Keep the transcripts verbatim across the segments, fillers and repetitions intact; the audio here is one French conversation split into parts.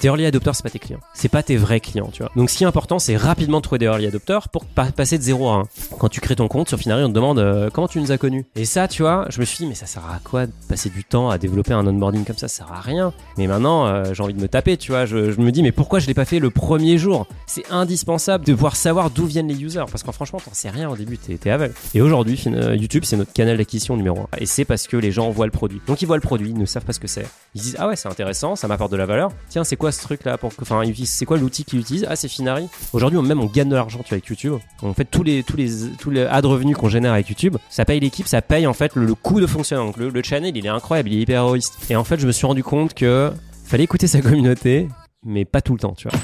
Tes early adopters, c'est pas tes clients. C'est pas tes vrais clients, tu vois. Donc, ce qui est important, c'est rapidement trouver des early adopters pour pa- passer de zéro à un. Quand tu crées ton compte sur Finary, on te demande euh, comment tu nous as connus. Et ça, tu vois, je me suis dit, mais ça sert à quoi de passer du temps à développer un onboarding comme ça? Ça sert à rien. Mais maintenant, euh, j'ai envie de me taper, tu vois. Je, je me dis, mais pourquoi je l'ai pas fait le premier jour? C'est indispensable de pouvoir savoir d'où viennent les users. Parce qu'en franchement, t'en sais rien au début, t'es, t'es aveugle. Et aujourd'hui, fin- euh, YouTube, c'est notre canal d'acquisition numéro un. Et c'est parce que les gens voient le produit. Donc, ils voient le produit, ils ne savent pas ce que c'est. Ils disent, ah ouais, c'est intéressant, ça m'apporte de la valeur. Tiens, c'est quoi ce truc là pour que... Enfin, c'est quoi l'outil qu'ils utilisent? Ah, c'est Finary. Aujourd'hui, on, même on gagne de l'argent, tu vois, avec YouTube. En fait, tous les tous les tous les ad revenus qu'on génère avec YouTube, ça paye l'équipe, ça paye en fait le, le coût de fonctionnement. Donc le, le channel, il est incroyable, il est hyper héroïste. Et en fait, je me suis rendu compte que fallait écouter sa communauté, mais pas tout le temps, tu vois.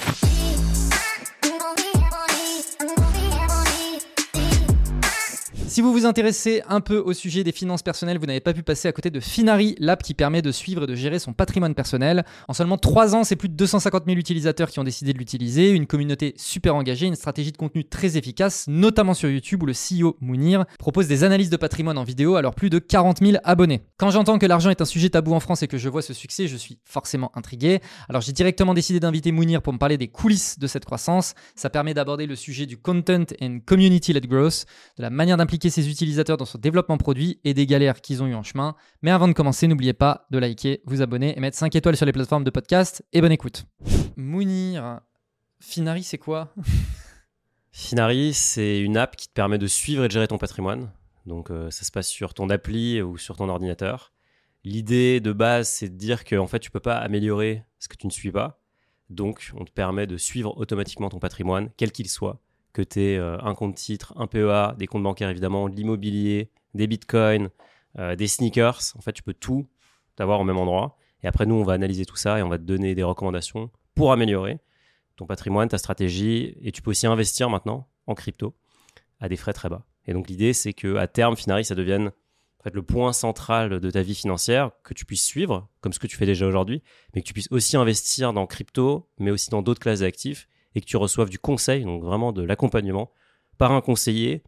Si vous vous intéressez un peu au sujet des finances personnelles, vous n'avez pas pu passer à côté de Finary, l'app qui permet de suivre et de gérer son patrimoine personnel. En seulement trois ans, c'est plus de deux cent cinquante mille utilisateurs qui ont décidé de l'utiliser, une communauté super engagée, une stratégie de contenu très efficace, notamment sur YouTube où le C E O Mounir propose des analyses de patrimoine en vidéo à leurs plus de quarante mille abonnés. Quand j'entends que l'argent est un sujet tabou en France et que je vois ce succès, je suis forcément intrigué. Alors j'ai directement décidé d'inviter Mounir pour me parler des coulisses de cette croissance. Ça permet d'aborder le sujet du content and community-led growth, de la manière d'impliquer ses utilisateurs dans son développement produit et des galères qu'ils ont eu en chemin. Mais avant de commencer, n'oubliez pas de liker, vous abonner et mettre cinq étoiles sur les plateformes de podcast. Et bonne écoute. Mounir, Finary, c'est quoi? Finary, c'est une app qui te permet de suivre et de gérer ton patrimoine. Donc euh, ça se passe sur ton appli ou sur ton ordinateur. L'idée de base, c'est de dire que en fait, tu peux pas améliorer ce que tu ne suis pas. Donc, on te permet de suivre automatiquement ton patrimoine, quel qu'il soit. Que tu aies euh, un compte titre, un P E A, des comptes bancaires évidemment, de l'immobilier, des bitcoins, euh, des sneakers. En fait, tu peux tout avoir au même endroit. Et après, nous, on va analyser tout ça et on va te donner des recommandations pour améliorer ton patrimoine, ta stratégie. Et tu peux aussi investir maintenant en crypto à des frais très bas. Et donc, l'idée, c'est qu'à terme, Finary, ça devienne en fait, le point central de ta vie financière, que tu puisses suivre, comme ce que tu fais déjà aujourd'hui, mais que tu puisses aussi investir dans crypto, mais aussi dans d'autres classes d'actifs, et que tu reçoives du conseil, donc vraiment de l'accompagnement, par un conseiller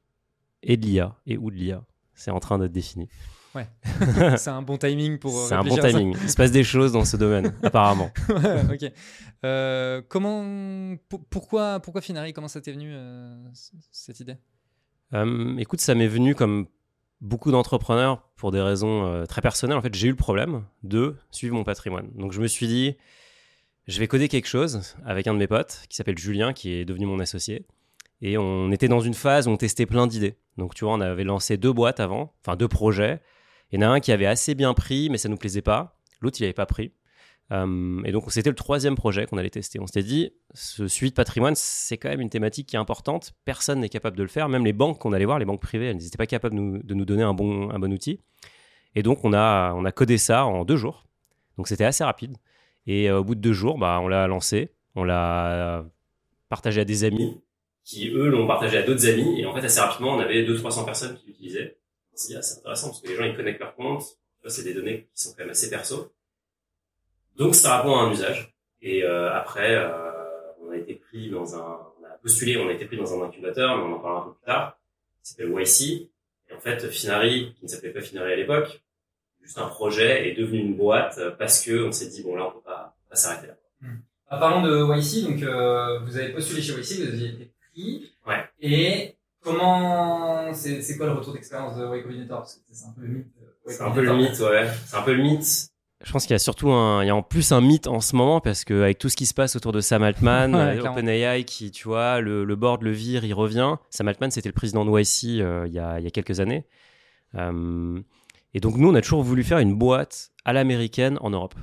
et de l'I A, et ou de l'I A. C'est en train d'être défini. Ouais, c'est un bon timing pour C'est un bon réfléchir à ça. timing. Il se passe des choses dans ce domaine, apparemment. Ouais, ok. Euh, comment, pour- pourquoi, pourquoi Finary? Comment ça t'est venu, euh, c- cette idée? Euh, écoute, ça m'est venu comme beaucoup d'entrepreneurs pour des raisons euh, très personnelles. En fait, j'ai eu le problème de suivre mon patrimoine. Donc, je me suis dit, je vais coder quelque chose avec un de mes potes qui s'appelle Julien, qui est devenu mon associé. Et on était dans une phase où on testait plein d'idées. Donc, tu vois, on avait lancé deux boîtes avant, enfin deux projets. Il y en a un qui avait assez bien pris, mais ça ne nous plaisait pas. L'autre, il n'avait pas pris. Euh, et donc, c'était le troisième projet qu'on allait tester. On s'était dit, ce suivi de patrimoine, c'est quand même une thématique qui est importante. Personne n'est capable de le faire. Même les banques qu'on allait voir, les banques privées, elles n'étaient pas capables de nous, de nous donner un bon, un bon outil. Et donc, on a, on a codé ça en deux jours. Donc, c'était assez rapide. Et euh, au bout de deux jours, bah, on l'a lancé. On l'a partagé à des amis qui, eux, l'ont partagé à d'autres amis. Et en fait, assez rapidement, on avait deux cents à trois cents personnes qui l'utilisaient. On s'est dit, ah, c'est intéressant parce que les gens, ils connectent leur compte. C'est des données qui sont quand même assez perso. Donc, ça répond à un usage. Et euh, après, euh, on a été pris dans un... On a postulé, on a été pris dans un incubateur, mais on en parlera un peu plus tard. Il s'appelle Y C. Et en fait, Finary, qui ne s'appelait pas Finary à l'époque, juste un projet, est devenu une boîte parce que on s'est dit, bon, là, on peut pas, pas s'arrêter là. Hmm. Ah, parlons de Y C. Donc, euh, vous avez postulé chez Y C, vous aviez été pris. Ouais. Et comment... C'est, c'est quoi le retour d'expérience de Y Combinator? Parce que c'est un peu le mythe. C'est un peu le mythe, ouais. C'est un peu le mythe. Je pense qu'il y a surtout un, il y a en plus un mythe en ce moment parce que avec tout ce qui se passe autour de Sam Altman, ouais, OpenAI qui, tu vois, le, le board le vire, il revient. Sam Altman, c'était le président de Y C euh, il y a, il y a quelques années. Euh, et donc nous, on a toujours voulu faire une boîte à l'américaine en Europe.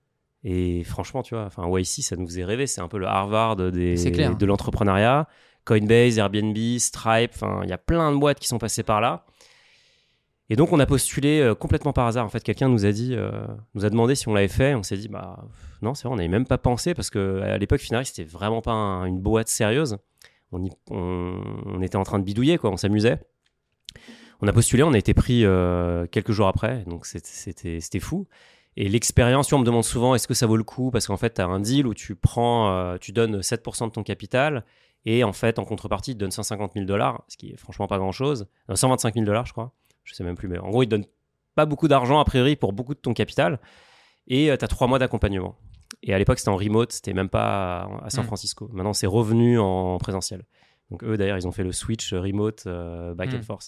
Et franchement, tu vois, enfin Y C, ça nous faisait rêver. C'est un peu le Harvard des, de l'entrepreneuriat. Coinbase, Airbnb, Stripe, enfin, il y a plein de boîtes qui sont passées par là. Et donc, on a postulé euh, complètement par hasard. En fait, quelqu'un nous a dit, euh, nous a demandé si on l'avait fait. On s'est dit, bah non, c'est vrai, on n'avait même pas pensé parce que à l'époque, Finary, c'était vraiment pas un, une boîte sérieuse. On, y, on, on était en train de bidouiller, quoi. On s'amusait. On a postulé, on a été pris euh, quelques jours après. Donc, c'était, c'était, c'était fou. Et l'expérience, tu vois, on me demande souvent, est-ce que ça vaut le coup? Parce qu'en fait, tu as un deal où tu prends, euh, tu donnes sept pour cent de ton capital. Et en fait, en contrepartie, ils te donnent cent cinquante mille dollars, ce qui est franchement pas grand-chose. Non, cent vingt-cinq mille dollars, je crois. Je sais même plus, mais en gros, ils te donnent pas beaucoup d'argent, a priori, pour beaucoup de ton capital. Et euh, tu as trois mois d'accompagnement. Et à l'époque, c'était en remote, c'était même pas à, à San Mm. Francisco. Maintenant, c'est revenu en présentiel. Donc eux, d'ailleurs, ils ont fait le switch remote euh, back Mm. and forth.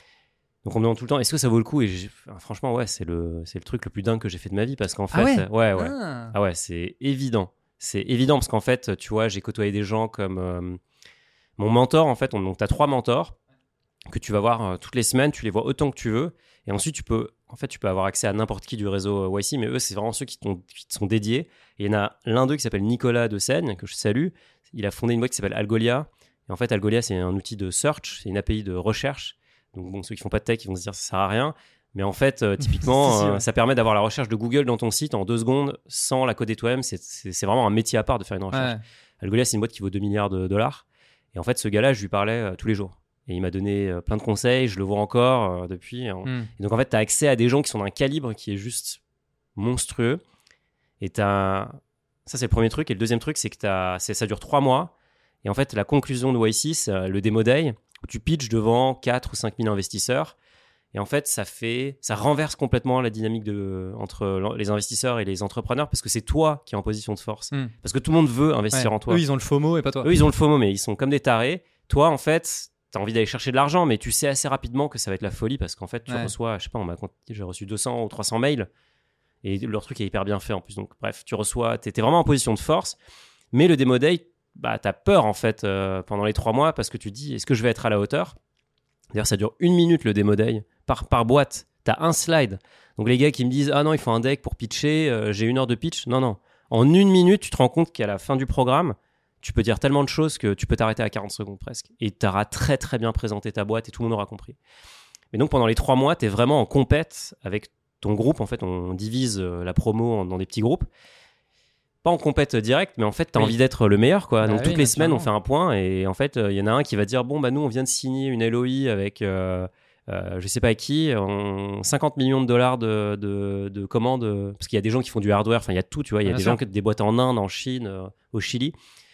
Donc on me demande tout le temps, est-ce que ça vaut le coup? Et j'ai- enfin, franchement, ouais, c'est le, c'est le truc le plus dingue que j'ai fait de ma vie parce qu'en fait, Ah ouais, ouais, ouais. Ah. Ah ouais, c'est évident. C'est évident parce qu'en fait, tu vois, j'ai côtoyé des gens comme euh, mon mentor. En fait, on, donc tu as trois mentors que tu vas voir euh, toutes les semaines, tu les vois autant que tu veux. Et ensuite, tu peux, en fait, tu peux avoir accès à n'importe qui du réseau euh, Y C, mais eux, c'est vraiment ceux qui, qui te sont dédiés. Et il y en a l'un d'eux qui s'appelle Nicolas de Seigne, que je salue. Il a fondé une boîte qui s'appelle Algolia. Et en fait, Algolia, c'est un outil de search, c'est une A P I de recherche. Donc, bon, ceux qui font pas de tech, ils vont se dire ça sert à rien. Mais en fait, euh, typiquement, Si, si, ouais. euh, ça permet d'avoir la recherche de Google dans ton site en deux secondes sans la coder toi-même. C'est, c'est, c'est vraiment un métier à part de faire une recherche. Ouais. Algolia, c'est une boîte qui vaut deux milliards de dollars. Et en fait, ce gars-là, je lui parlais euh, tous les jours. Et il m'a donné euh, plein de conseils. Je le vois encore euh, depuis. Hein. Mm. Et donc, en fait, tu as accès à des gens qui sont d'un calibre qui est juste monstrueux. Et t'as... ça, c'est le premier truc. Et le deuxième truc, c'est que t'as... c'est... ça dure trois mois. Et en fait, la conclusion de Y C, c'est euh, le Demo Day, où tu pitches devant quatre ou cinq mille investisseurs. Et en fait, ça fait, ça renverse complètement la dynamique de, entre les investisseurs et les entrepreneurs parce que c'est toi qui es en position de force. Mm. Parce que tout le monde veut investir Ouais. en toi. Eux, ils ont le FOMO et pas toi. Eux, ils ont le FOMO, mais ils sont comme des tarés. Toi, en fait, tu as envie d'aller chercher de l'argent, mais tu sais assez rapidement que ça va être la folie parce qu'en fait, tu Ouais. reçois, je sais pas, on m'a compté, j'ai reçu deux cents ou trois cents mails et leur truc est hyper bien fait en plus. Donc, bref, tu reçois, tu es vraiment en position de force. Mais le Demo Day, bah, tu as peur en fait euh, pendant les trois mois parce que tu te dis, est-ce que je vais être à la hauteur? D'ailleurs, ça dure une minute le Demo Day par, par boîte. Tu as un slide. Donc, les gars qui me disent, ah non, il faut un deck pour pitcher, euh, j'ai une heure de pitch. Non, non. En une minute, tu te rends compte qu'à la fin du programme, tu peux dire tellement de choses que tu peux t'arrêter à quarante secondes presque. Et tu auras très, très bien présenté ta boîte et tout le monde aura compris. Mais donc, pendant les trois mois, tu es vraiment en compète avec ton groupe. En fait, on divise euh, la promo en, dans des petits groupes. Pas en compète direct, mais en fait, tu as Oui. envie d'être le meilleur. Quoi. Bah donc, oui, toutes les semaines, on naturellement. fait un point. Et en fait, il euh, y en a un qui va dire, bon, bah nous, on vient de signer une L O I avec... Euh, Euh, je sais pas qui, on, cinquante millions de dollars de, de, de commandes, euh, parce qu'il y a des gens qui font du hardware, enfin il y a tout, tu vois, il y a Bien des sûr. gens qui ont des boîtes en Inde, en Chine, euh, au Chili.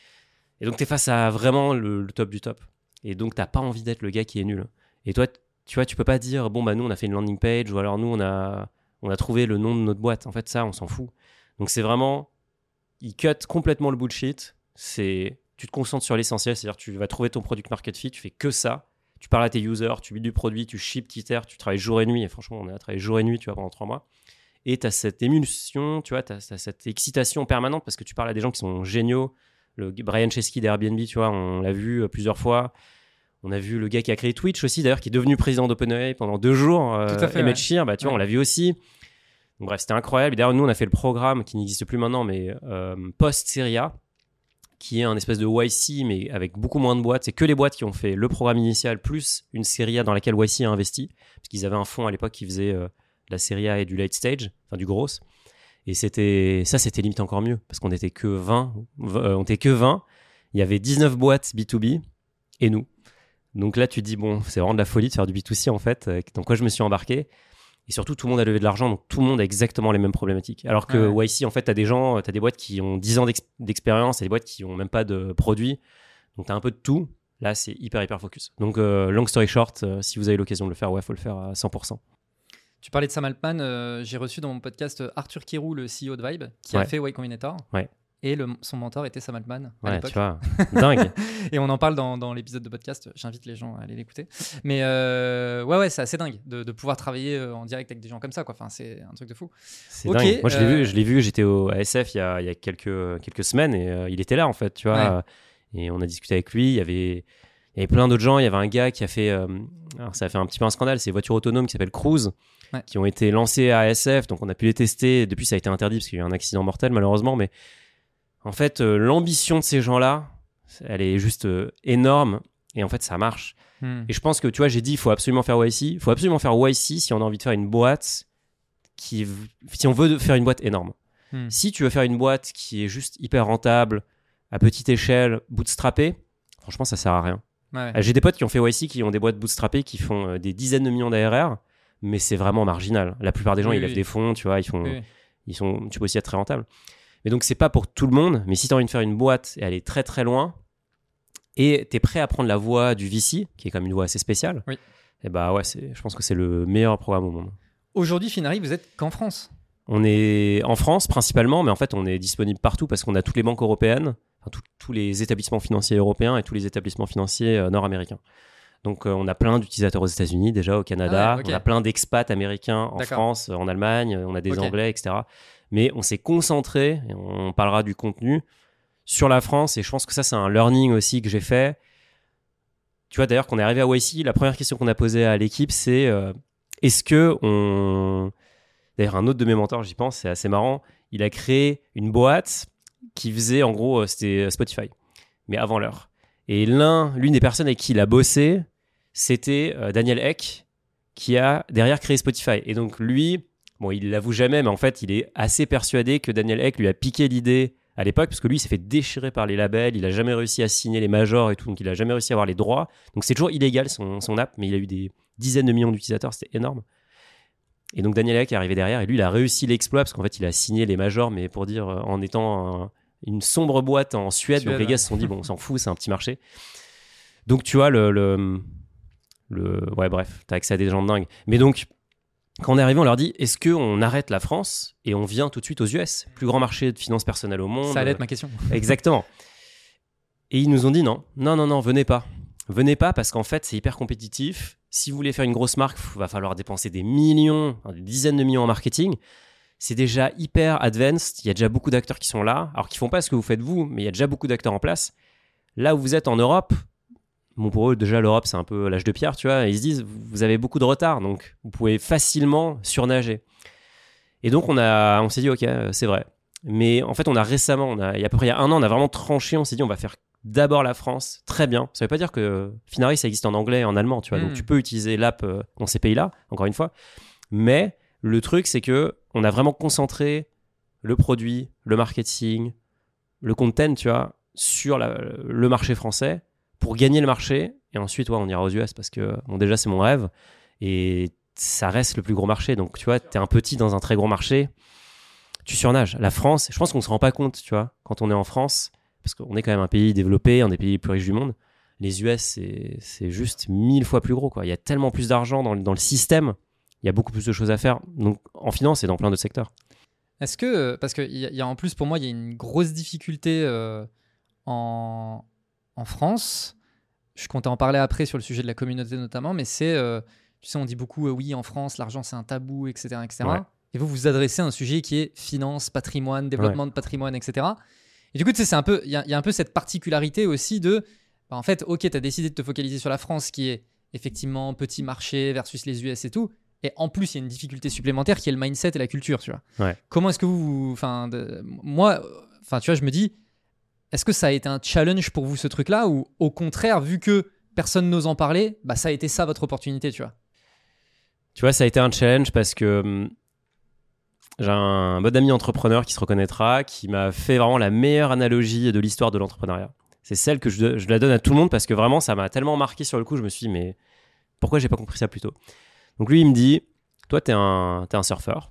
Et donc tu es face à vraiment le, le top du top. Et donc t'as pas envie d'être le gars qui est nul. Et toi, tu vois, tu peux pas dire, bon bah nous on a fait une landing page, ou alors nous on a, on a trouvé le nom de notre boîte. En fait, ça, on s'en fout. Donc c'est vraiment, ils cut complètement le bullshit. C'est, tu te concentres sur l'essentiel, c'est-à-dire tu vas trouver ton product market fit, tu fais que ça. Tu parles à tes users, tu builds du produit, tu ships, tu itères, tu travailles jour et nuit. Et franchement, on a travaillé jour et nuit, tu vois, pendant trois mois. Et tu as cette émulsion, tu vois, tu as cette excitation permanente parce que tu parles à des gens qui sont géniaux. Le Brian Chesky d'Airbnb, tu vois, on l'a vu plusieurs fois. On a vu le gars qui a créé Twitch aussi, d'ailleurs, qui est devenu président d'OpenAI pendant deux jours. Euh, Tout à fait, Emmett ouais. Shear, bah, tu vois, Ouais. on l'a vu aussi. Donc, bref, c'était incroyable. Et d'ailleurs, nous, on a fait le programme qui n'existe plus maintenant, mais euh, post-Serie A, qui est un espèce de Y C, mais avec beaucoup moins de boîtes. C'est que les boîtes qui ont fait le programme initial, plus une série A dans laquelle Y C a investi, parce qu'ils avaient un fonds à l'époque qui faisait euh, de la série A et du late stage, enfin du gros. Et c'était, ça, c'était limite encore mieux, parce qu'on n'était que vingt, euh, on était que vingt. Il y avait dix-neuf boîtes B deux B et nous. Donc là, tu te dis, bon, c'est vraiment de la folie de faire du B deux C, en fait. Dans quoi je me suis embarqué. Et surtout, tout le monde a levé de l'argent, donc tout le monde a exactement les mêmes problématiques. Alors que Ouais. Y C, en fait, tu as des gens, tu as des boîtes qui ont dix ans d'ex- d'expérience et des boîtes qui n'ont même pas de produits. Donc, tu as un peu de tout. Là, c'est hyper, hyper focus. Donc, euh, long story short, euh, si vous avez l'occasion de le faire, ouais, il faut le faire à cent pour cent. Tu parlais de Sam Altman, euh, j'ai reçu dans mon podcast Arthur Kirou, le C E O de Vibe, qui a Ouais. fait Y Combinator. Ouais. Et le, son mentor était Sam Altman à Ouais, l'époque. tu vois, dingue. Et on en parle dans, dans l'épisode de podcast. J'invite les gens à aller l'écouter. Mais euh, ouais, ouais, c'est assez dingue de, de pouvoir travailler euh, en direct avec des gens comme ça, quoi. Enfin, c'est un truc de fou. C'est Ok, dingue. Moi, je l'ai euh, vu, je l'ai vu, j'étais au à S F il y a, il y a quelques, quelques semaines et euh, il était là, en fait, tu vois. Et on a discuté avec lui. Il y avait, il y avait plein d'autres gens. Il y avait un gars qui a fait, euh, alors ça a fait un petit peu un scandale, c'est voitures autonomes qui s'appelle Cruise, Ouais. qui ont été lancées à S F. Donc, on a pu les tester. Depuis, ça a été interdit parce qu'il y a eu un accident mortel, malheureusement. Mais en fait, euh, l'ambition de ces gens-là, elle est juste euh, énorme. Et en fait, ça marche. hmm. Et je pense que, tu vois, j'ai dit, il faut absolument faire Y C. Il faut absolument faire Y C si on a envie de faire une boîte qui, si on veut faire une boîte énorme. Hmm. Si tu veux faire une boîte qui est juste hyper rentable, à petite échelle, bootstrappée, franchement, ça sert à rien. Ouais. Euh, J'ai des potes qui ont fait Y C, qui ont des boîtes bootstrappées, qui font euh, des dizaines de millions d'A R R, mais c'est vraiment marginal. La plupart des gens, Oui, ils lèvent oui. des fonds, tu vois, ils font, Oui, oui. ils sont, tu peux aussi être très rentable. Mais donc, c'est pas pour tout le monde, mais si tu as envie de faire une boîte et aller très très loin, et tu es prêt à prendre la voie du V C, qui est quand même une voie assez spéciale, Oui. et bah ouais, c'est, je pense que c'est le meilleur programme au monde. Aujourd'hui, Finari, vous êtes qu'en France. On est en France principalement, mais en fait, on est disponible partout parce qu'on a toutes les banques européennes, enfin, tout- tous les établissements financiers européens et tous les établissements financiers euh, nord-américains. Donc, euh, on a plein d'utilisateurs aux États-Unis, déjà au Canada. Ah ouais, ok. On a plein d'expats américains en D'accord. France, en Allemagne. On a des Ok. Anglais, et cetera. Mais on s'est concentré, et on parlera du contenu, sur la France. Et je pense que ça, c'est un learning aussi que j'ai fait. Tu vois, d'ailleurs, quand on est arrivé à Y C, la première question qu'on a posée à l'équipe, c'est euh, est-ce que on... D'ailleurs, un autre de mes mentors, j'y pense, c'est assez marrant. Il a créé une boîte qui faisait, en gros, euh, c'était Spotify, mais avant l'heure. Et l'un, l'une des personnes avec qui il a bossé, c'était euh, Daniel Ek, qui a derrière créé Spotify. Et donc lui, bon, il l'avoue jamais, mais en fait, il est assez persuadé que Daniel Ek lui a piqué l'idée à l'époque, parce que lui, il s'est fait déchirer par les labels, il a jamais réussi à signer les majors et tout, donc il a jamais réussi à avoir les droits. Donc c'est toujours illégal son, son app, mais il a eu des dizaines de millions d'utilisateurs, c'était énorme. Et donc Daniel Ek est arrivé derrière, et lui, il a réussi l'exploit, parce qu'en fait, il a signé les majors, mais pour dire, euh, en étant un- une sombre boîte en Suède, Suède, donc les gars ouais. se sont dit, bon, on s'en fout, c'est un petit marché. Donc tu vois, le... le, le ouais, bref, t'as accès à des gens de dingue. Mais donc, quand on est arrivé, on leur dit, est-ce qu'on arrête la France et on vient tout de suite aux U S, plus grand marché de finances personnelles au monde. Ça allait être ma question. Exactement. Et ils nous ont dit non, non, non, non, venez pas. Venez pas parce qu'en fait, c'est hyper compétitif. Si vous voulez faire une grosse marque, il va falloir dépenser des millions, des dizaines de millions en marketing. C'est déjà hyper advanced. Il y a déjà beaucoup d'acteurs qui sont là, alors qu'ils font pas ce que vous faites vous, mais il y a déjà beaucoup d'acteurs en place. Là où vous êtes en Europe, bon, pour eux, déjà, l'Europe, c'est un peu l'âge de pierre, tu vois. Ils se disent, vous avez beaucoup de retard, donc vous pouvez facilement surnager. Et donc, on, a, on s'est dit, OK, c'est vrai. Mais en fait, on a récemment, on a, il y a à peu près il y a un an, on a vraiment tranché. On s'est dit, on va faire d'abord la France. Très bien. Ça ne veut pas dire que Finari, ça existe en anglais et en allemand, tu vois. Mm. Donc, tu peux utiliser l'app euh, dans ces pays-là, encore une fois. Mais le truc, c'est que on a vraiment concentré le produit, le marketing, le content, tu vois, sur la, le marché français pour gagner le marché. Et ensuite, ouais, on ira aux U S parce que, bon, déjà, c'est mon rêve. Et ça reste le plus gros marché. Donc, tu vois, t'es un petit dans un très gros marché, tu surnages. La France, je pense qu'on se rend pas compte, tu vois, quand on est en France, parce qu'on est quand même un pays développé, un des pays les plus riches du monde. Les U S, c'est, c'est juste mille fois plus gros, quoi. Il y a tellement plus d'argent dans, le- dans le système. Il y a beaucoup plus de choses à faire. Donc, en finance et dans plein d'autres secteurs. Est-ce que, parce qu'il y, a- y a en plus, pour moi, il y a une grosse difficulté euh, en, en France. Je comptais en parler après sur le sujet de la communauté notamment, mais c'est, euh, tu sais, on dit beaucoup, euh, oui, en France, l'argent c'est un tabou, et cetera, et cetera. Ouais. Et vous, vous adressez à un sujet qui est finance, patrimoine, développement de patrimoine, et cetera. Et du coup, tu sais, c'est un peu, il y, a- il y a un peu cette particularité aussi de, bah, en fait, ok, tu as décidé de te focaliser sur la France, qui est effectivement petit marché versus les U S et tout. Et en plus, il y a une difficulté supplémentaire qui est le mindset et la culture, tu vois. Ouais. Comment est-ce que vous, enfin, de- moi, enfin, tu vois, je me dis, est-ce que ça a été un challenge pour vous ce truc-là, ou au contraire, vu que personne n'ose en parler, bah ça a été ça votre opportunité, tu vois. Tu vois, ça a été un challenge parce que hum, j'ai un bon ami entrepreneur qui se reconnaîtra, qui m'a fait vraiment la meilleure analogie de l'histoire de l'entrepreneuriat. C'est celle que je, je la donne à tout le monde parce que vraiment, ça m'a tellement marqué sur le coup. Je me suis dit, mais pourquoi j'ai pas compris ça plus tôt? Donc lui, il me dit, toi, t'es un, t'es un surfeur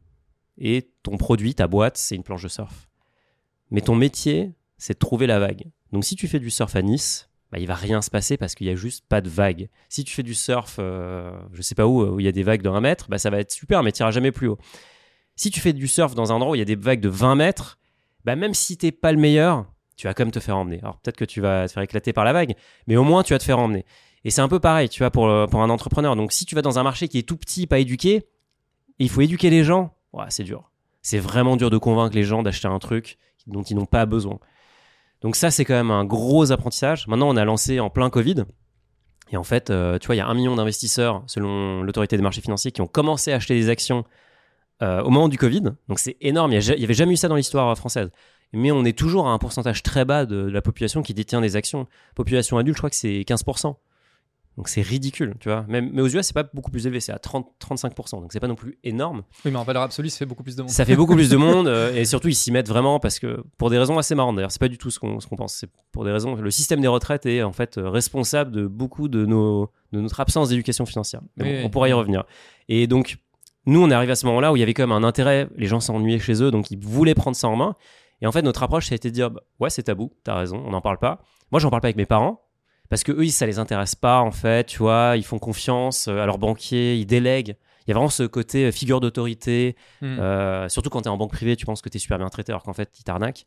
et ton produit, ta boîte, c'est une planche de surf. Mais ton métier, c'est de trouver la vague. Donc si tu fais du surf à Nice, bah, il va rien se passer parce qu'il y a juste pas de vague. Si tu fais du surf, euh, je sais pas où, où il y a des vagues de un mètre, bah, ça va être super, mais tu n'iras jamais plus haut. Si tu fais du surf dans un endroit où il y a des vagues de vingt mètres, bah, même si t'es pas le meilleur, tu vas quand même te faire emmener. Alors peut-être que tu vas te faire éclater par la vague, mais au moins tu vas te faire emmener. Et c'est un peu pareil, tu vois, pour, pour un entrepreneur. Donc si tu vas dans un marché qui est tout petit, pas éduqué, et il faut éduquer les gens, ouais, c'est dur. C'est vraiment dur de convaincre les gens d'acheter un truc dont ils n'ont pas besoin. Donc ça, c'est quand même un gros apprentissage. Maintenant, on a lancé en plein Covid. Et en fait, euh, tu vois, il y a un million d'investisseurs, selon l'autorité des marchés financiers, qui ont commencé à acheter des actions euh, au moment du Covid. Donc c'est énorme. Il n'y avait jamais eu ça dans l'histoire française. Mais on est toujours à un pourcentage très bas de, de la population qui détient des actions. Population adulte, je crois que c'est quinze pour cent. Donc c'est ridicule, tu vois. Même, mais aux U S, c'est pas beaucoup plus élevé, c'est à trente à trente-cinq pour cent. Donc c'est pas non plus énorme. Oui, mais en valeur absolue, ça fait beaucoup plus de monde. Ça fait beaucoup plus de monde euh, et surtout ils s'y mettent vraiment parce que pour des raisons assez marrantes d'ailleurs. C'est pas du tout ce qu'on, ce qu'on pense. C'est pour des raisons. Le système des retraites est en fait responsable de beaucoup de nos de notre absence d'éducation financière. Mais Oui, bon, oui. on pourra y revenir. Et donc nous on est arrivé à ce moment-là où il y avait quand même un intérêt. Les gens s'ennuyaient chez eux, donc ils voulaient prendre ça en main. Et en fait notre approche ça a été de dire bah, ouais c'est tabou, t'as raison, on n'en parle pas. Moi j'en parle pas avec mes parents. Parce que eux, ça les intéresse pas, en fait, tu vois, ils font confiance à leurs banquiers, ils délèguent. Il y a vraiment ce côté figure d'autorité, Mm. euh, surtout quand tu es en banque privée, tu penses que tu es super bien traité alors qu'en fait, ils t'arnaquent.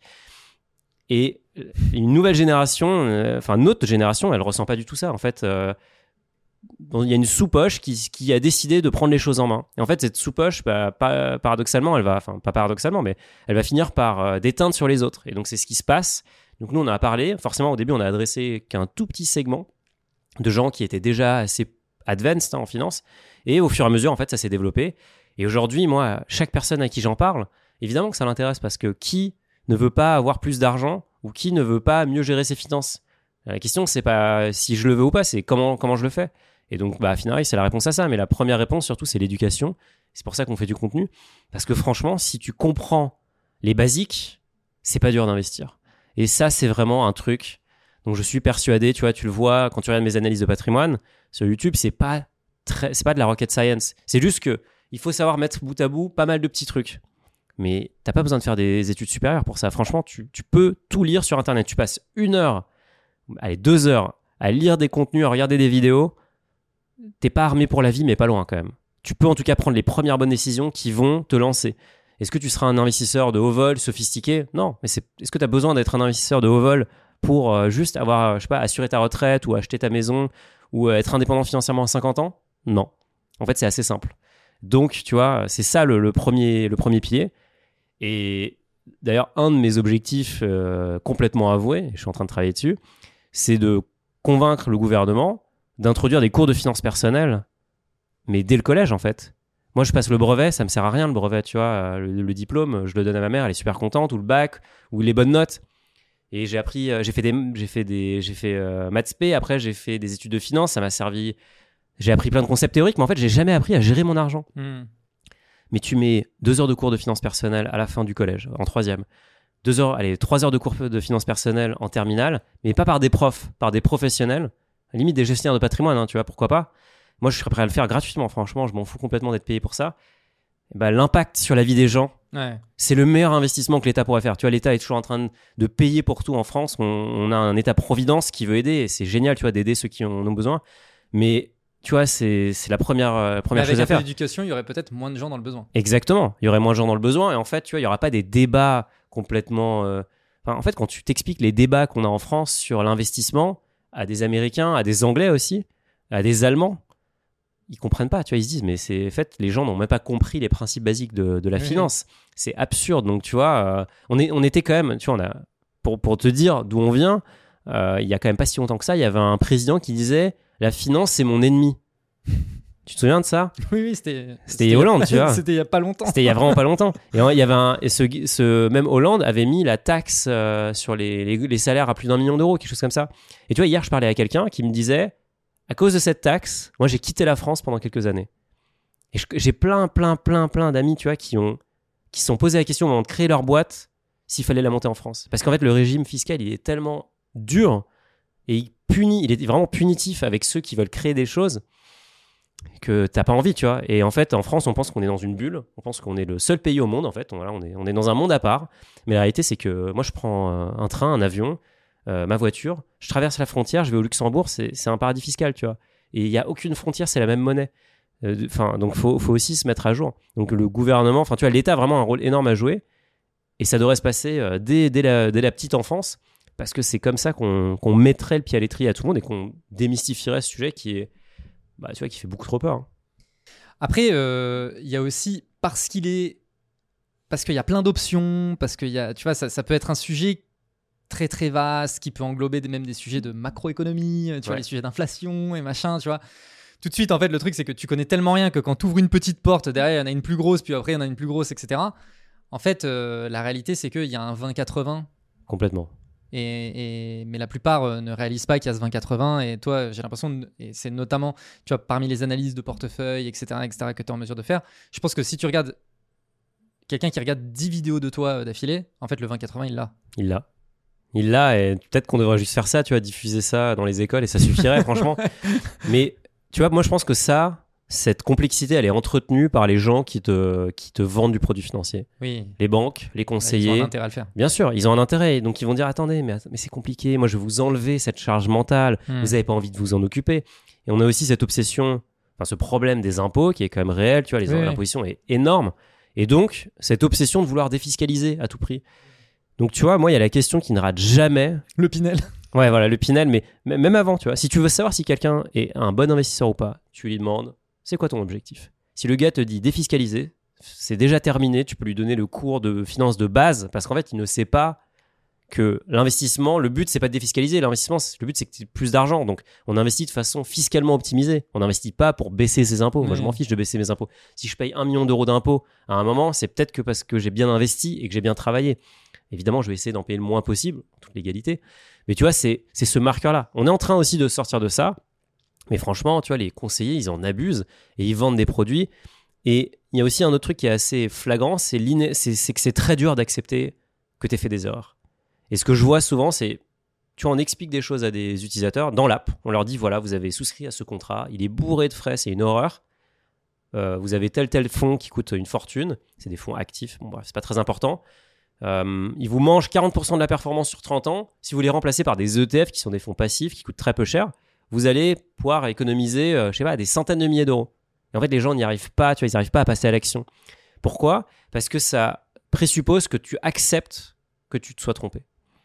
Et une nouvelle génération, euh, enfin notre génération, elle ressent pas du tout ça. En fait, euh, il y a une sous-poche qui, qui a décidé de prendre les choses en main. Et en fait, cette sous-poche, bah, pas, paradoxalement, elle va, enfin pas paradoxalement, mais elle va finir par euh, déteindre sur les autres. Et donc c'est ce qui se passe. Donc nous, on en a parlé. Forcément, au début, on a adressé qu'un tout petit segment de gens qui étaient déjà assez advanced hein, en finance. Et au fur et à mesure, en fait, ça s'est développé. Et aujourd'hui, moi, chaque personne à qui j'en parle, évidemment que ça l'intéresse parce que qui ne veut pas avoir plus d'argent ou qui ne veut pas mieux gérer ses finances? La question, c'est pas si je le veux ou pas, c'est comment, comment je le fais. Et donc, bah, Finari, c'est la réponse à ça. Mais la première réponse, surtout, c'est l'éducation. C'est pour ça qu'on fait du contenu. Parce que franchement, si tu comprends les basiques, c'est pas dur d'investir. Et ça, c'est vraiment un truc dont je suis persuadé. Tu vois, tu le vois quand tu regardes mes analyses de patrimoine sur YouTube, c'est pas très, c'est pas de la rocket science. C'est juste que il faut savoir mettre bout à bout pas mal de petits trucs. Mais t'as pas besoin de faire des études supérieures pour ça. Franchement, tu, tu peux tout lire sur Internet. Tu passes une heure, allez, deux heures à lire des contenus, à regarder des vidéos. T'es pas armé pour la vie, mais pas loin quand même. Tu peux en tout cas prendre les premières bonnes décisions qui vont te lancer. Est-ce que tu seras un investisseur de haut vol, sophistiqué? Non. Mais c'est, est-ce que tu as besoin d'être un investisseur de haut vol pour euh, juste avoir, je sais pas, assurer ta retraite ou acheter ta maison ou euh, être indépendant financièrement à cinquante ans? Non. En fait, c'est assez simple. Donc, tu vois, c'est ça le, le, premier, le premier pilier. Et d'ailleurs, un de mes objectifs euh, complètement avoués, et je suis en train de travailler dessus, c'est de convaincre le gouvernement d'introduire des cours de finances personnelles, mais dès le collège, en fait. Moi, je passe le brevet, ça me sert à rien, le brevet, tu vois. Le, le diplôme, je le donne à ma mère, elle est super contente, ou le bac, ou les bonnes notes. Et j'ai appris, j'ai fait des, j'ai fait des, j'ai fait euh, maths spé, après j'ai fait des études de finance, ça m'a servi. J'ai appris plein de concepts théoriques, mais en fait, j'ai jamais appris à gérer mon argent. Mm. Mais tu mets deux heures de cours de finances personnelles à la fin du collège, en troisième. Deux heures, allez, trois heures de cours de finances personnelles en terminale, mais pas par des profs, par des professionnels, à la limite des gestionnaires de patrimoine, hein, tu vois, pourquoi pas. Moi, je serais prêt à le faire gratuitement, franchement, je m'en fous complètement d'être payé pour ça. Et bah, l'impact sur la vie des gens, Ouais. c'est le meilleur investissement que l'État pourrait faire. Tu vois, l'État est toujours en train de payer pour tout en France. On, on a un État-providence qui veut aider, et c'est génial, tu vois, d'aider ceux qui en ont besoin. Mais tu vois, c'est, c'est la première, euh, première Mais chose à avec faire. un peu d'éducation, il y aurait peut-être moins de gens dans le besoin. Exactement. Il y aurait moins de gens dans le besoin. Et en fait, tu vois, il n'y aura pas des débats complètement... euh, Enfin, en fait, quand tu t'expliques les débats qu'on a en France sur l'investissement à des Américains, à des Anglais aussi, à des Allemands, ils comprennent pas. Tu vois, ils se disent, mais c'est en fait, les gens n'ont même pas compris les principes basiques de, de la Oui. finance. C'est absurde. Donc, tu vois, euh, on, est, on était quand même... Tu vois, on a, pour, pour te dire d'où on vient, euh, il y a quand même pas si longtemps que ça, il y avait un président qui disait « La finance, c'est mon ennemi ». Tu te souviens de ça? Oui, oui, c'était. C'était Hollande, tu vois. C'était il y a pas longtemps. C'était il y a vraiment pas longtemps. Et il y avait un, et ce, ce même Hollande avait mis la taxe euh, sur les, les, les salaires à plus d'un million d'euros, quelque chose comme ça. Et tu vois, hier, je parlais à quelqu'un qui me disait, à cause de cette taxe, moi, j'ai quitté la France pendant quelques années. Et je, j'ai plein, plein, plein, plein d'amis, tu vois, qui ont, qui se sont posés la question au moment de créer leur boîte s'il fallait la monter en France. Parce qu'en fait, le régime fiscal, il est tellement dur et il punit, il est vraiment punitif avec ceux qui veulent créer des choses que t'as pas envie, tu vois. Et en fait, en France, on pense qu'on est dans une bulle. On pense qu'on est le seul pays au monde, en fait. On, voilà, on, est, on est dans un monde à part. Mais la réalité, c'est que moi, je prends euh, un train, un avion, euh, ma voiture. Je traverse la frontière, je vais au Luxembourg. C'est, c'est un paradis fiscal, tu vois. Et il n'y a aucune frontière, c'est la même monnaie. Enfin, euh, donc, il faut, faut aussi se mettre à jour. Donc, le gouvernement, enfin, tu vois, l'État a vraiment un rôle énorme à jouer. Et ça devrait se passer euh, dès, dès, la, dès la petite enfance. Parce que c'est comme ça qu'on, qu'on mettrait le pied à l'étrier à tout le monde et qu'on démystifierait ce sujet qui est... Bah, tu vois, qui fait beaucoup trop peur. Après, il euh, y a aussi, parce qu'il est... Parce qu'il y a plein d'options, parce qu'il y a... Tu vois, ça, ça peut être un sujet très, très vaste, qui peut englober des, même des sujets de macroéconomie, tu ouais. vois, les sujets d'inflation et machin, tu vois. Tout de suite, en fait, le truc, c'est que tu connais tellement rien que quand tu ouvres une petite porte, derrière, il y en a une plus grosse, puis après, il y en a une plus grosse, et cetera. En fait, euh, la réalité, c'est qu'il y a un vingt quatre-vingts. Complètement. Et, et, mais la plupart euh, ne réalisent pas qu'il y a ce vingt quatre-vingts. Et toi, j'ai l'impression, de, et c'est notamment, tu vois, parmi les analyses de portefeuille, et cetera, et cetera, que tu es en mesure de faire. Je pense que si tu regardes quelqu'un qui regarde dix vidéos de toi d'affilée, en fait, le vingt quatre-vingts, il l'a. Il l'a. Il l'a, et peut-être qu'on devrait juste faire ça, tu vois, diffuser ça dans les écoles, et ça suffirait, franchement. Mais, tu vois, moi, je pense que ça, cette complexité, elle est entretenue par les gens qui te, qui te vendent du produit financier. Oui. Les banques, les conseillers. Ils ont un intérêt à le faire. Bien sûr, ils ont un intérêt. Donc, ils vont dire, attendez, mais, mais c'est compliqué. Moi, je vais vous enlever cette charge mentale. Hmm. Vous n'avez pas envie de vous en occuper. Et on a aussi cette obsession enfin, ce problème des impôts qui est quand même réel, tu vois, les, oui, l'imposition oui. est énorme. Et donc, cette obsession de vouloir défiscaliser à tout prix. Donc, tu vois, moi, il y a la question qui ne rate jamais. Le Pinel. Ouais, voilà, le Pinel, mais même avant, tu vois. Si tu veux savoir si quelqu'un est un bon investisseur ou pas, tu lui demandes, c'est quoi ton objectif ? Si le gars te dit défiscaliser, c'est déjà terminé, tu peux lui donner le cours de finance de base, parce qu'en fait, il ne sait pas que l'investissement, le but, c'est pas de défiscaliser. L'investissement, le but, c'est que tu aies plus d'argent. Donc, on investit de façon fiscalement optimisée. On n'investit pas pour baisser ses impôts. Mmh. Moi, je m'en fiche de baisser mes impôts. Si je paye un million d'euros d'impôts à un moment, c'est peut-être que parce que j'ai bien investi et que j'ai bien travaillé. Évidemment, je vais essayer d'en payer le moins possible, en toute légalité. Mais tu vois, c'est, c'est ce marqueur-là. On est en train aussi de sortir de ça. Mais franchement, tu vois, les conseillers, ils en abusent et ils vendent des produits. Et il y a aussi un autre truc qui est assez flagrant, c'est, c'est, c'est que c'est très dur d'accepter que tu aies fait des erreurs. Et ce que je vois souvent, c'est, tu vois, on explique des choses à des utilisateurs dans l'app. On leur dit, voilà, vous avez souscrit à ce contrat, il est bourré de frais, c'est une horreur. Euh, vous avez tel tel fonds qui coûte une fortune. C'est des fonds actifs, bon bref, c'est pas très important. Euh, ils vous mangent quarante pour cent de la performance sur trente ans. Si vous les remplacez par des E T F qui sont des fonds passifs qui coûtent très peu cher, vous allez pouvoir économiser, euh, je sais pas, des centaines de milliers d'euros. Et en fait, les gens n'y arrivent pas, tu vois, ils n'arrivent pas à passer à l'action. Pourquoi ? Parce que ça présuppose que tu acceptes que tu te sois trompé.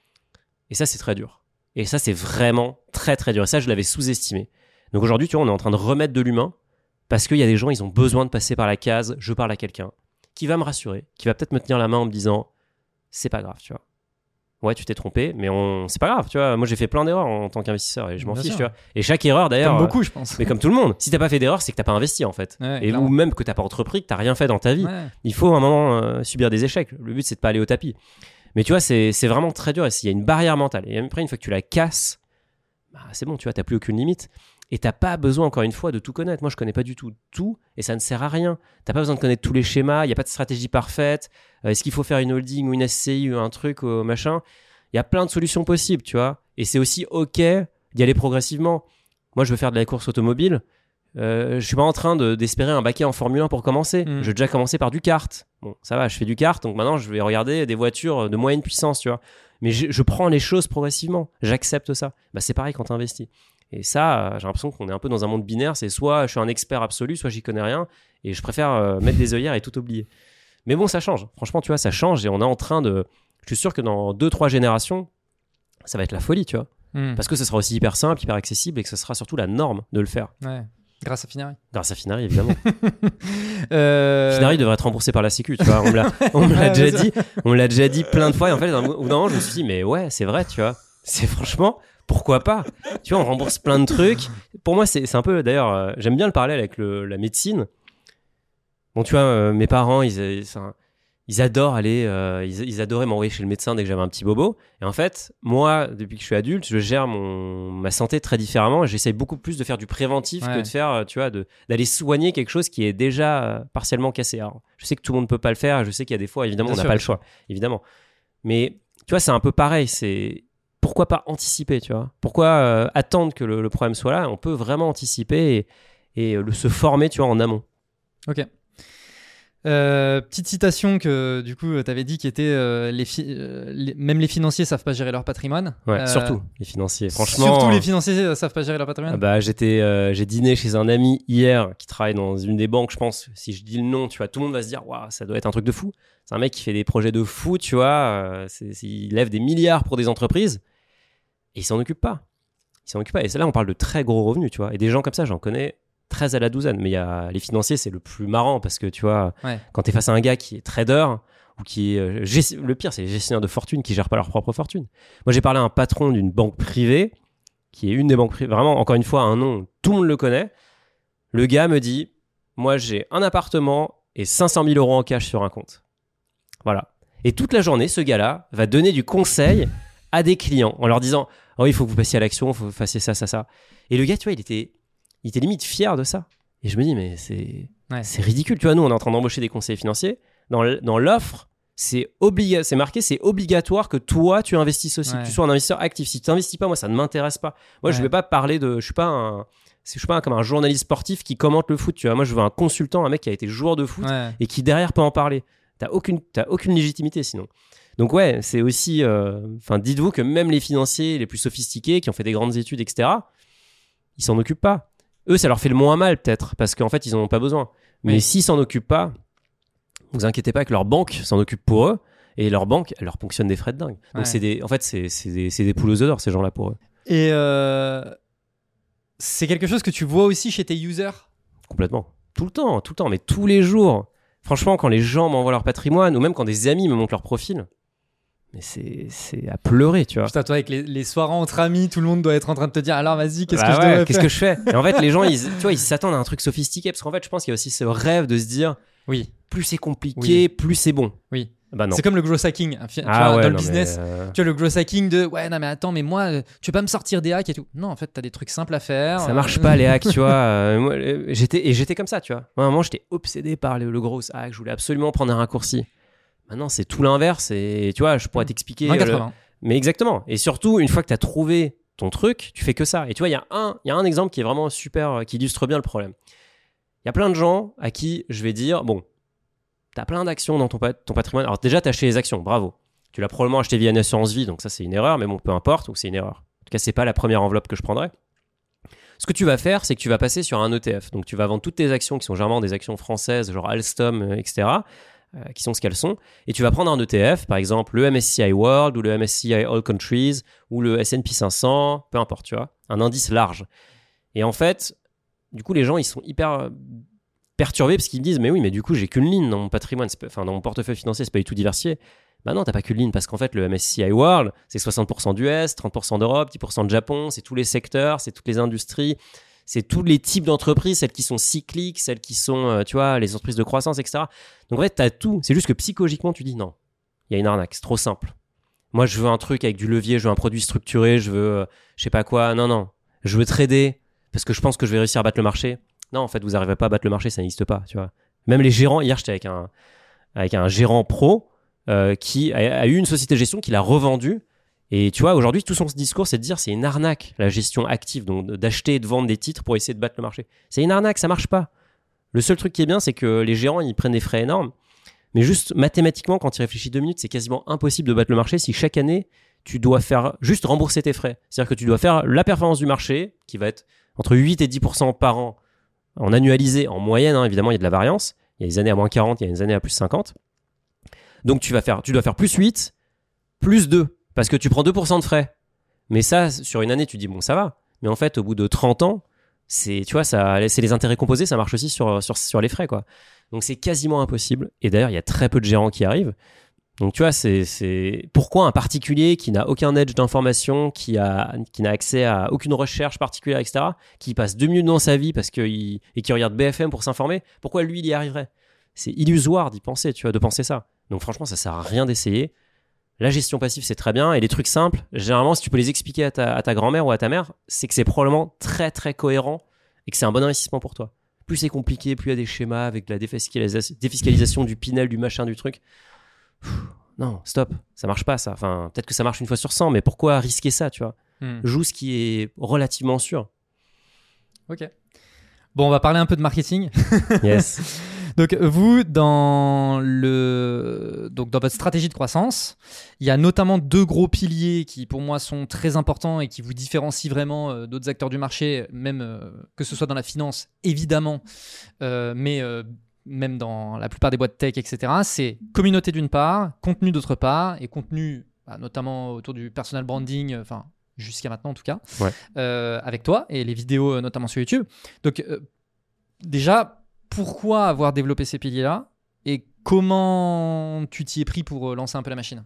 Et ça, c'est très dur. Et ça, c'est vraiment très, très dur. Et ça, je l'avais sous-estimé. Donc aujourd'hui, tu vois, on est en train de remettre de l'humain parce qu'il y a des gens, ils ont besoin de passer par la case « je parle à quelqu'un » qui va me rassurer, qui va peut-être me tenir la main en me disant « c'est pas grave, tu vois. Ouais, tu t'es trompé, mais on... c'est pas grave, tu vois. Moi, j'ai fait plein d'erreurs en tant qu'investisseur et je m'en Bien fiche, sûr. tu vois. Et chaque erreur, d'ailleurs... Comme beaucoup, je pense. Mais comme tout le monde. Si t'as pas fait d'erreur, c'est que t'as pas investi, en fait. Ouais, et, ou même que t'as pas entrepris, que t'as rien fait dans ta vie. Ouais. Il faut à un moment euh, subir des échecs. Le but, c'est de pas aller au tapis. Mais tu vois, c'est, c'est vraiment très dur. Et s'il y a une barrière mentale, et après, une fois que tu la casses, bah, c'est bon, tu vois, t'as plus aucune limite. Et t'as pas besoin, encore une fois, de tout connaître. Moi, je connais pas du tout tout, et ça ne sert à rien. T'as pas besoin de connaître tous les schémas, il n'y a pas de stratégie parfaite. Euh, est-ce qu'il faut faire une holding ou une S C I ou un truc ou machin ? Il y a plein de solutions possibles, tu vois. Et c'est aussi OK d'y aller progressivement. Moi, je veux faire de la course automobile. Euh, je suis pas en train de, d'espérer un baquet en Formule un pour commencer. Mmh. Je vais déjà commencer par du kart. Bon, ça va, je fais du kart, donc maintenant je vais regarder des voitures de moyenne puissance, tu vois. Mais je, je prends les choses progressivement. J'accepte ça. Bah, c'est pareil quand tu investis. Et ça, j'ai l'impression qu'on est un peu dans un monde binaire. C'est soit je suis un expert absolu, soit j'y connais rien. Et je préfère euh, mettre des œillères et tout oublier. Mais bon, ça change. Franchement, tu vois, ça change. Et on est en train de... Je suis sûr que dans deux trois générations, ça va être la folie, tu vois. Mmh. Parce que ce sera aussi hyper simple, hyper accessible et que ce sera surtout la norme de le faire. Ouais. Grâce à Finari. Grâce à Finari, évidemment. euh... Finari devrait être remboursé par la Sécu, tu vois. On me l'a, on me l'a déjà dit. On me l'a déjà dit plein de fois. Et en fait, au bout d'un moment, je me suis dit, mais ouais, c'est vrai, tu vois. C'est franchement, pourquoi pas ? Tu vois, on rembourse plein de trucs. Pour moi, c'est, c'est un peu, d'ailleurs, euh, j'aime bien le parallèle avec le, la médecine. Bon, tu vois, euh, mes parents, ils, ils, ils adorent aller, euh, ils, ils adoraient m'envoyer chez le médecin dès que j'avais un petit bobo. Et en fait, moi, depuis que je suis adulte, je gère mon, ma santé très différemment. J'essaie beaucoup plus de faire du préventif ouais. que de faire, tu vois, de, d'aller soigner quelque chose qui est déjà euh, partiellement cassé. Alors, je sais que tout le monde ne peut pas le faire. Je sais qu'il y a des fois, évidemment, bien on n'a pas le choix, évidemment. Mais tu vois, c'est un peu pareil. C'est pourquoi pas anticiper, tu vois ? Pourquoi euh, attendre que le, le problème soit là ? On peut vraiment anticiper et, et le, se former, tu vois, en amont. Ok. Euh, petite citation que du coup tu avais dit qui était euh, les fi- euh, les, même les financiers savent pas gérer leur patrimoine. Ouais, euh, surtout les financiers. Franchement, surtout les financiers euh, savent pas gérer leur patrimoine. Ah bah j'étais, euh, j'ai dîné chez un ami hier qui travaille dans une des banques. Je pense, si je dis le nom, tu vois, tout le monde va se dire, waouh, ça doit être un truc de fou. C'est un mec qui fait des projets de fou, tu vois. Euh, c'est, c'est, il lève des milliards pour des entreprises et il s'en occupe pas. Il s'en occupe pas. Et là, on parle de très gros revenus, tu vois. Et des gens comme ça, j'en connais. treize à la douzaine, mais il y a les financiers, c'est le plus marrant parce que tu vois, ouais. quand tu es face à un gars qui est trader ou qui est euh, gest... le pire, c'est les gestionnaires de fortune qui gèrent pas leur propre fortune. Moi, j'ai parlé à un patron d'une banque privée qui est une des banques privées, vraiment, encore une fois, un nom, tout le monde le connaît. Le gars me dit, moi, j'ai un appartement et cinq cent mille euros en cash sur un compte. Voilà. Et toute la journée, ce gars-là va donner du conseil à des clients en leur disant, oh, il faut que vous passiez à l'action, il faut que vous fassiez ça, ça, ça. Et le gars, tu vois, il était Il était limite fier de ça. Et je me dis, mais c'est, ouais. c'est ridicule. Tu vois, nous, on est en train d'embaucher des conseillers financiers. Dans, l- dans l'offre, c'est, obliga- c'est marqué, c'est obligatoire que toi, tu investisses aussi, ouais. que tu sois un investisseur actif. Si tu n'investis pas, moi, ça ne m'intéresse pas. Moi, ouais. je ne vais pas parler de... Je ne suis pas un... Je suis pas comme un journaliste sportif qui commente le foot. Tu vois. Moi, je veux un consultant, un mec qui a été joueur de foot ouais. et qui, derrière, peut en parler. Tu n'as aucune, t'as aucune légitimité, sinon. Donc, ouais, c'est aussi... Enfin, euh, dites-vous que même les financiers les plus sophistiqués, qui ont fait des grandes études, et cetera, ils s'en occupent pas. eux, ça leur fait le moins mal peut-être, parce qu'en fait, ils n'en ont pas besoin. Mais Oui. s'ils s'en occupent pas, vous inquiétez pas que leur banque s'en occupe pour eux, et leur banque, elle leur ponctionne des frais de dingue. Donc Ouais. c'est des, en fait, c'est, c'est, des, c'est des poules aux œufs d'or, ces gens-là, pour eux. Et euh, c'est quelque chose que tu vois aussi chez tes users? Complètement. Tout le temps, tout le temps, mais tous les jours. Franchement, quand les gens m'envoient leur patrimoine, ou même quand des amis me montrent leur profil, mais c'est, c'est à pleurer, tu vois. Putain, toi, avec les, les soirées entre amis, tout le monde doit être en train de te dire alors vas-y, qu'est-ce Bah que je ouais, devrais qu'est-ce faire que je fais? Et en fait, les gens, ils, tu vois, ils s'attendent à un truc sophistiqué, parce qu'en fait, je pense qu'il y a aussi ce rêve de se dire, Oui, plus c'est compliqué, Oui. plus c'est bon. oui. Bah non. C'est comme le gross hacking, hein, tu Ah vois, ouais, dans le non, business. mais, euh, Tu vois, le gross hacking de ouais, non, mais attends, mais moi, euh, tu peux pas me sortir des hacks et tout. Non, en fait, t'as des trucs simples à faire. Ça euh, marche pas les hacks, tu vois. Euh, moi, euh, j'étais, et j'étais comme ça, tu vois. Moi, à un moment, j'étais obsédé par le, le gros hack. Je voulais absolument prendre un raccourci. Maintenant, c'est tout l'inverse. Et tu vois, je pourrais t'expliquer. vingt euh, le- quatre-vingts. Mais exactement. Et surtout, une fois que tu as trouvé ton truc, tu fais que ça. Et tu vois, il y a un, il y a un exemple qui est vraiment super, euh, qui illustre bien le problème. Il y a plein de gens à qui je vais dire, bon, tu as plein d'actions dans ton, pat- ton patrimoine. Alors déjà, tu as acheté les actions, bravo. Tu l'as probablement acheté via une assurance vie, donc ça, c'est une erreur, mais bon, peu importe, ou c'est une erreur. En tout cas, c'est pas la première enveloppe que je prendrais. Ce que tu vas faire, c'est que tu vas passer sur un E T F. Donc, tu vas vendre toutes tes actions qui sont généralement des actions françaises, genre Alstom, euh, et cetera, euh, qui sont ce qu'elles sont. Et tu vas prendre un E T F, par exemple le M S C I World ou le M S C I All Countries ou le S and P cinq cents, peu importe, tu vois, un indice large. Et en fait, du coup, les gens, ils sont hyper euh, perturbés parce qu'ils me disent, mais oui, mais du coup, j'ai qu'une ligne dans mon patrimoine, c'est pas- enfin, dans mon portefeuille financier, c'est pas du tout diversifié. Bah non, t'as pas qu'une ligne parce qu'en fait, le M S C I World, c'est soixante pour cent d'U S, trente pour cent d'Europe, dix pour cent de Japon, c'est tous les secteurs, c'est toutes les industries, c'est tous les types d'entreprises, celles qui sont cycliques, celles qui sont, euh, tu vois, les entreprises de croissance, et cetera. Donc en fait, t'as tout. C'est juste que psychologiquement, tu dis non, il y a une arnaque, c'est trop simple. Moi, je veux un truc avec du levier, je veux un produit structuré, je veux, euh, je sais pas quoi. Non, non, je veux trader parce que je pense que je vais réussir à battre le marché. Non, en fait, vous n'arrivez pas à battre le marché, ça n'existe pas, tu vois. Même les gérants, hier, j'étais avec un, avec un gérant pro euh, qui a, a eu une société de gestion qui l'a revendue. Et tu vois, aujourd'hui, tout son discours, c'est de dire c'est une arnaque, la gestion active, donc d'acheter et de vendre des titres pour essayer de battre le marché. C'est une arnaque, ça marche pas. Le seul truc qui est bien, c'est que les gérants, ils prennent des frais énormes. Mais juste mathématiquement, quand tu réfléchis deux minutes, c'est quasiment impossible de battre le marché si chaque année, tu dois faire juste rembourser tes frais. C'est-à-dire que tu dois faire la performance du marché, qui va être entre huit et dix pour cent par an, en annualisé, en moyenne, hein, évidemment, il y a de la variance. Il y a des années à moins quarante, il y a des années à plus cinquante. Donc tu vas faire, tu dois faire plus huit, plus deux, parce que tu prends deux pour cent de frais. Mais ça, sur une année, tu dis, bon, ça va. Mais en fait, au bout de trente ans, c'est, tu vois, ça, c'est les intérêts composés, ça marche aussi sur, sur, sur les frais, quoi. Donc c'est quasiment impossible. Et d'ailleurs, il y a très peu de gérants qui arrivent. Donc tu vois, c'est, c'est... pourquoi un particulier qui n'a aucun edge d'information, qui, a, qui n'a accès à aucune recherche particulière, et cetera, qui passe deux minutes dans sa vie parce que il... et qui regarde B F M pour s'informer, pourquoi lui, il y arriverait? C'est illusoire d'y penser, tu vois, de penser ça. Donc franchement, ça sert à rien d'essayer. La gestion passive, c'est très bien. Et les trucs simples, généralement, si tu peux les expliquer à ta, à ta grand-mère ou à ta mère, c'est que c'est probablement très, très cohérent et que c'est un bon investissement pour toi. Plus c'est compliqué, plus il y a des schémas avec de la défiscalisa- défiscalisation du Pinel, du machin, du truc. Pff, non, stop, ça marche pas ça. Enfin, peut-être que ça marche une fois sur cent, mais pourquoi risquer ça, tu vois? Hmm. Joue ce qui est relativement sûr. Ok. Bon, on va parler un peu de marketing. Yes. Donc vous, dans le donc dans votre stratégie de croissance, il y a notamment deux gros piliers qui pour moi sont très importants et qui vous différencient vraiment euh, d'autres acteurs du marché, même euh, que ce soit dans la finance évidemment, euh, mais euh, même dans la plupart des boîtes tech, et cetera. C'est communauté d'une part, contenu d'autre part, et contenu bah, notamment autour du personal branding, euh, enfin jusqu'à maintenant en tout cas, Ouais. euh, avec toi et les vidéos euh, notamment sur YouTube. Donc euh, déjà, pourquoi avoir développé ces piliers-là et comment tu t'y es pris pour lancer un peu la machine?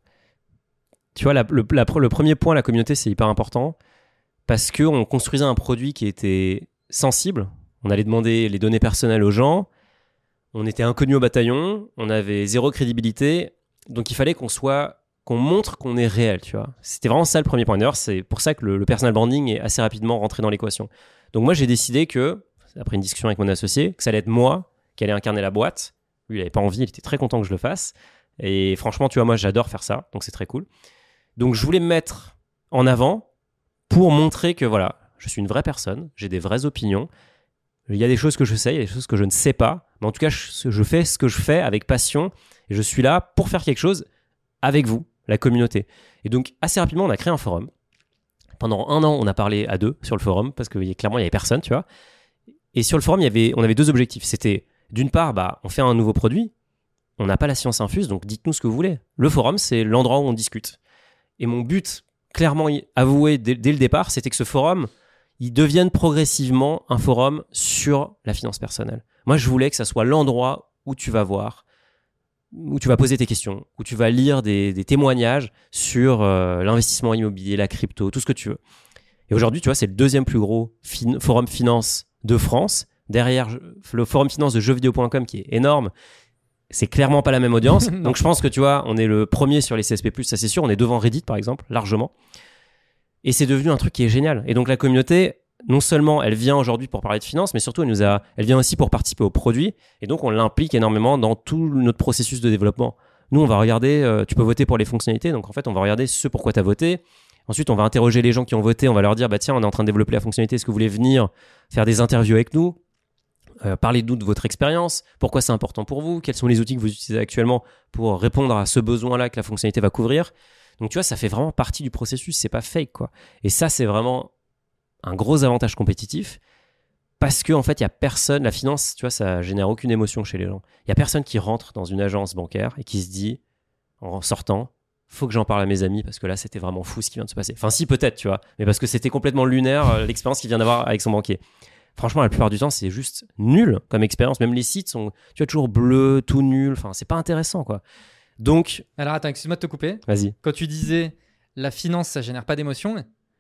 Tu vois, la- le, la- le premier point, la communauté, c'est hyper important parce qu'on construisait un produit qui était sensible. On allait demander les données personnelles aux gens. On était inconnus au bataillon. On avait zéro crédibilité. Donc, il fallait qu'on soit, qu'on montre qu'on est réel, tu vois. C'était vraiment ça le premier point. D'ailleurs, c'est pour ça que le, le personal branding est assez rapidement rentré dans l'équation. Donc, moi, j'ai décidé que, après une discussion avec mon associé, que ça allait être moi qui allait incarner la boîte. Lui, il n'avait pas envie. Il était très content que je le fasse. Et franchement, tu vois, moi, j'adore faire ça. Donc, c'est très cool. Donc, je voulais me mettre en avant pour montrer que, voilà, je suis une vraie personne, j'ai des vraies opinions, il y a des choses que je sais, il y a des choses que je ne sais pas, mais en tout cas, je, je fais ce que je fais avec passion et je suis là pour faire quelque chose avec vous, la communauté. Et donc, assez rapidement, on a créé un forum Pendant un an, on a parlé à deux sur le forum parce que clairement, il n'y avait personne, tu vois. Et sur le forum, il y avait, on avait deux objectifs. C'était, d'une part, bah, on fait un nouveau produit. On n'a pas la science infuse, donc dites-nous ce que vous voulez. Le forum, c'est l'endroit où on discute. Et mon but, clairement avoué dès, dès le départ, c'était que ce forum, il devienne progressivement un forum sur la finance personnelle. Moi, je voulais que ça soit l'endroit où tu vas voir, où tu vas poser tes questions, où tu vas lire des, des témoignages sur euh, l'investissement immobilier, la crypto, tout ce que tu veux. Et aujourd'hui, tu vois, c'est le deuxième plus gros fin- forum finance de France, derrière le forum finance de jeux vidéo point com qui est énorme. C'est clairement pas la même audience. Donc je pense que tu vois, on est le premier sur les C S P plus, ça c'est sûr. On est devant Reddit par exemple, largement. Et c'est devenu un truc qui est génial. Et donc la communauté, non seulement elle vient aujourd'hui pour parler de finance, mais surtout elle, nous a, elle vient aussi pour participer au produit. Et donc on l'implique énormément dans tout notre processus de développement. Nous, on va regarder, euh, tu peux voter pour les fonctionnalités. Donc en fait, on va regarder ce pourquoi tu as voté. Ensuite, on va interroger les gens qui ont voté. On va leur dire, bah tiens, on est en train de développer la fonctionnalité. Est-ce que vous voulez venir faire des interviews avec nous ? Euh, Parlez-nous de votre expérience, pourquoi c'est important pour vous, quels sont les outils que vous utilisez actuellement pour répondre à ce besoin-là que la fonctionnalité va couvrir. Donc tu vois, ça fait vraiment partie du processus, c'est pas fake quoi. Et ça, c'est vraiment un gros avantage compétitif parce qu'en en fait, il y a personne, la finance, tu vois, ça génère aucune émotion chez les gens. Il y a personne qui rentre dans une agence bancaire et qui se dit, en sortant, faut que j'en parle à mes amis parce que là, c'était vraiment fou ce qui vient de se passer. Enfin si, peut-être, tu vois, mais parce que c'était complètement lunaire euh, l'expérience qu'il vient d'avoir avec son banquier. Franchement, la plupart du temps, c'est juste nul comme expérience. Même les sites sont, tu vois, toujours bleus, tout nul. Enfin, c'est pas intéressant, quoi. Donc. Alors, attends, excuse-moi de te couper. Vas-y. Quand tu disais la finance, ça génère pas d'émotion,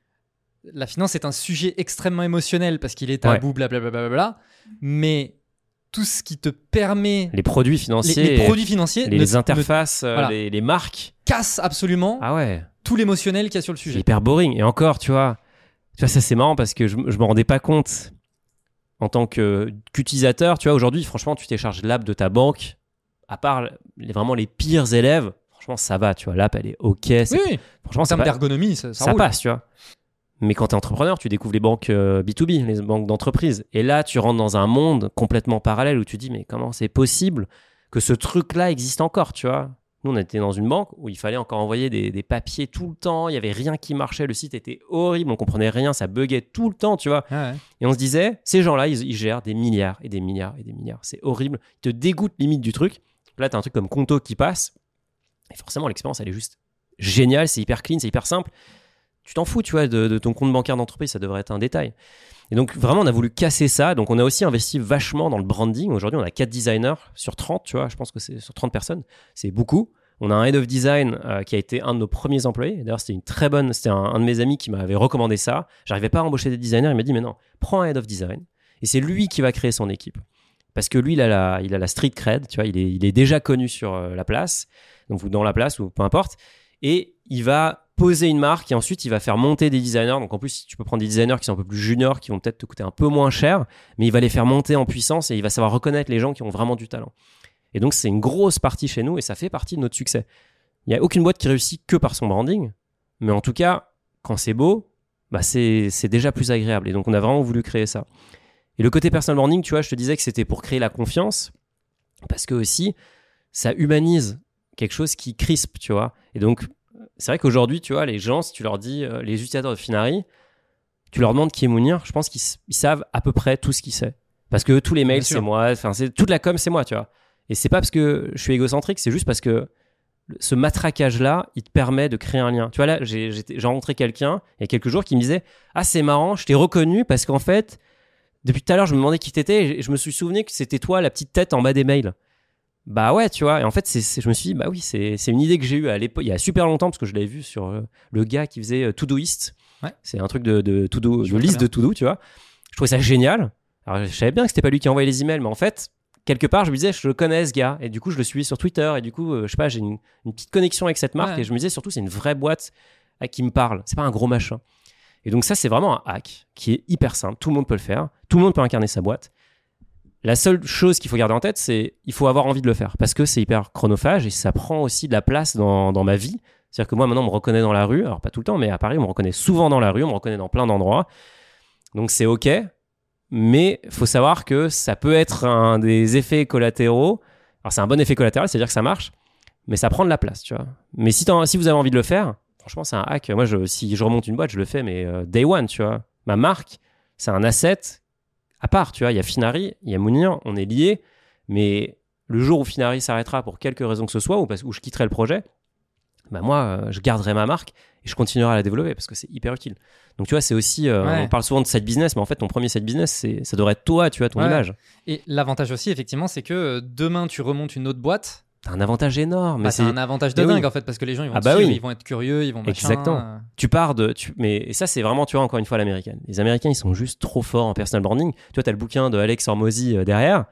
la finance est un sujet extrêmement émotionnel parce qu'il est tabou, ouais. blablabla. Bla, bla, bla, bla, mais tout ce qui te permet. Les produits financiers. Les, les produits financiers. Les, ne, les interfaces, ne, euh, voilà. les, les marques. Cassent absolument ah ouais. tout l'émotionnel qu'il y a sur le sujet. C'est hyper boring. Et encore, tu vois, tu vois ça, c'est marrant parce que je, je me rendais pas compte. En tant que, qu'utilisateur, tu vois, aujourd'hui, franchement, tu télécharges l'app de ta banque, à part les, vraiment les pires élèves, franchement, ça va, tu vois, l'app, elle est OK. C'est, oui, oui. Franchement, en termes d'ergonomie, ça, ça, ça roule. passe, tu vois. Mais quand tu es entrepreneur, tu découvres les banques euh, B deux B, les banques d'entreprise. Et là, tu rentres dans un monde complètement parallèle où tu dis, mais comment c'est possible que ce truc-là existe encore, tu vois ? Nous, on était dans une banque où il fallait encore envoyer des, des papiers tout le temps. Il n'y avait rien qui marchait. Le site était horrible. On ne comprenait rien. Ça buguait tout le temps, tu vois. Ah ouais. Et on se disait, ces gens-là, ils, ils gèrent des milliards et des milliards et des milliards. C'est horrible. Ils te dégoûtent limite du truc. Là, tu as un truc comme Conto qui passe. Et forcément, l'expérience, elle est juste géniale. C'est hyper clean, c'est hyper simple. Tu t'en fous, tu vois, de, de ton compte bancaire d'entreprise. Ça devrait être un détail. Et donc, vraiment, on a voulu casser ça. Donc, on a aussi investi vachement dans le branding. Aujourd'hui, on a quatre designers sur trente, tu vois. Je pense que c'est sur trente personnes. C'est beaucoup. On a un head of design euh, qui a été un de nos premiers employés. D'ailleurs, c'était une très bonne... C'était un, un de mes amis qui m'avait recommandé ça. J'arrivais pas à embaucher des designers. Il m'a dit, mais non, prends un head of design. Et c'est lui qui va créer son équipe. Parce que lui, il a la, il a la street cred. Tu vois, il est, il est déjà connu sur euh, la place. Donc, dans la place ou peu importe. Et il va poser une marque et ensuite, il va faire monter des designers. Donc, en plus, tu peux prendre des designers qui sont un peu plus juniors, qui vont peut-être te coûter un peu moins cher. Mais il va les faire monter en puissance et il va savoir reconnaître les gens qui ont vraiment du talent. Et donc, c'est une grosse partie chez nous et ça fait partie de notre succès. Il n'y a aucune boîte qui réussit que par son branding. Mais en tout cas, quand c'est beau, bah c'est, c'est déjà plus agréable. Et donc, on a vraiment voulu créer ça. Et le côté personal branding, tu vois, je te disais que c'était pour créer la confiance. Parce que aussi, ça humanise quelque chose qui crispe, tu vois. Et donc, c'est vrai qu'aujourd'hui, tu vois, les gens, si tu leur dis, euh, les utilisateurs de Finari, tu leur demandes qui est Mounir, je pense qu'ils ils savent à peu près tout ce qu'ils savent. Parce que tous les mails, c'est moi. Enfin, c'est, toute la com, c'est moi, tu vois. Et c'est pas parce que je suis égocentrique, c'est juste parce que ce matraquage-là, il te permet de créer un lien. Tu vois, là, j'ai, j'ai, j'ai rencontré quelqu'un il y a quelques jours qui me disait « Ah, c'est marrant, je t'ai reconnu parce qu'en fait, depuis tout à l'heure, je me demandais qui t'étais et je me suis souvenu que c'était toi, la petite tête en bas des mails. » Bah ouais, tu vois. Et en fait, c'est, c'est, je me suis dit « Bah oui, c'est, c'est une idée que j'ai eue à l'époque, il y a super longtemps parce que je l'avais vu sur euh, le gars qui faisait euh, Todoist. Ouais. C'est un truc de, de, to do, de liste de to-do, tu vois. Je trouvais ça génial. Alors, je savais bien que c'était pas lui qui envoyait les emails, mais en fait... quelque part, je me disais, je le connais ce gars. Et du coup, je le suis sur Twitter. Et du coup, euh, je sais pas, j'ai une, une petite connexion avec cette marque. Ouais. Et je me disais, surtout, c'est une vraie boîte à qui me parle. C'est pas un gros machin. Et donc, ça, c'est vraiment un hack qui est hyper simple. Tout le monde peut le faire. Tout le monde peut incarner sa boîte. La seule chose qu'il faut garder en tête, c'est il faut avoir envie de le faire. Parce que c'est hyper chronophage et ça prend aussi de la place dans, dans ma vie. C'est-à-dire que moi, maintenant, on me reconnaît dans la rue. Alors, pas tout le temps, mais à Paris, on me reconnaît souvent dans la rue. On me reconnaît dans plein d'endroits. Donc, c'est OK. Mais il faut savoir que ça peut être un des effets collatéraux. Alors, c'est un bon effet collatéral, c'est-à-dire que ça marche, mais ça prend de la place, tu vois. Mais si, si vous avez envie de le faire, franchement, c'est un hack. Moi, je, si je remonte une boîte, je le fais, mais euh, day one, tu vois. Ma marque, c'est un asset à part, tu vois. Il y a Finari, il y a Mounir, on est liés, mais le jour où Finari s'arrêtera pour quelque raison que ce soit, ou parce, où je quitterai le projet, bah moi, euh, je garderai ma marque et je continuerai à la développer parce que c'est hyper utile. Donc, tu vois, c'est aussi... Euh, ouais. On parle souvent de side business, mais en fait, ton premier side business, c'est, ça devrait être toi, tu vois, ton ouais. image. Et l'avantage aussi, effectivement, c'est que euh, demain, tu remontes une autre boîte. T'as un avantage énorme. Bah, Mais c'est c'est un avantage de mais dingue, oui. en fait, parce que les gens, ils vont, Ah bah suivre, oui. ils vont être curieux, ils vont machin. Exactement. euh. Tu pars de... Tu, mais et ça, c'est vraiment, tu vois, encore une fois, l'américaine. Les Américains, ils sont juste trop forts en personal branding. Tu vois, t'as le bouquin de Alex Hormozy euh, derrière.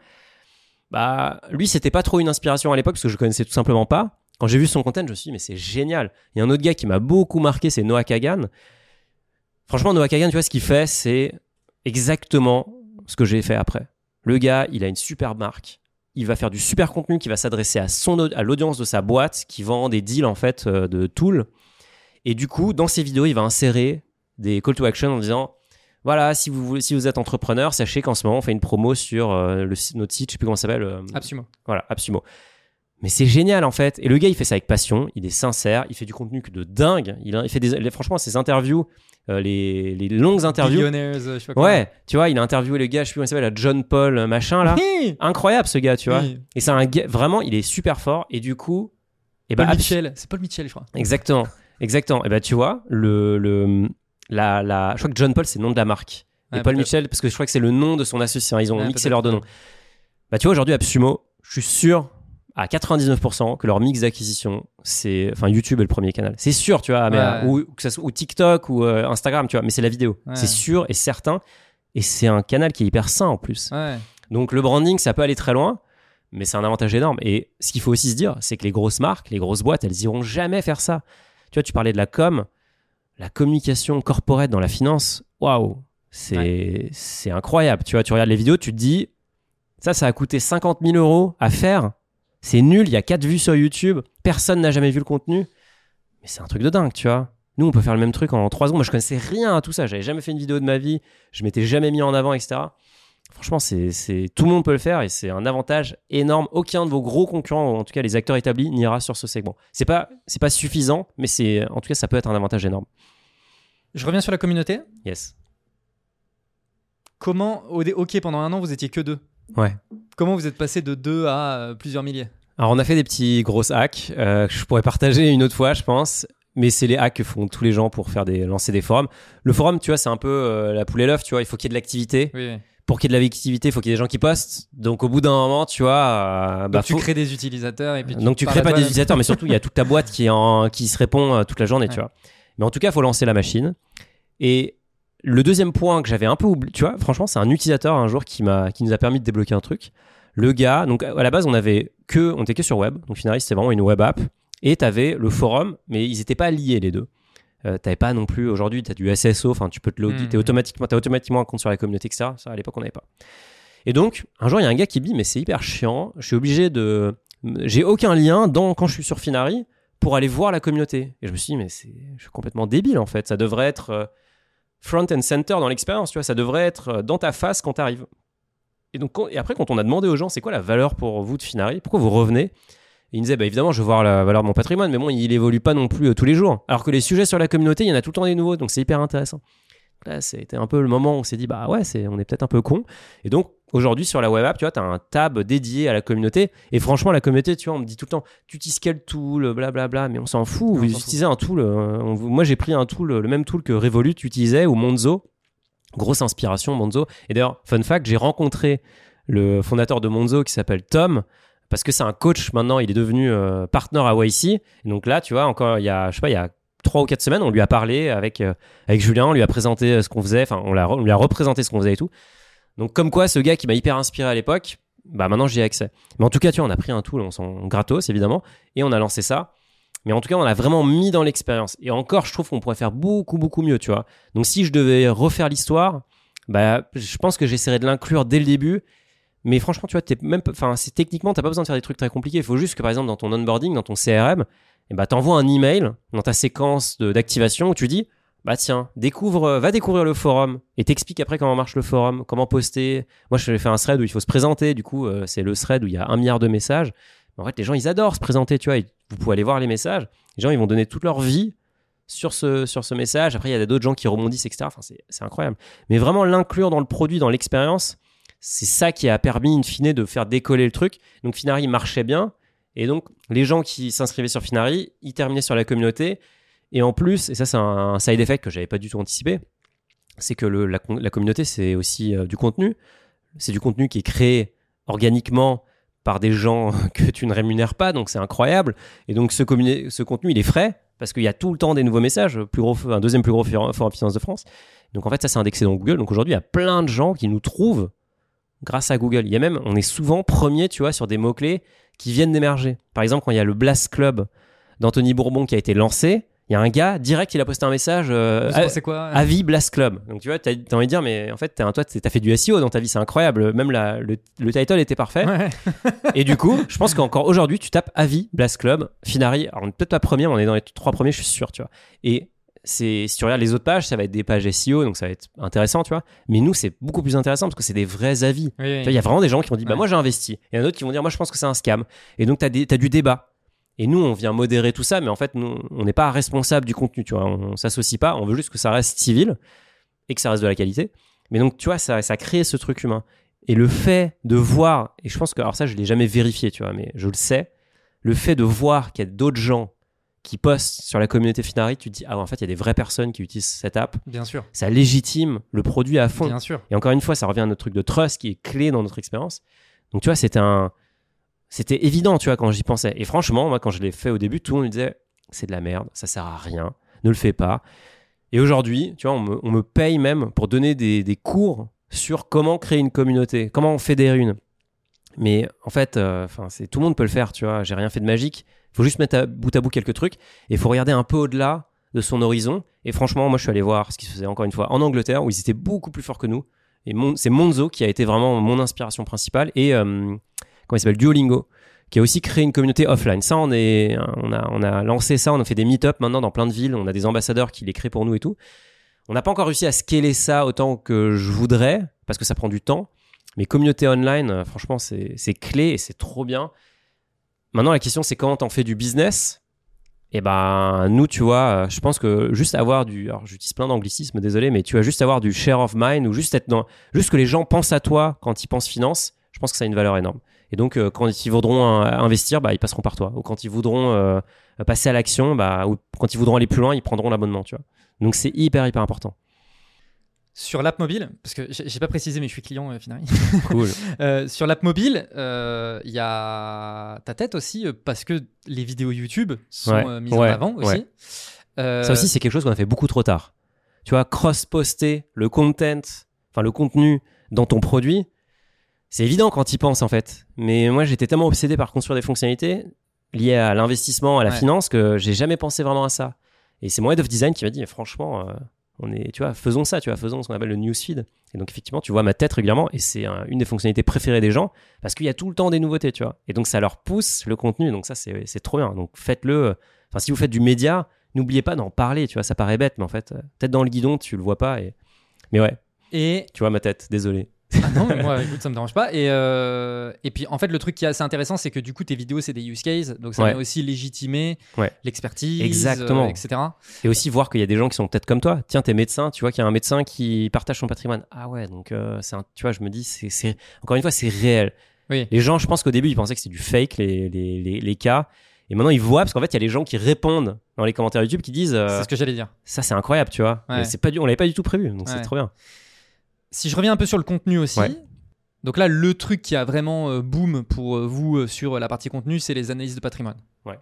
Bah, lui, c'était pas trop une inspiration à l'époque parce que je connaissais tout simplement pas. Quand j'ai vu son content, je me suis dit, mais c'est génial. Il y a un autre gars qui m'a beaucoup marqué, c'est Noah Kagan. Franchement, Noah Kagan, tu vois, ce qu'il fait, c'est exactement ce que j'ai fait après. Le gars, il a une superbe marque. Il va faire du super contenu qui va s'adresser à, son, à l'audience de sa boîte qui vend des deals, en fait, euh, de tools. Et du coup, dans ses vidéos, il va insérer des call to action en disant, voilà, si vous, voulez, si vous êtes entrepreneur, sachez qu'en ce moment, on fait une promo sur euh, le, notre site, je sais plus comment ça s'appelle. Euh, Absumo. Voilà, Absumo. Mais c'est génial en fait. Et le gars, il fait ça avec passion, il est sincère, il fait du contenu de dingue. Il, il fait des, les, franchement, ses interviews, euh, les, les longues interviews. Billionaires, je sais pas quoi. Ouais, tu vois, il a interviewé le gars, je sais plus comment il s'appelle, la John Paul machin là. Incroyable ce gars, tu vois. Oui. Et c'est un gars, vraiment, il est super fort. Et du coup, et Paul bah, Mitchell. C'est Paul Mitchell, je crois. Exactement, exactement. Et bah tu vois, le, le, la, la, je crois que John Paul c'est le nom de la marque. Et Ouais, Paul peut-être. Mitchell, parce que je crois que c'est le nom de son associé. Ils ont Ouais, mixé peut-être, leurs deux noms. peut-être. Bah tu vois, aujourd'hui, Absumo, je suis sûr à quatre-vingt-dix-neuf pour cent que leur mix d'acquisition, c'est... Enfin, YouTube est le premier canal. C'est sûr, tu vois, mais, Ouais. ou, que ça soit, ou TikTok ou euh, Instagram, tu vois, mais c'est la vidéo. Ouais. C'est sûr et certain. Et c'est un canal qui est hyper sain en plus. Ouais. Donc le branding, ça peut aller très loin, mais c'est un avantage énorme. Et ce qu'il faut aussi se dire, c'est que les grosses marques, les grosses boîtes, elles iront jamais faire ça. Tu vois, tu parlais de la com, la communication corporate dans la finance, waouh, c'est, Ouais. c'est incroyable. Tu vois, tu regardes les vidéos, tu te dis, ça, ça a coûté cinquante mille euros à faire. C'est nul, il y a quatre vues sur YouTube, personne n'a jamais vu le contenu. Mais c'est un truc de dingue, tu vois. Nous, on peut faire le même truc en trois secondes. Moi, je connaissais rien à tout ça. J'avais jamais fait une vidéo de ma vie. Je m'étais jamais mis en avant, et cetera. Franchement, c'est, c'est... tout le monde peut le faire et c'est un avantage énorme. Aucun de vos gros concurrents, ou en tout cas les acteurs établis, n'ira sur ce segment. C'est pas, c'est pas suffisant, mais c'est, en tout cas, ça peut être un avantage énorme. Je reviens sur la communauté. Yes. Comment, au dé- ok, pendant un an, vous étiez que deux. Ouais. Comment vous êtes passé de deux à euh, plusieurs milliers? Alors, on a fait des petits gros hacks euh, que je pourrais partager une autre fois, je pense. Mais c'est les hacks que font tous les gens pour faire des, lancer des forums. Le forum, tu vois, c'est un peu euh, la poule et l'œuf, tu vois. Il faut qu'il y ait de l'activité. Oui, oui. Pour qu'il y ait de l'activité, il faut qu'il y ait des gens qui postent. Donc, au bout d'un moment, tu vois... euh, Donc bah, tu faut... crées des utilisateurs et puis tu Donc, tu parles crées à pas des toi-même. utilisateurs, mais surtout, il y a toute ta boîte qui, est en... qui se répond euh, toute la journée, Ouais. tu vois. Mais en tout cas, il faut lancer la machine. Et le deuxième point que j'avais un peu oublié, tu vois, franchement, c'est un utilisateur un jour qui, m'a... qui nous a permis de débloquer un truc. Le gars, donc à la base, on avait que, on était que sur web. Donc, Finari, c'était vraiment une web app. Et tu avais le forum, mais ils n'étaient pas liés, les deux. Euh, t'avais pas non plus, aujourd'hui, tu as du S S O, enfin, tu peux te loguer, Mmh. t'es automatiquement, t'as automatiquement un compte sur la communauté, et cetera. Ça, à l'époque, on n'avait pas. Et donc, un jour, il y a un gars qui me dit, mais c'est hyper chiant, je suis obligé de. J'ai aucun lien dans, quand je suis sur Finari pour aller voir la communauté. Et je me suis dit, mais c'est... je suis complètement débile, en fait. Ça devrait être euh, front and center dans l'expérience, tu vois. Ça devrait être euh, dans ta face quand tu arrives. Et, donc, quand... et après, quand on a demandé aux gens, c'est quoi la valeur pour vous de Finari? Pourquoi vous revenez? Et il me disait, bah, évidemment, je veux voir la valeur de mon patrimoine, mais bon, il évolue pas non plus euh, tous les jours. Alors que les sujets sur la communauté, il y en a tout le temps des nouveaux, donc c'est hyper intéressant. Là, c'était un peu le moment où on s'est dit, bah ouais, c'est, on est peut-être un peu con. Et donc, aujourd'hui, sur la web app, tu vois, tu as un tab dédié à la communauté. Et franchement, la communauté, tu vois, on me dit tout le temps, tu utilises quel tool, blablabla, mais on s'en fout. On Vous s'en utilisez un tool. euh, on- moi, j'ai pris un tool, le même tool que Revolut utilisait ou Monzo. Grosse inspiration, Monzo. Et d'ailleurs, fun fact, j'ai rencontré le fondateur de Monzo qui s'appelle Tom, parce que c'est un coach maintenant, il est devenu euh, partner à Y C. Et donc là, tu vois, encore, il y a, je sais pas, il y a trois ou quatre semaines, on lui a parlé avec, euh, avec Julien, on lui a présenté euh, ce qu'on faisait, enfin, on, l'a, on lui a représenté ce qu'on faisait et tout. Donc, comme quoi, ce gars qui m'a hyper inspiré à l'époque, bah maintenant, j'y ai accès. Mais en tout cas, tu vois, on a pris un tool, on s'en gratos, évidemment, et on a lancé ça. Mais en tout cas, on l'a vraiment mis dans l'expérience. Et encore, je trouve qu'on pourrait faire beaucoup, beaucoup mieux, tu vois. Donc, si je devais refaire l'histoire, bah, je pense que j'essaierais de l'inclure dès le début. Mais franchement, tu vois, t'es même, enfin, c'est techniquement, t'as pas besoin de faire des trucs très compliqués. Il faut juste que, par exemple, dans ton onboarding, dans ton C R M, eh bah, t'envoies un email dans ta séquence de, d'activation où tu dis, bah tiens, découvre, va découvrir le forum et t'expliques après comment marche le forum, comment poster. Moi, je fais un thread où il faut se présenter. Du coup, euh, c'est le thread où il y a un milliard de messages. En fait, les gens, ils adorent se présenter, tu vois. Et vous pouvez aller voir les messages. Les gens, ils vont donner toute leur vie sur ce, sur ce message. Après, il y a d'autres gens qui rebondissent, et cetera. Enfin, c'est, c'est incroyable. Mais vraiment, l'inclure dans le produit, dans l'expérience, c'est ça qui a permis, in fine, de faire décoller le truc. Donc, Finari marchait bien. Et donc, les gens qui s'inscrivaient sur Finari, ils terminaient sur la communauté. Et en plus, et ça, c'est un side effect que je n'avais pas du tout anticipé, c'est que le, la, la communauté, c'est aussi euh, du contenu. C'est du contenu qui est créé organiquement par des gens que tu ne rémunères pas, donc c'est incroyable. Et donc, ce, communi- ce contenu, il est frais, parce qu'il y a tout le temps des nouveaux messages, plus gros, un deuxième plus gros forum finance de France. Donc, en fait, ça, c'est indexé dans Google. Donc, aujourd'hui, il y a plein de gens qui nous trouvent grâce à Google. Il y a même, on est souvent premier, tu vois, sur des mots-clés qui viennent d'émerger. Par exemple, quand il y a le Blast Club d'Anthony Bourbon qui a été lancé, il y a un gars, direct, il a posté un message euh, à, c'est quoi, avis Blast Club. Donc, tu vois, t'as, t'as envie de dire, mais en fait, t'as, toi, t'as fait du S E O dans ta vie, c'est incroyable. Même la, le, le title était parfait. Ouais. Et du coup, je pense qu'encore aujourd'hui, tu tapes avis Blast Club, Finari. Alors, on est peut-être pas premier, mais on est dans les trois premiers, je suis sûr, tu vois. Et c'est, si tu regardes les autres pages, ça va être des pages S E O, donc ça va être intéressant, tu vois. Mais nous, c'est beaucoup plus intéressant parce que c'est des vrais avis. Oui, oui. Tu vois, il y a vraiment des gens qui ont dit, bah, ouais. moi, j'ai investi. Il y en a d'autres qui vont dire, moi, je pense que c'est un scam. Et donc, t'as, des, t'as du débat. Et nous, on vient modérer tout ça, mais en fait, nous, on n'est pas responsable du contenu, tu vois. On, on s'associe pas, on veut juste que ça reste civil et que ça reste de la qualité. Mais donc, tu vois, ça, ça crée ce truc humain. Et le fait de voir, et je pense que, alors ça, je l'ai jamais vérifié, tu vois, mais je le sais, le fait de voir qu'il y a d'autres gens qui postent sur la communauté Finari, tu te dis, ah, en fait, il y a des vraies personnes qui utilisent cette app. Bien sûr. Ça légitime le produit à fond. Bien sûr. Et encore une fois, ça revient à notre truc de trust qui est clé dans notre expérience. Donc, tu vois, c'était un... C'était évident, tu vois, quand j'y pensais. Et franchement, moi, quand je l'ai fait au début, tout le monde me disait « c'est de la merde, ça sert à rien, ne le fais pas ». Et aujourd'hui, tu vois, on me, on me paye même pour donner des, des cours sur comment créer une communauté, comment on fédère une. Mais en fait, euh, c'est, tout le monde peut le faire, tu vois, j'ai rien fait de magique. Il faut juste mettre à, bout à bout quelques trucs et il faut regarder un peu au-delà de son horizon. Et franchement, moi, je suis allé voir ce qui se faisait, encore une fois, en Angleterre, où ils étaient beaucoup plus forts que nous. Et Mon, c'est Monzo qui a été vraiment mon inspiration principale. Et... Euh, comment il s'appelle, Duolingo, qui a aussi créé une communauté offline. Ça, on, est, on, a, on a lancé ça, on a fait des meet-up maintenant dans plein de villes, on a des ambassadeurs qui les créent pour nous et tout. On n'a pas encore réussi à scaler ça autant que je voudrais, parce que ça prend du temps. Mais communauté online, franchement, c'est, c'est clé et c'est trop bien. Maintenant, la question, c'est comment t'en fais du business. Et ben, nous, tu vois, je pense que juste avoir du... Alors, j'utilise plein d'anglicismes, désolé, mais tu vas juste avoir du share of mind ou juste être dans... Juste que les gens pensent à toi quand ils pensent finance, je pense que ça a une valeur énorme. Et donc, euh, quand ils voudront euh, investir, bah, ils passeront par toi. Ou quand ils voudront euh, passer à l'action, bah, ou quand ils voudront aller plus loin, ils prendront l'abonnement, tu vois. Donc, c'est hyper, hyper important. Sur l'app mobile, parce que j'ai, j'ai pas précisé, mais je suis client euh, Finari. Cool. euh, sur l'app mobile, il euh, y a ta tête aussi, euh, parce que les vidéos YouTube sont ouais, euh, mises ouais, en avant aussi. Ouais. Euh... Ça aussi, c'est quelque chose qu'on a fait beaucoup trop tard. Tu vois, cross-poster le content, enfin le contenu dans ton produit, c'est évident quand tu y penses en fait. Mais moi, j'étais tellement obsédé par construire des fonctionnalités liées à l'investissement, à la ouais. finance, que j'ai jamais pensé vraiment à ça. Et c'est mon head of design qui m'a dit, mais franchement, euh, on est, tu vois, faisons ça, tu vois, faisons ce qu'on appelle le newsfeed. Et donc effectivement, tu vois ma tête régulièrement, et c'est un, une des fonctionnalités préférées des gens, parce qu'il y a tout le temps des nouveautés, tu vois. Et donc ça leur pousse le contenu, donc ça c'est, c'est trop bien. Donc faites-le. Enfin, si vous faites du média, n'oubliez pas d'en parler, tu vois. Ça paraît bête, mais en fait, euh, peut-être dans le guidon, tu le vois pas. Et... Mais ouais. Et tu vois ma tête, désolé. Ah non, mais moi, écoute, ça me dérange pas. Et, euh, et puis, en fait, le truc qui est assez intéressant, c'est que du coup, tes vidéos, c'est des use cases. Donc, ça ouais. va aussi légitimer ouais. l'expertise, exactement. Euh, et cetera. Et aussi voir qu'il y a des gens qui sont peut-être comme toi. Tiens, t'es médecin, tu vois qu'il y a un médecin qui partage son patrimoine. Ah ouais, donc, euh, c'est un, tu vois, je me dis, c'est, c'est, encore une fois, c'est réel. Oui. Les gens, je pense qu'au début, ils pensaient que c'était du fake, les, les, les, les cas. Et maintenant, ils voient, parce qu'en fait, il y a les gens qui répondent dans les commentaires YouTube qui disent. Euh, c'est ce que j'allais dire. Ça, c'est incroyable, tu vois. Ouais. C'est pas du, on l'avait pas du tout prévu, donc ouais. c'est trop bien. Si je reviens un peu sur le contenu aussi. Ouais. Donc là, le truc qui a vraiment euh, boom pour euh, vous euh, sur la partie contenu, c'est les analyses de patrimoine. Ouais.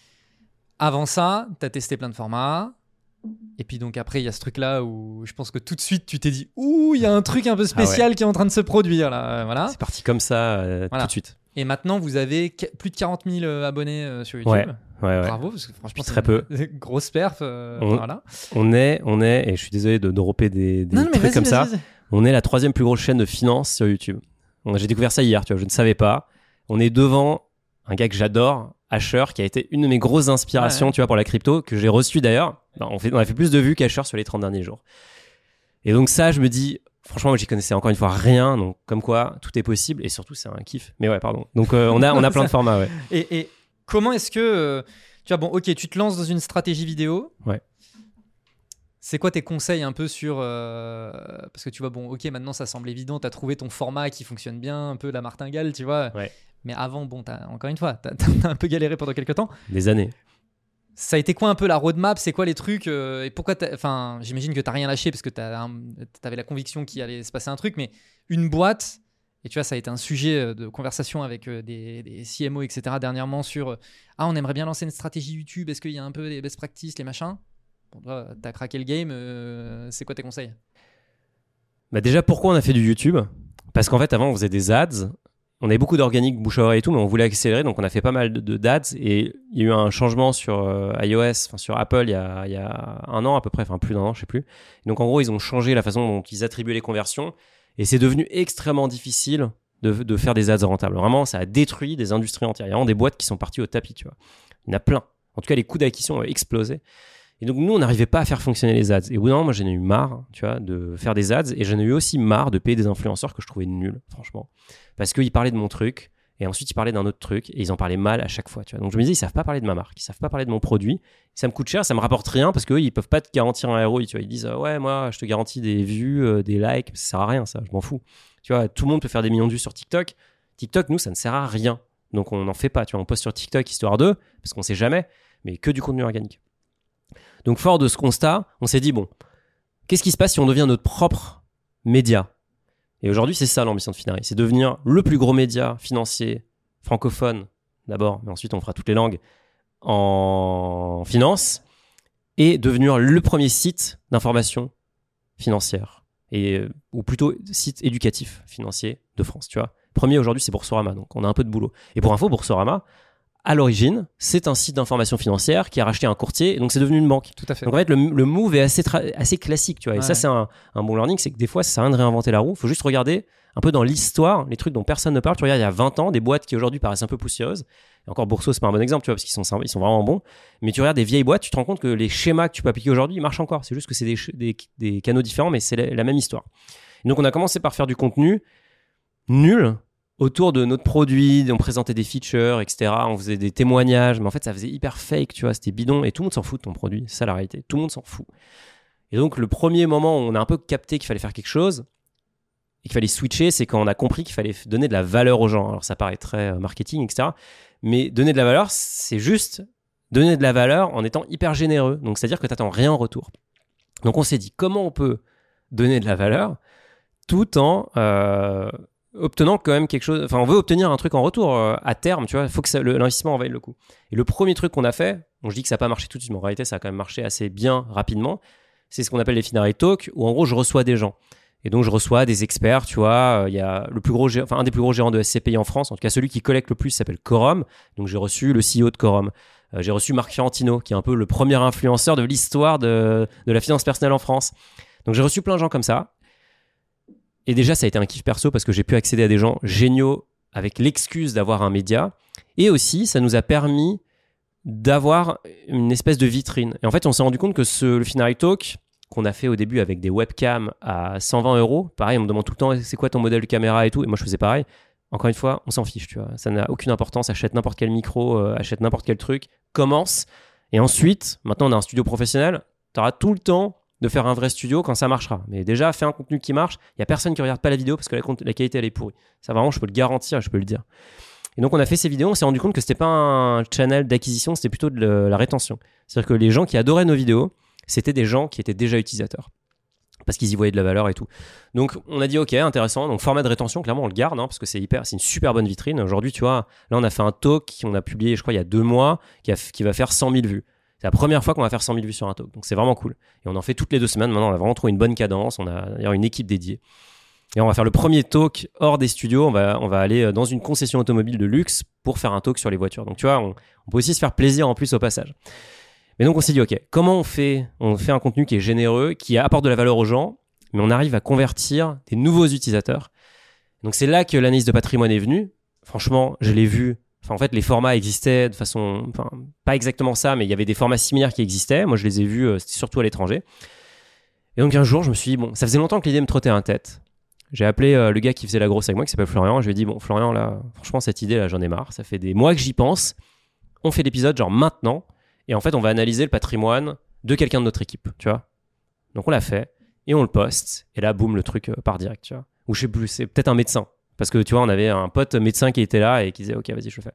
Avant ça, tu as testé plein de formats. Et puis donc après, il y a ce truc-là où je pense que tout de suite, tu t'es dit « Ouh, il y a un truc un peu spécial ah ouais. qui est en train de se produire. » là. Voilà. C'est parti comme ça euh, voilà. tout de suite. Et maintenant, vous avez plus de quarante mille abonnés euh, sur YouTube. Ouais. Ouais, ouais. Bravo, parce que franchement, c'est très peu. Grosse perf. Euh, on, voilà. on, est, on est, et je suis désolé de dropper des, des non, non, trucs vas-y, comme vas-y, ça. Vas-y. On est la troisième plus grosse chaîne de finance sur YouTube. J'ai découvert ça hier, tu vois, je ne savais pas. On est devant un gars que j'adore, Asher, qui a été une de mes grosses inspirations, ouais. tu vois, pour la crypto, que j'ai reçu d'ailleurs. Non, on, fait, on a fait plus de vues qu'Asher sur les trente derniers jours. Et donc ça, je me dis, franchement, moi, j'y connaissais encore une fois rien, donc comme quoi, tout est possible, et surtout, c'est un kiff. Mais ouais, pardon. Donc euh, on a, on a plein de formats, ouais. Et, et comment est-ce que... Euh, Tu vois, bon, ok, tu te lances dans une stratégie vidéo. Ouais. C'est quoi tes conseils un peu sur... Euh... Parce que tu vois, bon, ok, maintenant ça semble évident, tu as trouvé ton format qui fonctionne bien, un peu la martingale, tu vois. Ouais. Mais avant, bon, t'as, encore une fois, tu as un peu galéré pendant quelques temps. Des années. Ça a été quoi un peu la roadmap? C'est quoi les trucs euh, et pourquoi t'as... Enfin, j'imagine que tu n'as rien lâché parce que tu avais la conviction qu'il allait se passer un truc, mais une boîte... Et tu vois, ça a été un sujet de conversation avec des, des C M O, et cetera dernièrement sur « Ah, on aimerait bien lancer une stratégie YouTube, est-ce qu'il y a un peu les best practices, les machins ?» Bon, toi, t'as craqué le game, euh, c'est quoi tes conseils? Bah déjà, pourquoi on a fait du YouTube? Parce qu'en fait, avant, on faisait des ads. On avait beaucoup d'organique, bouche à oreille et tout, mais on voulait accélérer, donc on a fait pas mal de, de d'ads. Et il y a eu un changement sur euh, iOS, enfin sur Apple, il y, a, il y a un an à peu près, enfin plus d'un an, je sais plus. Et donc en gros, ils ont changé la façon dont ils attribuaient les conversions. Et c'est devenu extrêmement difficile de, de faire des ads rentables. Vraiment, ça a détruit des industries entières. Il y a vraiment des boîtes qui sont parties au tapis, tu vois. Il y en a plein. En tout cas, les coûts d'acquisition ont explosé. Et donc, nous, on n'arrivait pas à faire fonctionner les ads. Et au bout d'un moment, moi, j'en ai eu marre, tu vois, de faire des ads. Et j'en ai eu aussi marre de payer des influenceurs que je trouvais nuls, franchement. Parce qu'ils parlaient de mon truc. Et ensuite, ils parlaient d'un autre truc. Et ils en parlaient mal à chaque fois, tu vois. Donc, je me disais, ils savent pas parler de ma marque. Ils savent pas parler de mon produit. Ça me coûte cher, ça me rapporte rien parce qu'eux, ils peuvent pas te garantir un R O I, tu vois. Ils disent, ouais, moi, je te garantis des vues, euh, des likes. Ça sert à rien, ça. Je m'en fous. Tu vois, tout le monde peut faire des millions de vues sur TikTok. TikTok, nous, ça ne sert à rien. Donc, on n'en fait pas. Tu vois, on poste sur TikTok histoire d'eux, parce qu'on sait jamais, mais que du contenu organique. Donc, fort de ce constat, on s'est dit, bon, qu'est-ce qui se passe si on devient notre propre média? Et aujourd'hui, c'est ça l'ambition de Finari. C'est devenir le plus gros média financier francophone, d'abord, mais ensuite, on fera toutes les langues en finance, et devenir le premier site d'information financière. Et, ou plutôt site éducatif financier de France, tu vois. Premier aujourd'hui, c'est Boursorama, donc on a un peu de boulot. Et pour info, Boursorama, à l'origine, c'est un site d'information financière qui a racheté un courtier, et donc c'est devenu une banque. Tout à fait. Donc en fait, le, le move est assez, tra- assez classique, tu vois. Et ouais. ça, c'est un, un bon learning, c'est que des fois, ça sert à rien de réinventer la roue. Il faut juste regarder un peu dans l'histoire, les trucs dont personne ne parle. Tu regardes il y a vingt ans, des boîtes qui aujourd'hui paraissent un peu poussiéreuses. Et encore Bourso, c'est pas un bon exemple, tu vois, parce qu'ils sont, ils sont vraiment bons. Mais tu regardes des vieilles boîtes, tu te rends compte que les schémas que tu peux appliquer aujourd'hui, ils marchent encore. C'est juste que c'est des, des, des canaux différents, mais c'est la, la même histoire. Et donc on a commencé par faire du contenu nul autour de notre produit, on présentait des features, et cetera. On faisait des témoignages, mais en fait ça faisait hyper fake, tu vois, c'était bidon, et tout le monde s'en fout de ton produit, c'est ça la réalité, tout le monde s'en fout. Et donc le premier moment où on a un peu capté qu'il fallait faire quelque chose, et qu'il fallait switcher, c'est quand on a compris qu'il fallait donner de la valeur aux gens. Alors ça paraît très marketing, et cetera. Mais donner de la valeur, c'est juste donner de la valeur en étant hyper généreux, donc c'est-à-dire que tu n'attends rien en retour. Donc on s'est dit, comment on peut donner de la valeur tout en euh, obtenant quand même quelque chose. Enfin, on veut obtenir un truc en retour euh, à terme, tu vois. Il faut que ça, le, l'investissement en vaille le coup. Et le premier truc qu'on a fait, bon, je dis que ça n'a pas marché tout de suite, mais en réalité, ça a quand même marché assez bien rapidement. C'est ce qu'on appelle les Finari Talks, où en gros, je reçois des gens. Et donc, je reçois des experts, tu vois. Il y a le plus gros, gé- enfin, un des plus gros gérants de S C P I en France, en tout cas celui qui collecte le plus, s'appelle Quorum. Donc, j'ai reçu le C E O de Quorum. Euh, j'ai reçu Marc Fiorentino, qui est un peu le premier influenceur de l'histoire de, de la finance personnelle en France. Donc, j'ai reçu plein de gens comme ça. Et déjà, ça a été un kiff perso parce que j'ai pu accéder à des gens géniaux avec l'excuse d'avoir un média. Et aussi, ça nous a permis d'avoir une espèce de vitrine. Et en fait, on s'est rendu compte que ce, le Finari Talk, qu'on a fait au début avec des webcams à cent vingt euros, pareil, on me demande tout le temps c'est quoi ton modèle de caméra et tout. Et moi, je faisais pareil. Encore une fois, on s'en fiche, tu vois. Ça n'a aucune importance. Achète n'importe quel micro, euh, achète n'importe quel truc, commence. Et ensuite, maintenant, on a un studio professionnel. Tu auras tout le temps de faire un vrai studio quand ça marchera. Mais déjà, fais un contenu qui marche. Il n'y a personne qui ne regarde pas la vidéo parce que la, la qualité, elle est pourrie. Ça, vraiment, je peux le garantir, je peux le dire. Et donc, on a fait ces vidéos. On s'est rendu compte que ce n'était pas un channel d'acquisition, c'était plutôt de la rétention. C'est-à-dire que les gens qui adoraient nos vidéos, c'était des gens qui étaient déjà utilisateurs parce qu'ils y voyaient de la valeur et tout. Donc, on a dit, OK, intéressant. Donc, format de rétention, clairement, on le garde hein, parce que c'est hyper, c'est une super bonne vitrine. Aujourd'hui, tu vois, là, on a fait un talk qu'on a publié, je crois, il y a deux mois, qui, a, qui va faire cent mille vues. C'est la première fois qu'on va faire cent mille vues sur un talk. Donc, c'est vraiment cool. Et on en fait toutes les deux semaines. Maintenant, on a vraiment trouvé une bonne cadence. On a d'ailleurs une équipe dédiée. Et on va faire le premier talk hors des studios. On va, on va aller dans une concession automobile de luxe pour faire un talk sur les voitures. Donc, tu vois, on, on peut aussi se faire plaisir en plus au passage. Mais donc, on s'est dit, OK, comment on fait, on fait un contenu qui est généreux, qui apporte de la valeur aux gens, mais on arrive à convertir des nouveaux utilisateurs. Donc, c'est là que l'analyse de patrimoine est venue. Franchement, je l'ai vu. Enfin, en fait, les formats existaient de façon... Enfin, pas exactement ça, mais il y avait des formats similaires qui existaient. Moi, je les ai vus, euh, c'était surtout à l'étranger. Et donc, un jour, je me suis dit, bon, ça faisait longtemps que l'idée me trottait à la tête. J'ai appelé euh, le gars qui faisait la grosse avec moi, qui s'appelle Florian. Je lui ai dit, bon, Florian, là, franchement, cette idée, là, j'en ai marre. Ça fait des mois que j'y pense. On fait l'épisode, genre, maintenant. Et en fait, on va analyser le patrimoine de quelqu'un de notre équipe, tu vois. Donc, on l'a fait et on le poste. Et là, boum, le truc euh, part direct, tu vois. Ou je sais plus, c'est peut-être un médecin. Parce que, tu vois, on avait un pote médecin qui était là et qui disait, OK, vas-y, je le fais.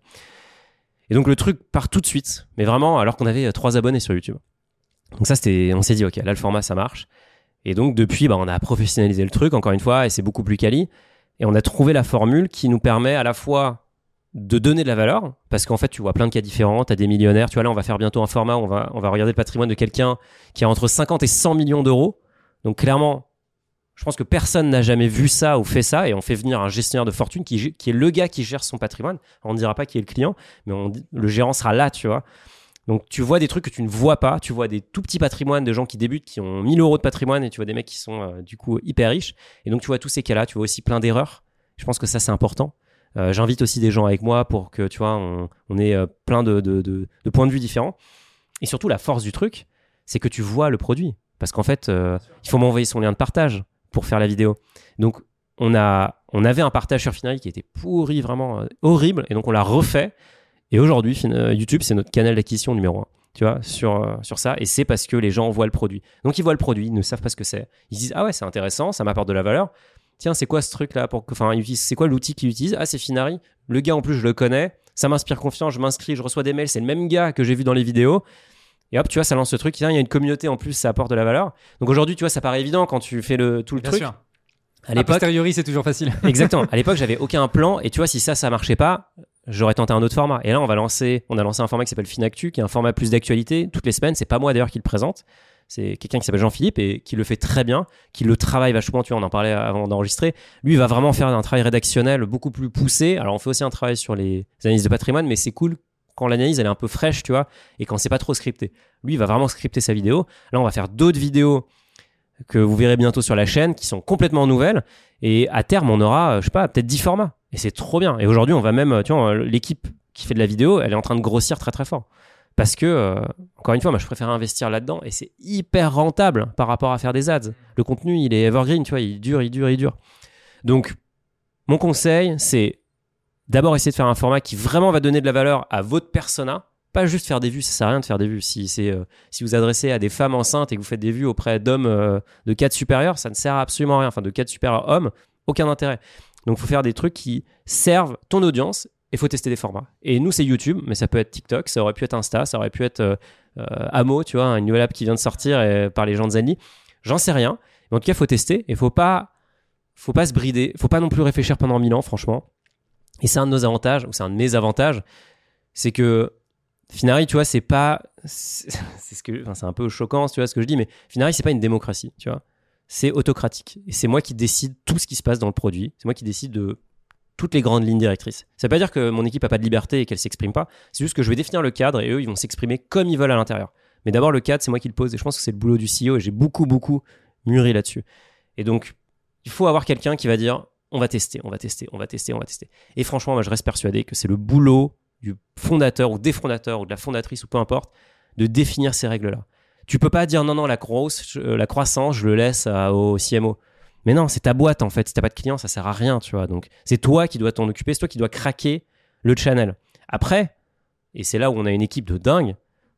Et donc, le truc part tout de suite. Mais vraiment, alors qu'on avait euh, trois abonnés sur YouTube. Donc ça, c'était, on s'est dit, OK, là, le format, ça marche. Et donc, depuis, bah, on a professionnalisé le truc, encore une fois, et c'est beaucoup plus quali. Et on a trouvé la formule qui nous permet à la fois de donner de la valeur, parce qu'en fait, tu vois plein de cas différents, tu as des millionnaires. Tu vois, là, on va faire bientôt un format où on va, on va regarder le patrimoine de quelqu'un qui a entre cinquante et cent millions d'euros. Donc, clairement, je pense que personne n'a jamais vu ça ou fait ça, et on fait venir un gestionnaire de fortune qui, qui est le gars qui gère son patrimoine. On ne dira pas qui est le client, mais on dit, le gérant sera là, tu vois. Donc, tu vois des trucs que tu ne vois pas. Tu vois des tout petits patrimoines de gens qui débutent, qui ont mille euros de patrimoine, et tu vois des mecs qui sont euh, du coup hyper riches. Et donc, tu vois tous ces cas-là. Tu vois aussi plein d'erreurs. Je pense que ça, c'est important. Euh, j'invite aussi des gens avec moi pour que, tu vois, on, on ait euh, plein de, de, de, de points de vue différents. Et surtout, la force du truc, c'est que tu vois le produit. Parce qu'en fait, euh, il faut m'envoyer son lien de partage pour faire la vidéo. Donc, on, a, on avait un partage sur Finari qui était pourri, vraiment euh, horrible. Et donc, on l'a refait. Et aujourd'hui, fin- YouTube, c'est notre canal d'acquisition numéro un, tu vois, sur, euh, sur ça. Et c'est parce que les gens voient le produit. Donc, ils voient le produit, ils ne savent pas ce que c'est. Ils se disent, ah ouais, c'est intéressant, ça m'apporte de la valeur. Tiens, c'est quoi ce truc-là pour que, enfin, c'est quoi l'outil qu'il utilise? Ah, c'est Finari. Le gars, en plus, je le connais. Ça m'inspire confiance. Je m'inscris, je reçois des mails. C'est le même gars que j'ai vu dans les vidéos. Et hop, tu vois, ça lance ce truc. Tiens, il y a une communauté en plus, ça apporte de la valeur. Donc aujourd'hui, tu vois, ça paraît évident quand tu fais le, tout le Bien truc. sûr. À l'époque, a posteriori, c'est toujours facile. exactement. À l'époque, j'avais aucun plan. Et tu vois, si ça, ça marchait pas, j'aurais tenté un autre format. Et là, on va lancer, on a lancé un format qui s'appelle Finactu, qui est un format plus d'actualité toutes les semaines. C'est pas moi d'ailleurs qui le présente. C'est quelqu'un qui s'appelle Jean-Philippe et qui le fait très bien, qui le travaille vachement. Tu vois, on en parlait avant d'enregistrer. Lui, il va vraiment faire un travail rédactionnel beaucoup plus poussé. Alors, on fait aussi un travail sur les analyses de patrimoine, mais c'est cool quand l'analyse elle est un peu fraîche, tu vois, et quand c'est pas trop scripté. Lui, il va vraiment scripter sa vidéo. Là, on va faire d'autres vidéos que vous verrez bientôt sur la chaîne qui sont complètement nouvelles. Et à terme, on aura, je sais pas, peut-être dix formats. Et c'est trop bien. Et aujourd'hui, on va même, tu vois, l'équipe qui fait de la vidéo, elle est en train de grossir très très fort. Parce que, euh, encore une fois, moi, je préfère investir là-dedans et c'est hyper rentable par rapport à faire des ads. Le contenu, il est evergreen, tu vois, il dure, il dure, il dure. Donc, mon conseil, c'est d'abord essayer de faire un format qui vraiment va donner de la valeur à votre persona, pas juste faire des vues. Ça sert à rien de faire des vues. Si, c'est, euh, si vous adressez à des femmes enceintes et que vous faites des vues auprès d'hommes euh, de cadre supérieur, ça ne sert absolument à rien. Enfin, de cadre supérieur homme, aucun intérêt. Donc, il faut faire des trucs qui servent ton audience. Il faut tester des formats. Et nous, c'est YouTube, mais ça peut être TikTok, ça aurait pu être Insta, ça aurait pu être euh, euh, Amo, tu vois, une nouvelle app qui vient de sortir et, par les gens de Zenly. J'en sais rien. Mais en tout cas, il faut tester et il ne faut pas, faut pas se brider. Il ne faut pas non plus réfléchir pendant mille ans, franchement. Et c'est un de nos avantages, ou c'est un de mes avantages, c'est que Finari, tu vois, c'est pas... C'est, c'est, ce que, enfin, c'est un peu choquant, tu vois, ce que je dis, mais Finari, c'est pas une démocratie, tu vois. C'est autocratique. Et c'est moi qui décide tout ce qui se passe dans le produit. C'est moi qui décide de toutes les grandes lignes directrices. Ça veut pas dire que mon équipe a pas de liberté et qu'elle s'exprime pas. C'est juste que je vais définir le cadre et eux, ils vont s'exprimer comme ils veulent à l'intérieur. Mais d'abord, le cadre, c'est moi qui le pose et je pense que c'est le boulot du C E O et j'ai beaucoup, beaucoup mûri là-dessus. Et donc, il faut avoir quelqu'un qui va dire on va tester, on va tester, on va tester, on va tester. Et franchement, moi, je reste persuadé que c'est le boulot du fondateur ou des fondateurs ou de la fondatrice ou peu importe de définir ces règles-là. Tu peux pas dire non, non, la, grosse, la croissance, je le laisse à, au C M O. Mais non, c'est ta boîte en fait. Si t'as pas de clients, ça sert à rien, tu vois. Donc, c'est toi qui dois t'en occuper, c'est toi qui dois craquer le channel. Après, et c'est là où on a une équipe de dingue,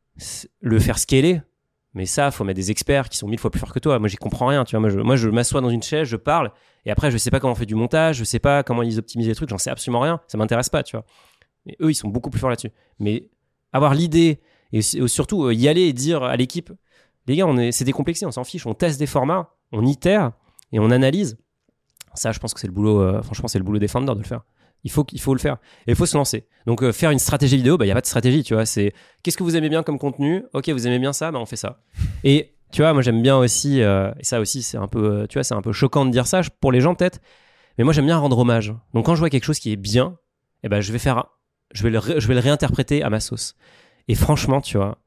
le faire scaler. Mais ça, faut mettre des experts qui sont mille fois plus forts que toi. Moi, j'y comprends rien, tu vois. Moi, je, moi, je m'assois dans une chaise, je parle, et après, je sais pas comment on fait du montage, je sais pas comment ils optimisent les trucs, j'en sais absolument rien. Ça m'intéresse pas, tu vois. Mais eux, ils sont beaucoup plus forts là-dessus. Mais avoir l'idée et surtout y aller et dire à l'équipe, les gars, on est, c'est décomplexé, on s'en fiche, on teste des formats, on itère. Et on analyse. Ça, je pense que c'est le boulot, euh, franchement, c'est le boulot des founders de le faire. Il faut, il faut le faire. Et il faut se lancer. Donc, euh, faire une stratégie vidéo, bah, il n'y a pas de stratégie, tu vois. C'est qu'est-ce que vous aimez bien comme contenu? Ok, vous aimez bien ça, bah, on fait ça. Et tu vois, moi, j'aime bien aussi, euh, et ça aussi, c'est un peu, euh, tu vois, c'est un peu choquant de dire ça pour les gens, peut-être. Mais moi, j'aime bien rendre hommage. Donc, quand je vois quelque chose qui est bien, eh ben, je vais faire, je vais le, ré, je vais le réinterpréter à ma sauce. Et franchement, tu vois,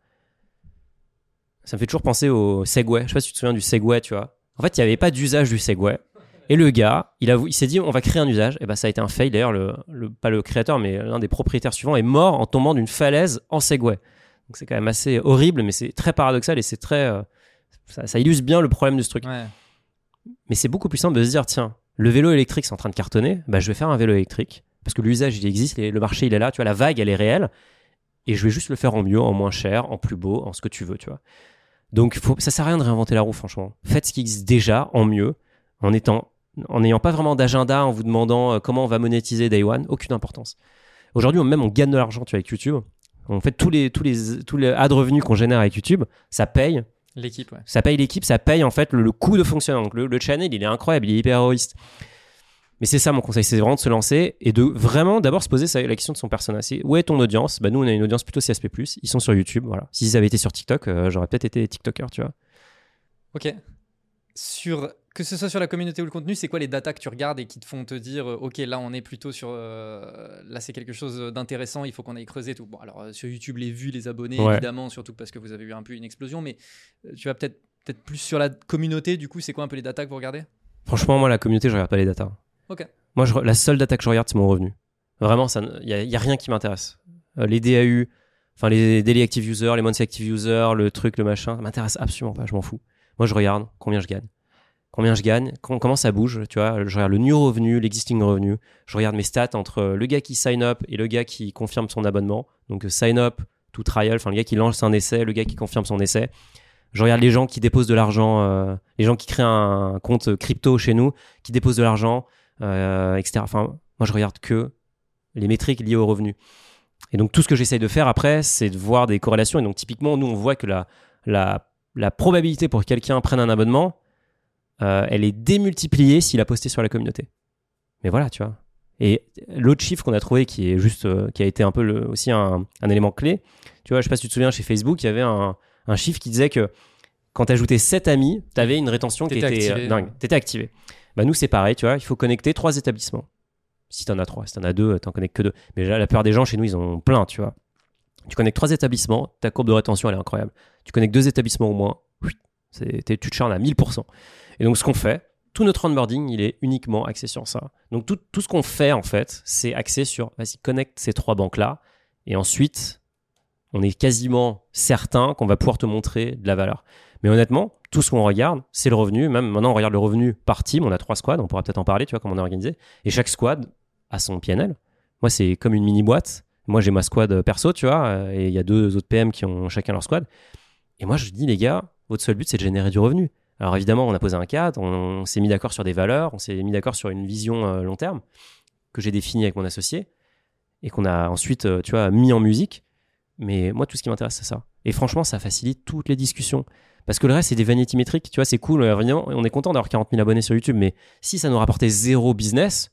ça me fait toujours penser au Segway. Je sais pas si tu te souviens du Segway, tu vois. En fait, il n'y avait pas d'usage du Segway. Et le gars, il, a, il s'est dit, on va créer un usage. Et ben, ça a été un fail. D'ailleurs, le, le, pas le créateur, mais l'un des propriétaires suivants est mort en tombant d'une falaise en Segway. Donc, c'est quand même assez horrible, mais c'est très paradoxal et c'est très... Euh, ça, ça illustre bien le problème de ce truc. Ouais. Mais c'est beaucoup plus simple de se dire, tiens, le vélo électrique, c'est en train de cartonner. Bah, je vais faire un vélo électrique. Parce que l'usage, il existe. Et le marché, il est là. Tu vois, la vague, elle est réelle. et je vais juste le faire en mieux, en moins cher, en plus beau, en ce que tu veux, tu vois. Donc, faut, ça sert à rien de réinventer la roue, franchement. Faites ce qui existe déjà en mieux, en étant, en n'ayant pas vraiment d'agenda, en vous demandant euh, comment on va monétiser Day One, aucune importance. Aujourd'hui, on, même on gagne de l'argent, tu vois, avec YouTube. En fait, tous les, tous les, tous les ad revenus qu'on génère avec YouTube, ça paye. L'équipe, ouais. Ça paye l'équipe, ça paye en fait le, le coût de fonctionnement. Donc, le, le channel, il est incroyable, il est hyper héroïste. Mais c'est ça mon conseil, c'est vraiment de se lancer et de vraiment d'abord se poser la question de son persona. C'est où est ton audience ? Bah nous, on a une audience plutôt C S P plus, ils sont sur YouTube. Voilà. S'ils avaient été sur TikTok, euh, j'aurais peut-être été TikToker, tu vois. Ok. Sur, que ce soit sur la communauté ou le contenu, c'est quoi les datas que tu regardes et qui te font te dire, euh, ok, là on est plutôt sur, euh, là c'est quelque chose d'intéressant, il faut qu'on aille creuser tout. Bon, alors euh, sur YouTube, les vues, les abonnés, ouais. évidemment, surtout parce que vous avez eu un peu une explosion, mais euh, tu vas peut-être peut-être plus sur la communauté. Du coup, c'est quoi un peu les datas que vous regardez ? Franchement, moi la communauté, je regarde pas les datas. Ok. Moi, je, la seule data que je regarde, c'est mon revenu. Vraiment, il n'y a, y a rien qui m'intéresse. Euh, les D A U, enfin les Daily Active Users, les Monthly Active Users, le truc, le machin, ça m'intéresse absolument pas, je m'en fous. Moi, je regarde combien je gagne. Combien je gagne, com- comment ça bouge, tu vois. Je regarde le new revenu, l'existing revenu. Je regarde mes stats entre le gars qui sign up et le gars qui confirme son abonnement. Donc, sign up to trial, enfin le gars qui lance un essai, le gars qui confirme son essai. Je regarde les gens qui déposent de l'argent, euh, les gens qui créent un compte crypto chez nous, qui déposent de l'argent. Euh, et cetera. Enfin, moi, je regarde que les métriques liées aux revenus. Et donc, tout ce que j'essaye de faire après, c'est de voir des corrélations. Et donc, typiquement, nous, on voit que la, la, la probabilité pour que quelqu'un prenne un abonnement, euh, elle est démultipliée s'il a posté sur la communauté. Mais voilà, tu vois. Et l'autre chiffre qu'on a trouvé, qui est juste, euh, qui a été un peu le, aussi un, un élément clé, tu vois, je sais pas si tu te souviens, chez Facebook, il y avait un, un chiffre qui disait que quand tu ajoutais sept amis, tu avais une rétention T'étais qui était activé, euh, dingue. ouais. Tu étais activé. Bah nous, c'est pareil, tu vois, il faut connecter trois établissements. Si t'en as trois, si t'en as deux, t'en connectes que deux. Mais la plupart des gens chez nous, ils ont plein, tu vois. Tu connectes trois établissements, ta courbe de rétention, elle est incroyable. Tu connectes deux établissements au moins, oui, c'est, tu te charnes à mille pour cent. Et donc, ce qu'on fait, tout notre onboarding, il est uniquement axé sur ça. Donc, tout, tout ce qu'on fait, en fait, c'est axé sur, vas-y, connecte ces trois banques-là. Et ensuite, on est quasiment certain qu'on va pouvoir te montrer de la valeur. Mais honnêtement, tout ce qu'on regarde, c'est le revenu. Même maintenant, on regarde le revenu par team. On a trois squads. On pourra peut-être en parler, tu vois, comment on est organisé. Et chaque squad a son P N L. Moi, c'est comme une mini-boîte. Moi, j'ai ma squad perso, tu vois. Et il y a deux autres P M qui ont chacun leur squad. Et moi, je dis, les gars, votre seul but, c'est de générer du revenu. Alors, évidemment, on a posé un cadre. On, on s'est mis d'accord sur des valeurs. On s'est mis d'accord sur une vision euh, long terme que j'ai définie avec mon associé et qu'on a ensuite, euh, tu vois, mis en musique. Mais moi, tout ce qui m'intéresse, c'est ça. Et franchement, ça facilite toutes les discussions. Parce que le reste, c'est des vanity métriques. Tu vois, c'est cool. Évidemment, on est content d'avoir quarante mille abonnés sur YouTube. Mais si ça nous rapportait zéro business,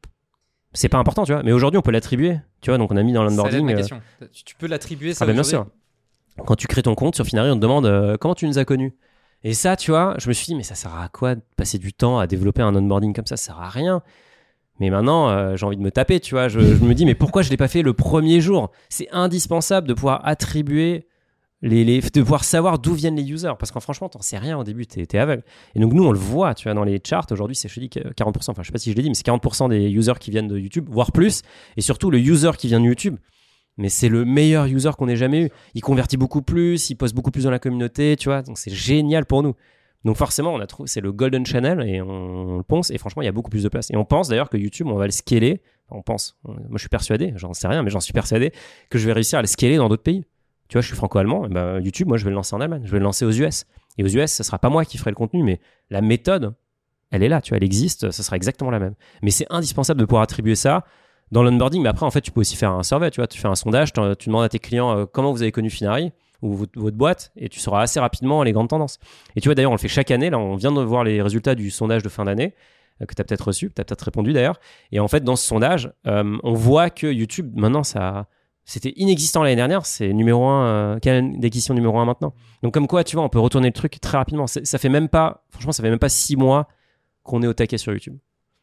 c'est pas important, tu vois. Mais aujourd'hui, on peut l'attribuer. Tu vois, donc on a mis dans l'onboarding. Ça, question. Euh... Tu peux l'attribuer, ça. Ah ben bien sûr. Quand tu crées ton compte sur Finari, on te demande euh, comment tu nous as connus. Et ça, tu vois, je me suis dit, mais ça sert à quoi de passer du temps à développer un onboarding comme ça ? Ça sert à rien. Mais maintenant, euh, j'ai envie de me taper, tu vois. Je, je me dis, mais pourquoi je l'ai pas fait le premier jour ? C'est indispensable de pouvoir attribuer. Les, les, de pouvoir savoir d'où viennent les users, parce qu'en franchement t'en sais rien au début, t'es, t'es aveugle. Et donc nous on le voit, tu vois, dans les charts aujourd'hui, c'est, je te dis quarante pour cent, enfin je sais pas si je l'ai dit, mais c'est quarante pour cent des users qui viennent de YouTube, voire plus, et surtout le user qui vient de YouTube, mais c'est le meilleur user qu'on ait jamais eu. Il convertit beaucoup plus, il poste beaucoup plus dans la communauté, tu vois, donc c'est génial pour nous. Donc forcément on a trouvé, c'est le golden channel et on, on le pense, et franchement il y a beaucoup plus de place. Et on pense d'ailleurs que YouTube, on va le scaler, enfin, on pense, moi je suis persuadé, j'en sais rien, mais j'en suis persuadé que je vais réussir à le scaler dans d'autres pays. Tu vois, je suis franco-allemand, et ben YouTube, moi, je vais le lancer en Allemagne, je vais le lancer aux U S. Et aux U S, ce sera pas moi qui ferai le contenu, mais la méthode, elle est là, tu vois, elle existe, ce sera exactement la même. Mais c'est indispensable de pouvoir attribuer ça dans l'onboarding. Mais après, en fait, tu peux aussi faire un survey, tu vois, tu fais un sondage, tu demandes à tes clients euh, comment vous avez connu Finari ou votre, votre boîte, et tu sauras assez rapidement les grandes tendances. Et tu vois, d'ailleurs, on le fait chaque année. Là, on vient de voir les résultats du sondage de fin d'année euh, que tu as peut-être reçu, que tu as peut-être répondu d'ailleurs. Et en fait, dans ce sondage, euh, on voit que YouTube, maintenant, ça... C'était inexistant l'année dernière, c'est numéro un, euh, canal d'acquisition numéro un maintenant. Donc comme quoi, tu vois, on peut retourner le truc très rapidement. C'est, ça fait même pas, franchement, ça fait même pas six mois qu'on est au taquet sur YouTube.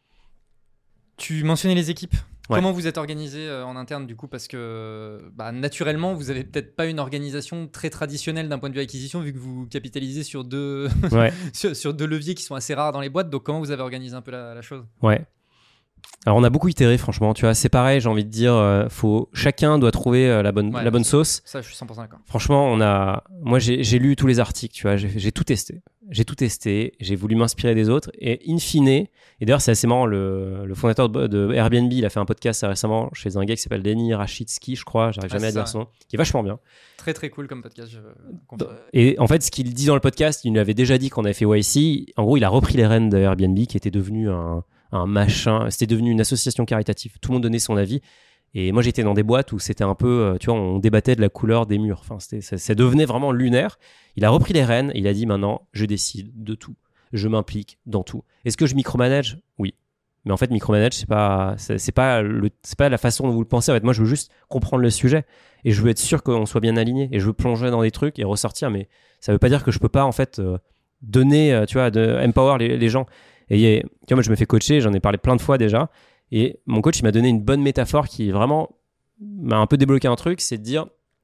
Tu mentionnais les équipes. Ouais. Comment vous êtes organisé euh, en interne du coup ? Parce que bah, naturellement, vous avez peut-être pas une organisation très traditionnelle d'un point de vue acquisition, vu que vous capitalisez sur deux, ouais. sur, sur deux leviers qui sont assez rares dans les boîtes. Donc comment vous avez organisé un peu la, la chose ? Ouais. Alors on a beaucoup itéré franchement, tu vois, c'est pareil, j'ai envie de dire, euh, faut chacun doit trouver euh, la bonne Ouais, la bonne sauce. Ça, je suis cent pour cent d'accord. Franchement, on a, moi j'ai j'ai lu tous les articles, tu vois, j'ai j'ai tout testé, j'ai tout testé, j'ai voulu m'inspirer des autres et in fine, et d'ailleurs c'est assez marrant, le le fondateur de, de Airbnb, il a fait un podcast récemment chez un gars qui s'appelle Denis Rachitsky, je crois, j'arrive Ah, jamais à c'est dire ça, son nom, qui est vachement bien. Très très cool comme podcast. Je confirme. Et en fait, ce qu'il dit dans le podcast, il nous avait déjà dit qu'on avait fait Y C. En gros, il a repris les rênes de Airbnb, qui était devenu un, un machin. C'était devenu une association caritative. Tout le monde donnait son avis. Et moi, j'étais dans des boîtes où c'était un peu, tu vois, on débattait de la couleur des murs. Enfin, c'était, ça, ça devenait vraiment lunaire. Il a repris les rênes. Et il a dit maintenant, je décide de tout. Je m'implique dans tout. Est-ce que je micromanage ? Oui. Mais en fait, micromanage, c'est pas, c'est, c'est pas le, c'est pas la façon dont vous le pensez. En fait, moi, je veux juste comprendre le sujet et je veux être sûr qu'on soit bien aligné et je veux plonger dans des trucs et ressortir. Mais ça veut pas dire que je peux pas, en fait, euh, donner, euh, tu vois, de empower les, les gens. Et tu vois, moi, je me fais coacher, j'en ai parlé plein de fois déjà. Et mon coach, il m'a donné une bonne métaphore qui vraiment m'a un peu débloqué un truc, c'est de dire,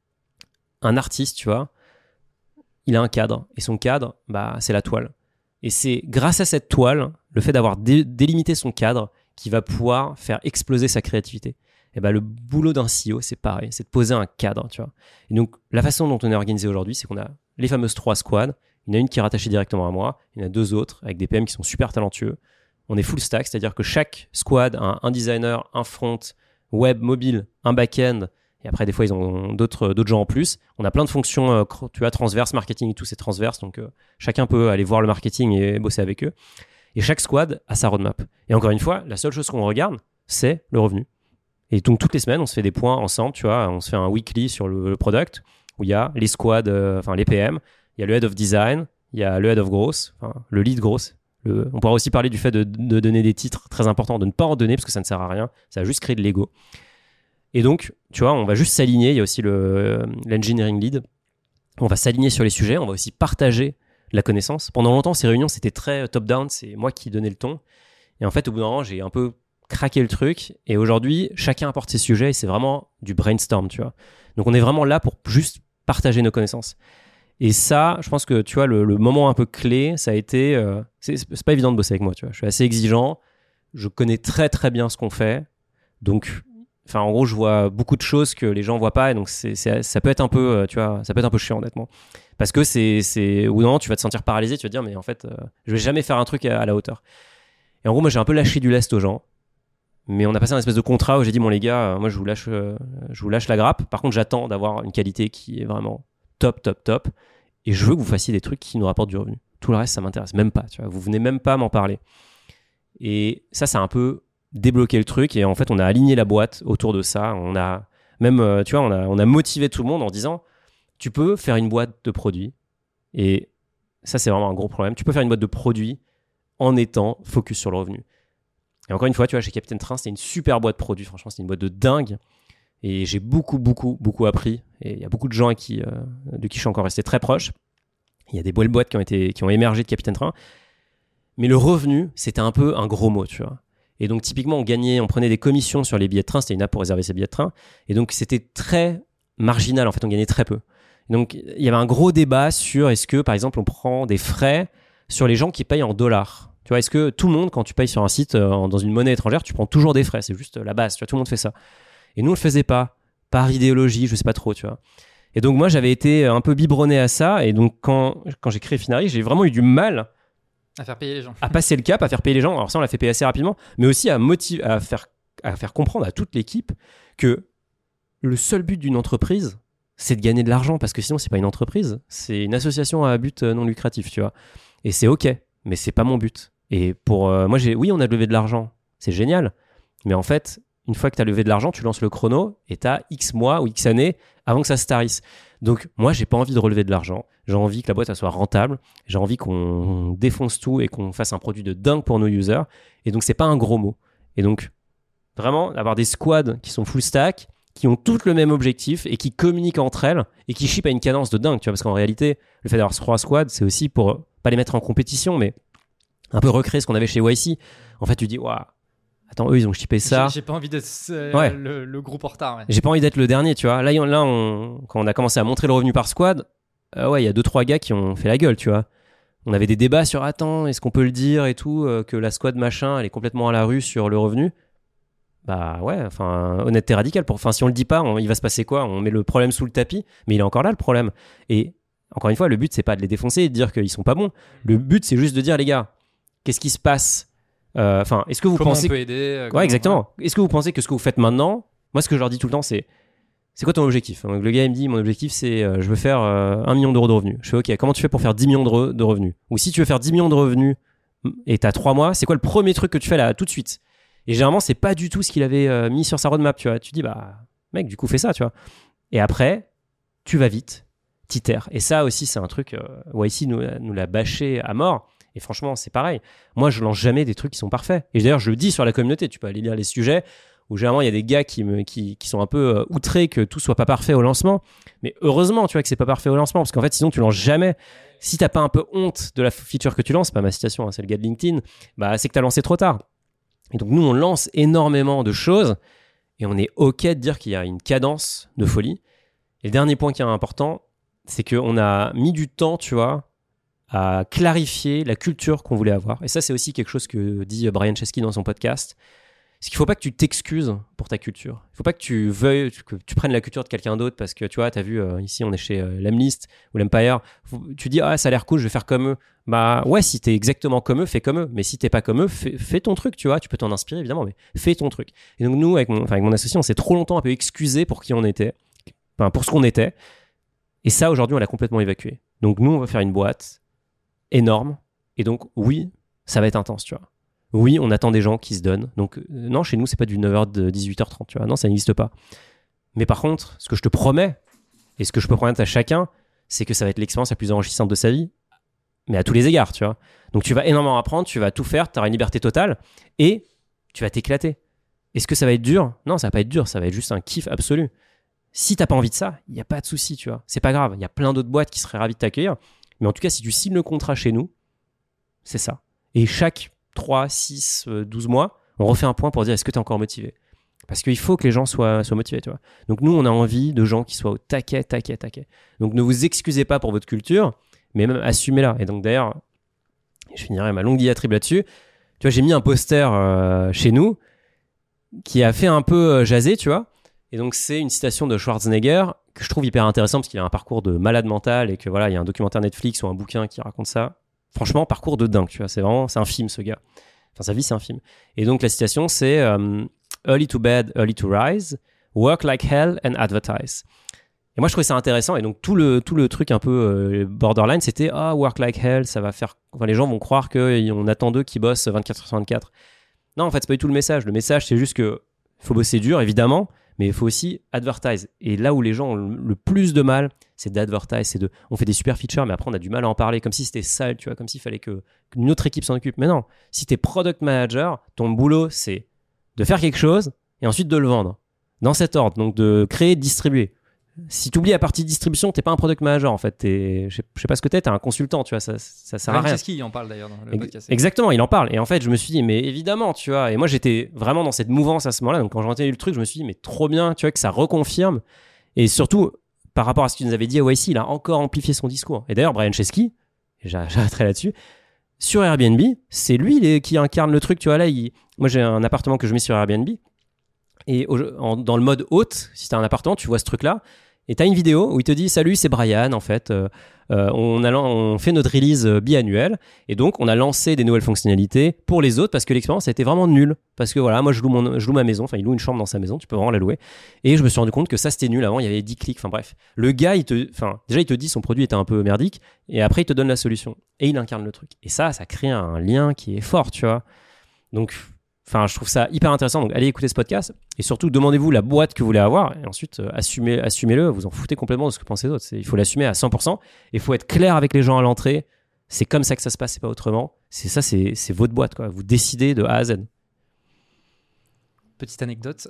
un artiste, tu vois, il a un cadre et son cadre, bah, c'est la toile. Et c'est grâce à cette toile, le fait d'avoir dé- délimité son cadre, qui va pouvoir faire exploser sa créativité. Et ben, le boulot d'un C E O, c'est pareil, c'est de poser un cadre, tu vois. Et donc, la façon dont on est organisé aujourd'hui, c'est qu'on a les fameuses trois squads. Il y en a une qui est rattachée directement à moi, il y en a deux autres avec des P M qui sont super talentueux. On est full stack, c'est-à-dire que chaque squad a un designer, un front, web, mobile, un back-end. Et après, des fois, ils ont d'autres, d'autres gens en plus. On a plein de fonctions, euh, tu vois, transverse, marketing et tout, c'est transverse. Donc, euh, chacun peut aller voir le marketing et bosser avec eux. Et chaque squad a sa roadmap. Et encore une fois, la seule chose qu'on regarde, c'est le revenu. Et donc, toutes les semaines, on se fait des points ensemble, tu vois. On se fait un weekly sur le, le product où il y a les squads, euh, enfin, les P M. Il y a le head of design. Il y a le head of growth, enfin, le lead growth. Le... On pourra aussi parler du fait de, de donner des titres très importants, de ne pas en donner parce que ça ne sert à rien. Ça va juste créer de l'ego. Et donc, tu vois, on va juste s'aligner. Il y a aussi le, l'engineering lead. On va s'aligner sur les sujets. On va aussi partager la connaissance. Pendant longtemps, ces réunions, c'était très top-down. C'est moi qui donnais le ton. Et en fait, au bout d'un moment, j'ai un peu craqué le truc. Et aujourd'hui, chacun apporte ses sujets et c'est vraiment du brainstorm, tu vois. Donc, on est vraiment là pour juste partager nos connaissances. Et ça, je pense que, tu vois, le, le moment un peu clé, ça a été... Euh, c'est, c'est pas évident de bosser avec moi, tu vois. Je suis assez exigeant. Je connais très, très bien ce qu'on fait. Donc... Enfin, en gros, je vois beaucoup de choses que les gens voient pas, et donc c'est, c'est, ça peut être un peu, tu vois, ça peut être un peu chiant, honnêtement, parce que c'est, c'est, ou non, tu vas te sentir paralysé, tu vas te dire, mais en fait, euh, je vais jamais faire un truc à, à la hauteur. Et en gros, moi, j'ai un peu lâché du lest aux gens, mais on a passé un espèce de contrat où j'ai dit, bon les gars, euh, moi, je vous lâche, euh, je vous lâche la grappe. Par contre, j'attends d'avoir une qualité qui est vraiment top, top, top, et je veux que vous fassiez des trucs qui nous rapportent du revenu. Tout le reste, ça m'intéresse même pas, tu vois. Vous venez même pas m'en parler. Et ça, c'est un peu débloquer le truc et en fait on a aligné la boîte autour de ça. On a même euh, tu vois on a, on a motivé tout le monde en disant tu peux faire une boîte de produits et ça c'est vraiment un gros problème. Tu peux faire une boîte de produits en étant focus sur le revenu. Et encore une fois, tu vois, chez Capitaine Train, c'était une super boîte de produits. Franchement, c'était une boîte de dingue et j'ai beaucoup beaucoup beaucoup appris et il y a beaucoup de gens à qui, euh, de qui je suis encore resté très proche. Il y a des belles boîtes qui ont été qui ont émergé de Capitaine Train, mais le revenu c'était un peu un gros mot, tu vois. Et donc, typiquement, on gagnait, on prenait des commissions sur les billets de train. C'était une app pour réserver ses billets de train. Et donc, c'était très marginal. En fait, on gagnait très peu. Et donc, il y avait un gros débat sur est-ce que, par exemple, on prend des frais sur les gens qui payent en dollars. Tu vois, est-ce que tout le monde, quand tu payes sur un site euh, dans une monnaie étrangère, tu prends toujours des frais? C'est juste la base. Tu vois, tout le monde fait ça. Et nous, on le faisait pas. Par idéologie, je sais pas trop, tu vois. Et donc, moi, j'avais été un peu biberonné à ça. Et donc, quand, quand j'ai créé Finari, j'ai vraiment eu du mal à faire payer les gens, à passer le cap, à faire payer les gens. Alors ça, on l'a fait payer assez rapidement, mais aussi à motiver, à faire, à faire comprendre à toute l'équipe que le seul but d'une entreprise, c'est de gagner de l'argent, parce que sinon, c'est pas une entreprise, c'est une association à but non lucratif, tu vois. Et c'est ok, mais c'est pas mon but. Et pour euh, moi, j'ai, oui, on a levé de l'argent, c'est génial, mais en fait, une fois que tu as levé de l'argent, tu lances le chrono et tu as X mois ou X années avant que ça se tarisse. Donc, moi, j'ai pas envie de relever de l'argent. J'ai envie que la boîte elle soit rentable. J'ai envie qu'on défonce tout et qu'on fasse un produit de dingue pour nos users. Et donc, c'est pas un gros mot. Et donc, vraiment, avoir des squads qui sont full stack, qui ont toutes le même objectif et qui communiquent entre elles et qui shippent à une cadence de dingue. Tu vois, parce qu'en réalité, le fait d'avoir trois squads, c'est aussi pour pas les mettre en compétition, mais un peu recréer ce qu'on avait chez Y C. En fait, tu dis, waouh. Attends, eux, ils ont shippé ça. J'ai, j'ai pas envie d'être euh, ouais. le, le groupe en retard. Ouais. J'ai pas envie d'être le dernier, tu vois. Là, là on, quand on a commencé à montrer le revenu par squad, euh, ouais, il y a deux trois gars qui ont fait la gueule, tu vois. On avait des débats sur attends, est-ce qu'on peut le dire et tout, euh, que la squad machin, elle est complètement à la rue sur le revenu. Bah ouais, enfin, honnêteté radicale. Pour... Enfin, si on le dit pas, on... il va se passer quoi? On met le problème sous le tapis, mais il est encore là le problème. Et encore une fois, le but, c'est pas de les défoncer et de dire qu'ils sont pas bons. Le but, c'est juste de dire, les gars, qu'est-ce qui se passe? Enfin, euh, est-ce que vous comment pensez... on peut aider euh, Ouais, exactement. Ouais. Est-ce que vous pensez que ce que vous faites maintenant, moi, ce que je leur dis tout le temps, c'est c'est quoi ton objectif? Donc, le gars, il me dit, mon objectif, c'est euh, je veux faire euh, un million d'euros de revenus. Je fais, ok, comment tu fais pour faire dix millions de, re- de revenus? Ou si tu veux faire dix millions de revenus et t'as trois mois, c'est quoi le premier truc que tu fais là, tout de suite? Et généralement, c'est pas du tout ce qu'il avait euh, mis sur sa roadmap, tu vois. Tu dis, bah, mec, du coup, fais ça, tu vois. Et après, tu vas vite, t'itères. Et ça aussi, c'est un truc, euh, Y C nous, nous l'a bâché à mort. Et franchement, c'est pareil. Moi, je lance jamais des trucs qui sont parfaits. Et d'ailleurs, je le dis sur la communauté. Tu peux aller lire les sujets où généralement, il y a des gars qui, me, qui, qui sont un peu euh, outrés que tout soit pas parfait au lancement. Mais heureusement, tu vois, que c'est pas parfait au lancement. Parce qu'en fait, sinon, tu lances jamais. Si t'as pas un peu honte de la feature que tu lances, c'est pas ma citation, hein, c'est le gars de LinkedIn, bah, c'est que t'as lancé trop tard. Et donc, nous, on lance énormément de choses et on est OK de dire qu'il y a une cadence de folie. Et le dernier point qui est important, c'est qu'on a mis du temps, tu vois, à clarifier la culture qu'on voulait avoir. Et ça, c'est aussi quelque chose que dit Brian Chesky dans son podcast. C'est qu'il ne faut pas que tu t'excuses pour ta culture. Il ne faut pas que tu veuilles que tu prennes la culture de quelqu'un d'autre parce que, tu vois, tu as vu, euh, ici, on est chez euh, Lemlist ou l'Empire. Faut, tu dis, ah, ça a l'air cool, je vais faire comme eux. Bah ouais, si tu es exactement comme eux, fais comme eux. Mais si tu n'es pas comme eux, fais, fais ton truc, tu vois. Tu peux t'en inspirer, évidemment, mais fais ton truc. Et donc, nous, avec mon, enfin, avec mon associé, on s'est trop longtemps un peu excusé pour qui on était, enfin, pour ce qu'on était. Et ça, aujourd'hui, on l'a complètement évacué. Donc, nous, on va faire une boîte énorme. Et donc, oui, ça va être intense, tu vois. Oui, on attend des gens qui se donnent. Donc, euh, non, chez nous, c'est pas du neuf heures de dix-huit heures trente, tu vois. Non, ça n'existe pas. Mais par contre, ce que je te promets, et ce que je peux promettre à chacun, c'est que ça va être l'expérience la plus enrichissante de sa vie, mais à tous les égards, tu vois. Donc, tu vas énormément apprendre, tu vas tout faire, tu auras une liberté totale, et tu vas t'éclater. Est-ce que ça va être dur? Non, ça va pas être dur, ça va être juste un kiff absolu. Si t'as pas envie de ça, il n'y a pas de souci, tu vois. C'est pas grave, il y a plein d'autres boîtes qui seraient ravies de t'accueillir. Mais en tout cas, si tu signes le contrat chez nous, c'est ça. Et chaque trois, six, douze mois, on refait un point pour dire est-ce que tu es encore motivé? Parce qu'il faut que les gens soient, soient motivés, tu vois. Donc nous, on a envie de gens qui soient au taquet, taquet, taquet. Donc ne vous excusez pas pour votre culture, mais même assumez-la. Et donc d'ailleurs, je finirai ma longue diatribe là-dessus. Tu vois, j'ai mis un poster euh, chez nous qui a fait un peu euh, jaser, tu vois. Et donc c'est une citation de Schwarzenegger que je trouve hyper intéressant parce qu'il a un parcours de malade mental et que voilà, il y a un documentaire Netflix ou un bouquin qui raconte ça. Franchement, parcours de dingue, tu vois. C'est vraiment, c'est un film, ce gars. Enfin, sa vie, c'est un film. Et donc, la citation, c'est um, early to bed, early to rise, work like hell and advertise. Et moi, je trouvais ça intéressant. Et donc, tout le, tout le truc un peu euh, borderline, c'était ah, work like hell, ça va faire. Enfin, les gens vont croire qu'on attend d'eux qui bossent vingt-quatre heures sur vingt-quatre. Non, en fait, c'est pas du tout le message. Le message, c'est juste que faut bosser dur, évidemment, mais il faut aussi advertise. Et là où les gens ont le plus de mal, c'est d'advertise, c'est de, on fait des super features, mais après on a du mal à en parler, comme si c'était sale, tu vois, comme s'il fallait que qu'une autre équipe s'en occupe. Mais non, si t'es product manager, ton boulot c'est de faire quelque chose et ensuite de le vendre dans cet ordre, donc de créer, de distribuer. Si tu oublies la partie distribution, t'es pas un product manager en fait. T'es, je sais, je sais pas ce que t'es, t'es un consultant, tu vois, ça, ça sert à rien. C'est ce qu'il en parle d'ailleurs dans le podcast. Exactement, il en parle. Et en fait, je me suis dit, mais évidemment, tu vois. Et moi, j'étais vraiment dans cette mouvance à ce moment-là. Donc, quand j'ai entendu le truc, je me suis dit, mais trop bien, tu vois, que ça reconfirme. Et surtout, par rapport à ce qu'il nous avait dit à Y C, il a encore amplifié son discours. Et d'ailleurs, Brian Chesky, j'arrêterai là-dessus, sur Airbnb, c'est lui les, qui incarne le truc, tu vois. Là, il, moi, j'ai un appartement que je mets sur Airbnb. Et au, en, dans le mode hôte, si t'as un appartement, tu vois ce truc-là. Et t'as une vidéo où il te dit « Salut, c'est Brian, en fait. Euh, euh, on, a, on fait notre release biannuelle. Et donc, on a lancé des nouvelles fonctionnalités pour les autres parce que l'expérience a été vraiment nulle. Parce que voilà, moi, je loue, mon, je loue ma maison. Enfin, il loue une chambre dans sa maison. Tu peux vraiment la louer. Et je me suis rendu compte que ça, c'était nul. Avant, il y avait dix clics. Enfin, bref. Le gars, il te, enfin, déjà, il te dit son produit était un peu merdique. Et après, il te donne la solution. Et il incarne le truc. Et ça, ça crée un lien qui est fort, tu vois. Donc... Enfin, je trouve ça hyper intéressant. Donc, allez écouter ce podcast. Et surtout, demandez-vous la boîte que vous voulez avoir. Et ensuite, euh, assumez, assumez-le. Vous en foutez complètement de ce que pensent les autres. C'est, il faut l'assumer à cent pour cent. Et il faut être clair avec les gens à l'entrée. C'est comme ça que ça se passe, c'est pas autrement. C'est ça, c'est, c'est votre boîte, quoi. Vous décidez de A à Z. Petite anecdote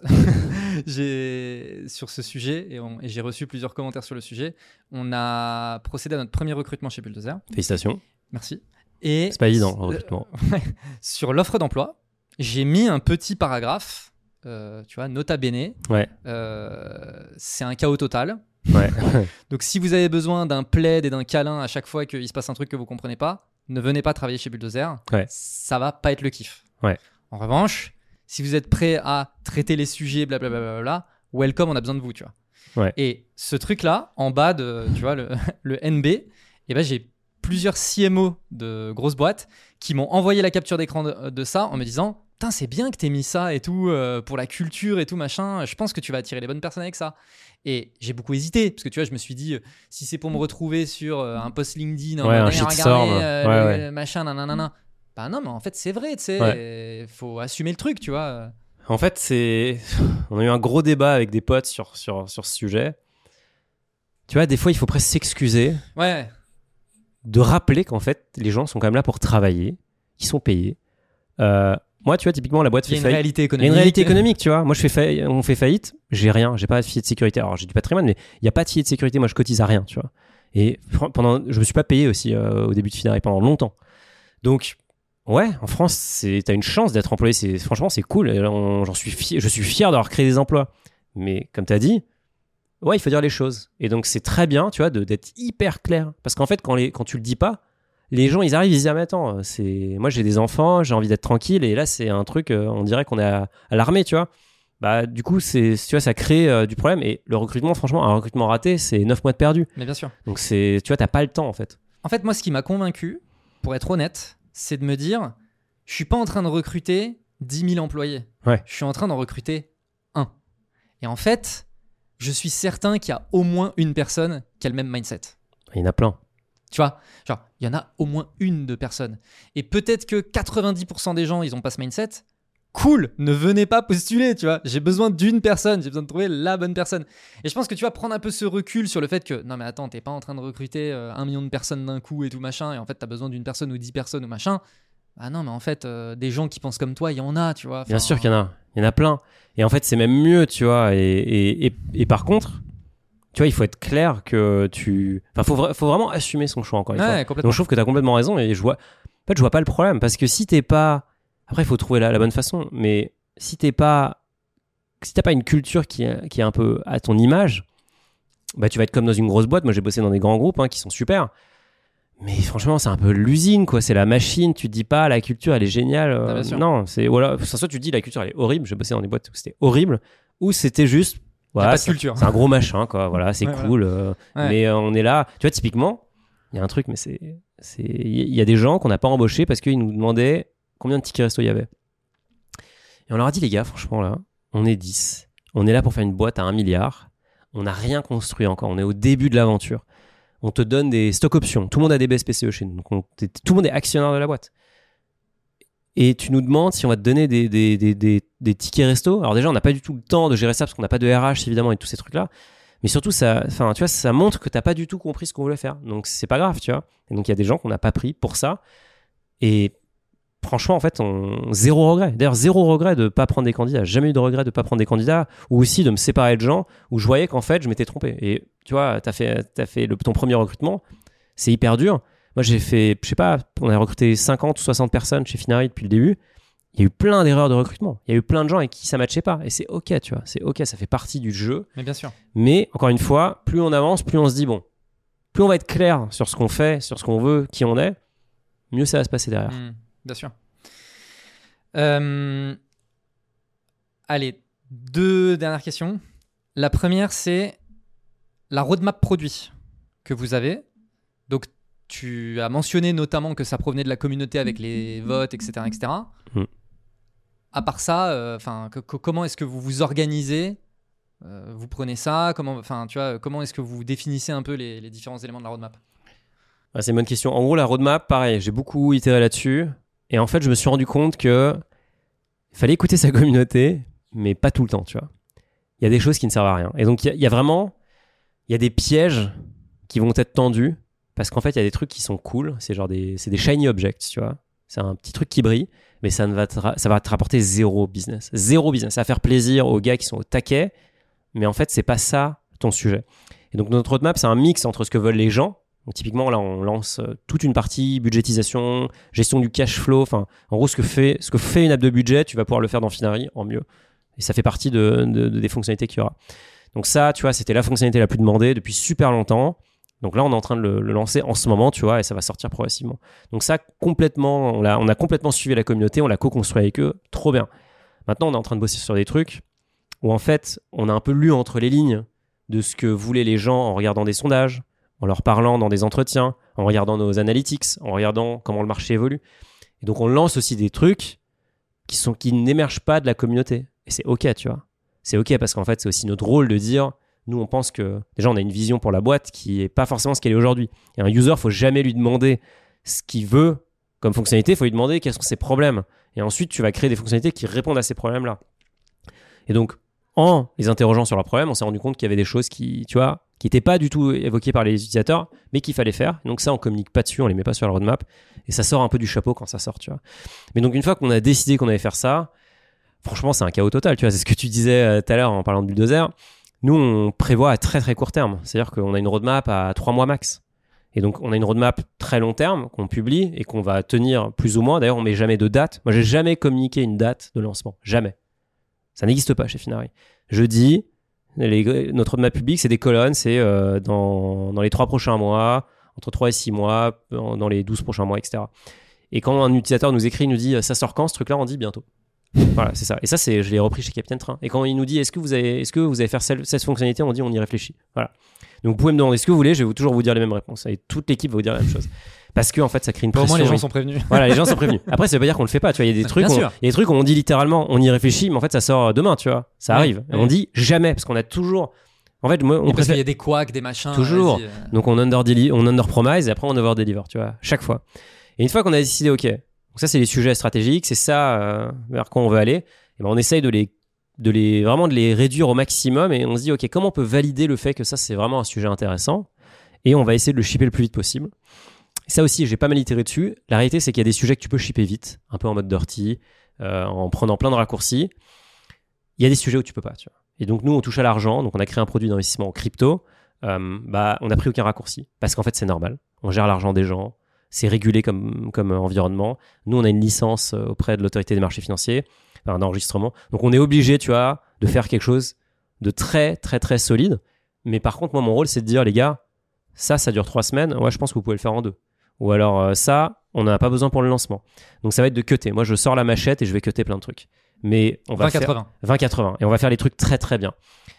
j'ai, sur ce sujet, et, on, et j'ai reçu plusieurs commentaires sur le sujet. On a procédé à notre premier recrutement chez Bulldozer. Félicitations. Merci. Et c'est pas évident, le recrutement. Euh, sur l'offre d'emploi, j'ai mis un petit paragraphe, euh, tu vois, nota bene. Ouais. Euh, c'est un chaos total. Ouais. Donc, si vous avez besoin d'un plaid et d'un câlin à chaque fois qu'il se passe un truc que vous comprenez pas, ne venez pas travailler chez Bulldozer. Ouais. Ça va pas être le kiff. Ouais. En revanche, Si vous êtes prêt à traiter les sujets, blablabla, bla, bla, bla, welcome, on a besoin de vous, tu vois. Ouais. Et ce truc-là, en bas de, tu vois, le, le N B, eh ben, j'ai plusieurs C M O de grosses boîtes qui m'ont envoyé la capture d'écran de, de ça en me disant « Putain, c'est bien que t'aies mis ça et tout, euh, pour la culture et tout, machin. Je pense que tu vas attirer les bonnes personnes avec ça. » Et j'ai beaucoup hésité, parce que tu vois, je me suis dit, si c'est pour me retrouver sur euh, un post LinkedIn, ouais, un regardez, shitstorm, euh, ouais, le, ouais. le machin, nanana. Bah non, mais en fait, c'est vrai, tu sais, Ouais. faut assumer le truc, tu vois. En fait, c'est... on a eu un gros débat avec des potes sur, sur, sur ce sujet. Tu vois, des fois, il faut presque s'excuser. Ouais. De rappeler qu'en fait, les gens sont quand même là pour travailler, ils sont payés. Euh, moi, tu vois, typiquement, la boîte fait faillite. Il y a une réalité économique. Il y a une réalité économique, tu vois. Moi, je fais faillite, on fait faillite, j'ai rien, j'ai pas de filet de sécurité. Alors, j'ai du patrimoine, mais il n'y a pas de filet de sécurité. Moi, je cotise à rien, tu vois. Et pendant, je me suis pas payé aussi euh, au début de Finari pendant longtemps. Donc, ouais, en France, c'est, t'as une chance d'être employé. C'est, franchement, c'est cool. Et on, j'en suis fier, je suis fier d'avoir créé des emplois. Mais comme tu as dit, ouais, il faut dire les choses. Et donc, c'est très bien, tu vois, de, d'être hyper clair. Parce qu'en fait, quand, les, quand tu le dis pas, les gens, ils arrivent, ils se disent « Ah, mais attends, c'est... moi, j'ai des enfants, j'ai envie d'être tranquille. » Et là, c'est un truc, euh, on dirait qu'on est à, à l'armée, tu vois. Bah, du coup, c'est, tu vois, ça crée euh, du problème. Et le recrutement, franchement, un recrutement raté, c'est neuf mois de perdu. Mais bien sûr. Donc, c'est, tu vois, t'as pas le temps, en fait. En fait, moi, ce qui m'a convaincu, pour être honnête, c'est de me dire « Je suis pas en train de recruter dix mille employés. Ouais. Je suis en train d'en recruter un. » Et en fait, je suis certain qu'il y a au moins une personne qui a le même mindset. Il y en a plein. Tu vois, genre, il y en a au moins une de personnes. Et peut-être que quatre-vingt-dix pour cent des gens, ils n'ont pas ce mindset. Cool, ne venez pas postuler, tu vois. J'ai besoin d'une personne, j'ai besoin de trouver la bonne personne. Et je pense que tu vas prendre un peu ce recul sur le fait que, non mais attends, t'es pas en train de recruter euh, un million de personnes d'un coup et tout machin, et en fait, t'as besoin d'une personne ou dix personnes ou machin. Ah non, mais en fait, euh, des gens qui pensent comme toi, il y en a, tu vois. Enfin, Bien sûr qu'il y en a, il y en a plein. Et en fait, c'est même mieux, tu vois. Et, et, et, et par contre... Tu vois, il faut être clair que tu... Enfin, il faut, vra- faut vraiment assumer son choix, encore une ouais, fois. Donc, je trouve que tu as complètement raison et je vois... En fait, je vois pas le problème parce que si t'es pas... Après, il faut trouver la, la bonne façon, mais si t'es pas... Si t'as pas une culture qui est, qui est un peu à ton image, bah, tu vas être comme dans une grosse boîte. Moi, j'ai bossé dans des grands groupes hein, qui sont super. Mais franchement, c'est un peu l'usine, quoi. C'est la machine. Tu te dis pas, la culture, elle est géniale. Euh, ah, non, c'est... Voilà. Soit tu te dis, la culture, elle est horrible. J'ai bossé dans des boîtes où c'était horrible. Ou c'était juste... Voilà, pas de c'est, culture. C'est un gros machin, quoi. Voilà, c'est ouais, cool. voilà. Euh, ouais. Mais euh, on est là. Tu vois, typiquement, il y a un truc, mais c'est, c'est, il y a des gens qu'on n'a pas embauchés parce qu'ils nous demandaient combien de tickets resto il y avait. Et on leur a dit, les gars, franchement, là, on est dix. On est là pour faire une boîte à un milliard. On n'a rien construit encore. On est au début de l'aventure. On te donne des stock options. Tout le monde a des B S P C E chez nous. Donc on, tout le monde est actionnaire de la boîte. Et tu nous demandes si on va te donner des, des, des, des, des tickets resto. Alors déjà, on n'a pas du tout le temps de gérer ça parce qu'on n'a pas de R H, évidemment, et tous ces trucs-là. Mais surtout, ça, tu vois, ça montre que tu n'as pas du tout compris ce qu'on voulait faire. Donc, c'est pas grave, tu vois. Et donc, il y a des gens qu'on n'a pas pris pour ça. Et franchement, en fait, on... zéro regret. D'ailleurs, zéro regret de ne pas prendre des candidats. Jamais eu de regret de ne pas prendre des candidats. Ou aussi de me séparer de gens où je voyais qu'en fait, je m'étais trompé. Et tu vois, tu as fait, t'as fait le, ton premier recrutement. C'est hyper dur. Moi, j'ai fait, je sais pas, on a recruté cinquante ou soixante personnes chez Finari depuis le début. Il y a eu plein d'erreurs de recrutement. Il y a eu plein de gens avec qui ça matchait pas. Et c'est OK, tu vois. C'est OK, ça fait partie du jeu. Mais bien sûr. Mais encore une fois, plus on avance, plus on se dit, bon, plus on va être clair sur ce qu'on fait, sur ce qu'on veut, qui on est, mieux ça va se passer derrière. Mmh, bien sûr. Euh... Allez, deux dernières questions. La première, c'est la roadmap produit que vous avez. Donc, tu as mentionné notamment que ça provenait de la communauté avec les votes, et cetera, et cetera. Mmh. À part ça, euh, que, que, comment est-ce que vous vous organisez euh, Vous prenez ça comment, tu vois, comment est-ce que vous définissez un peu les, les différents éléments de la roadmap? Ah, c'est une bonne question. En gros, la roadmap, pareil, j'ai beaucoup itéré là-dessus. Et en fait, je me suis rendu compte que fallait écouter sa communauté, mais pas tout le temps, tu vois. Il y a des choses qui ne servent à rien. Et donc, il y, y a vraiment... Il y a des pièges qui vont être tendus. Parce qu'en fait, il y a des trucs qui sont cool. C'est genre des, c'est des shiny objects, tu vois. C'est un petit truc qui brille, mais ça, ne va te, ça va te rapporter zéro business. Zéro business. Ça va faire plaisir aux gars qui sont au taquet, mais en fait, c'est pas ça ton sujet. Et donc, notre roadmap, c'est un mix entre ce que veulent les gens. Donc, typiquement, là, on lance toute une partie budgétisation, gestion du cash flow. Enfin, en gros, ce que fait, ce que fait une app de budget, tu vas pouvoir le faire dans Finari en mieux. Et ça fait partie de, de, de, des fonctionnalités qu'il y aura. Donc ça, tu vois, c'était la fonctionnalité la plus demandée depuis super longtemps. Donc là, on est en train de le, le lancer en ce moment, tu vois, et ça va sortir progressivement. Donc ça, complètement, on a, on a complètement suivi la communauté, on l'a co-construit avec eux, trop bien. Maintenant, on est en train de bosser sur des trucs où en fait, on a un peu lu entre les lignes de ce que voulaient les gens en regardant des sondages, en leur parlant dans des entretiens, en regardant nos analytics, en regardant comment le marché évolue. Et donc, on lance aussi des trucs qui, sont, qui n'émergent pas de la communauté. Et c'est OK, tu vois. C'est OK parce qu'en fait, c'est aussi notre rôle de dire, nous, on pense que, déjà, on a une vision pour la boîte qui n'est pas forcément ce qu'elle est aujourd'hui. Et un user, il ne faut jamais lui demander ce qu'il veut comme fonctionnalité, il faut lui demander quels sont ses problèmes. Et ensuite, tu vas créer des fonctionnalités qui répondent à ces problèmes-là. Et donc, en les interrogeant sur leurs problèmes, on s'est rendu compte qu'il y avait des choses qui, tu vois, qui n'étaient pas du tout évoquées par les utilisateurs, mais qu'il fallait faire. Donc ça, on communique pas dessus, on les met pas sur la roadmap. Et ça sort un peu du chapeau quand ça sort, tu vois. Mais donc, une fois qu'on a décidé qu'on allait faire ça, franchement, c'est un chaos total, tu vois. C'est ce que tu disais euh, tout à l'heure en parlant de Bulldozer. Nous, on prévoit à très, très court terme. C'est-à-dire qu'on a une roadmap à trois mois max. Et donc, on a une roadmap très long terme qu'on publie et qu'on va tenir plus ou moins. D'ailleurs, on met jamais de date. Moi, j'ai jamais communiqué une date de lancement. Jamais. Ça n'existe pas chez Finari. Je dis, les, notre roadmap public, c'est des colonnes, c'est euh, dans, dans les trois prochains mois, entre trois et six mois, dans les douze prochains mois, et cetera. Et quand un utilisateur nous écrit, il nous dit, ça sort quand ce truc-là, on dit bientôt. Voilà, c'est ça. Et ça, c'est, je l'ai repris chez Capitaine Train. Et quand il nous dit, est-ce que vous avez, est-ce que vous allez faire cette, cette fonctionnalité, on dit, on y réfléchit. Voilà. Donc, vous pouvez me demander ce que vous voulez, je vais vous, toujours vous dire les mêmes réponses. Et toute l'équipe va vous dire la même chose. Parce que, en fait, ça crée une Pour pression. au moins, les gens sont prévenus. Voilà, les gens sont prévenus. Après, ça veut pas dire qu'on le fait pas. Tu vois, il y a des trucs, on, il y a des trucs où on dit littéralement, on y réfléchit, mais en fait, ça sort demain, tu vois. Ça ouais, arrive. Ouais. On dit jamais, parce qu'on a toujours. En fait, moi, on parce préfère... qu'il y a des couacs, des machins. Toujours. Euh... Donc, on under, on under promise et après, on over deliver, tu vois, chaque fois. Et une fois qu'on a décidé, ok, donc ça, c'est les sujets stratégiques, c'est ça euh, vers quoi on veut aller. Et ben, on essaye de les, de les, vraiment de les réduire au maximum et on se dit, ok, comment on peut valider le fait que ça, c'est vraiment un sujet intéressant et on va essayer de le shipper le plus vite possible. Et ça aussi, j'ai pas mal itéré dessus. La réalité, c'est qu'il y a des sujets que tu peux shipper vite, un peu en mode dirty, euh, en prenant plein de raccourcis. Il y a des sujets où tu peux pas, tu vois. Et donc, nous, on touche à l'argent. Donc, on a créé un produit d'investissement en crypto. Euh, bah, on n'a pris aucun raccourci parce qu'en fait, c'est normal. On gère l'argent des gens. C'est régulé comme, comme environnement. Nous, on a une licence auprès de l'autorité des marchés financiers, enfin, d'enregistrement. Donc, on est obligé, tu vois, de faire quelque chose de très, très, très solide. Mais par contre, moi, mon rôle, c'est de dire, les gars, ça, ça dure trois semaines. Ouais, je pense que vous pouvez le faire en deux. Ou alors, euh, ça, on n'en a pas besoin pour le lancement. Donc, ça va être de cutter. Moi, je sors la machette et je vais cutter plein de trucs. Mais on va vingt quatre-vingts. faire vingt quatre-vingts. Et on va faire les trucs très, très bien.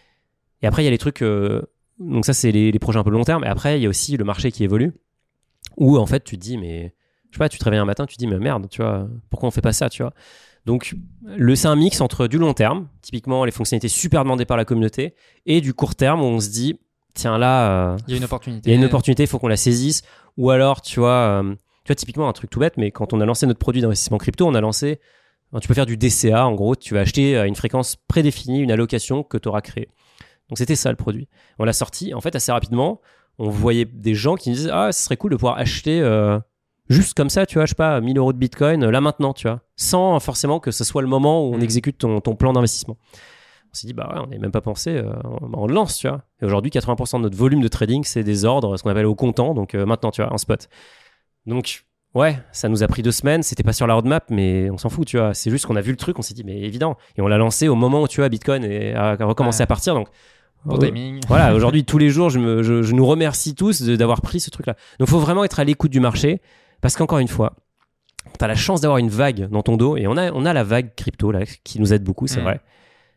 Et après, il y a les trucs... Euh... Donc, ça, c'est les, les projets un peu long terme. Et après, il y a aussi le marché qui évolue. Où, en fait, tu te dis, mais... Je sais pas, tu te réveilles un matin, tu te dis, mais merde, tu vois, pourquoi on fait pas ça, tu vois. Donc, le, c'est un mix entre du long terme, typiquement les fonctionnalités super demandées par la communauté, et du court terme où on se dit, tiens, là... Euh, il y a une opportunité. Il y a une opportunité, il faut qu'on la saisisse. Ou alors, tu vois, euh, tu vois, typiquement, un truc tout bête, mais quand on a lancé notre produit d'investissement crypto, on a lancé... Tu peux faire du D C A, en gros, tu vas acheter à une fréquence prédéfinie, une allocation que tu auras créée. Donc, c'était ça le produit. On l'a sorti, en fait, assez rapidement. On voyait des gens qui nous disaient, ah, ce serait cool de pouvoir acheter euh, juste comme ça, tu vois, je sais pas, mille euros de Bitcoin, là maintenant, tu vois, sans forcément que ce soit le moment où on exécute ton, ton plan d'investissement. On s'est dit, bah ouais, on n'a même pas pensé, euh, on, on le lance, tu vois. Et aujourd'hui, quatre-vingts pour cent de notre volume de trading, c'est des ordres, ce qu'on appelle au comptant, donc euh, maintenant, tu vois, en spot. Donc, ouais, ça nous a pris deux semaines, c'était pas sur la roadmap, mais on s'en fout, tu vois. C'est juste qu'on a vu le truc, on s'est dit, mais évident. Et on l'a lancé au moment où, tu vois, Bitcoin a, a recommencé ouais. à partir, donc... Bon timing. Voilà, aujourd'hui, tous les jours, je, me, je, je nous remercie tous de, d'avoir pris ce truc-là. Donc, il faut vraiment être à l'écoute du marché, parce qu'encore une fois, tu as la chance d'avoir une vague dans ton dos, et on a, on a la vague crypto, là, qui nous aide beaucoup, c'est mmh. vrai.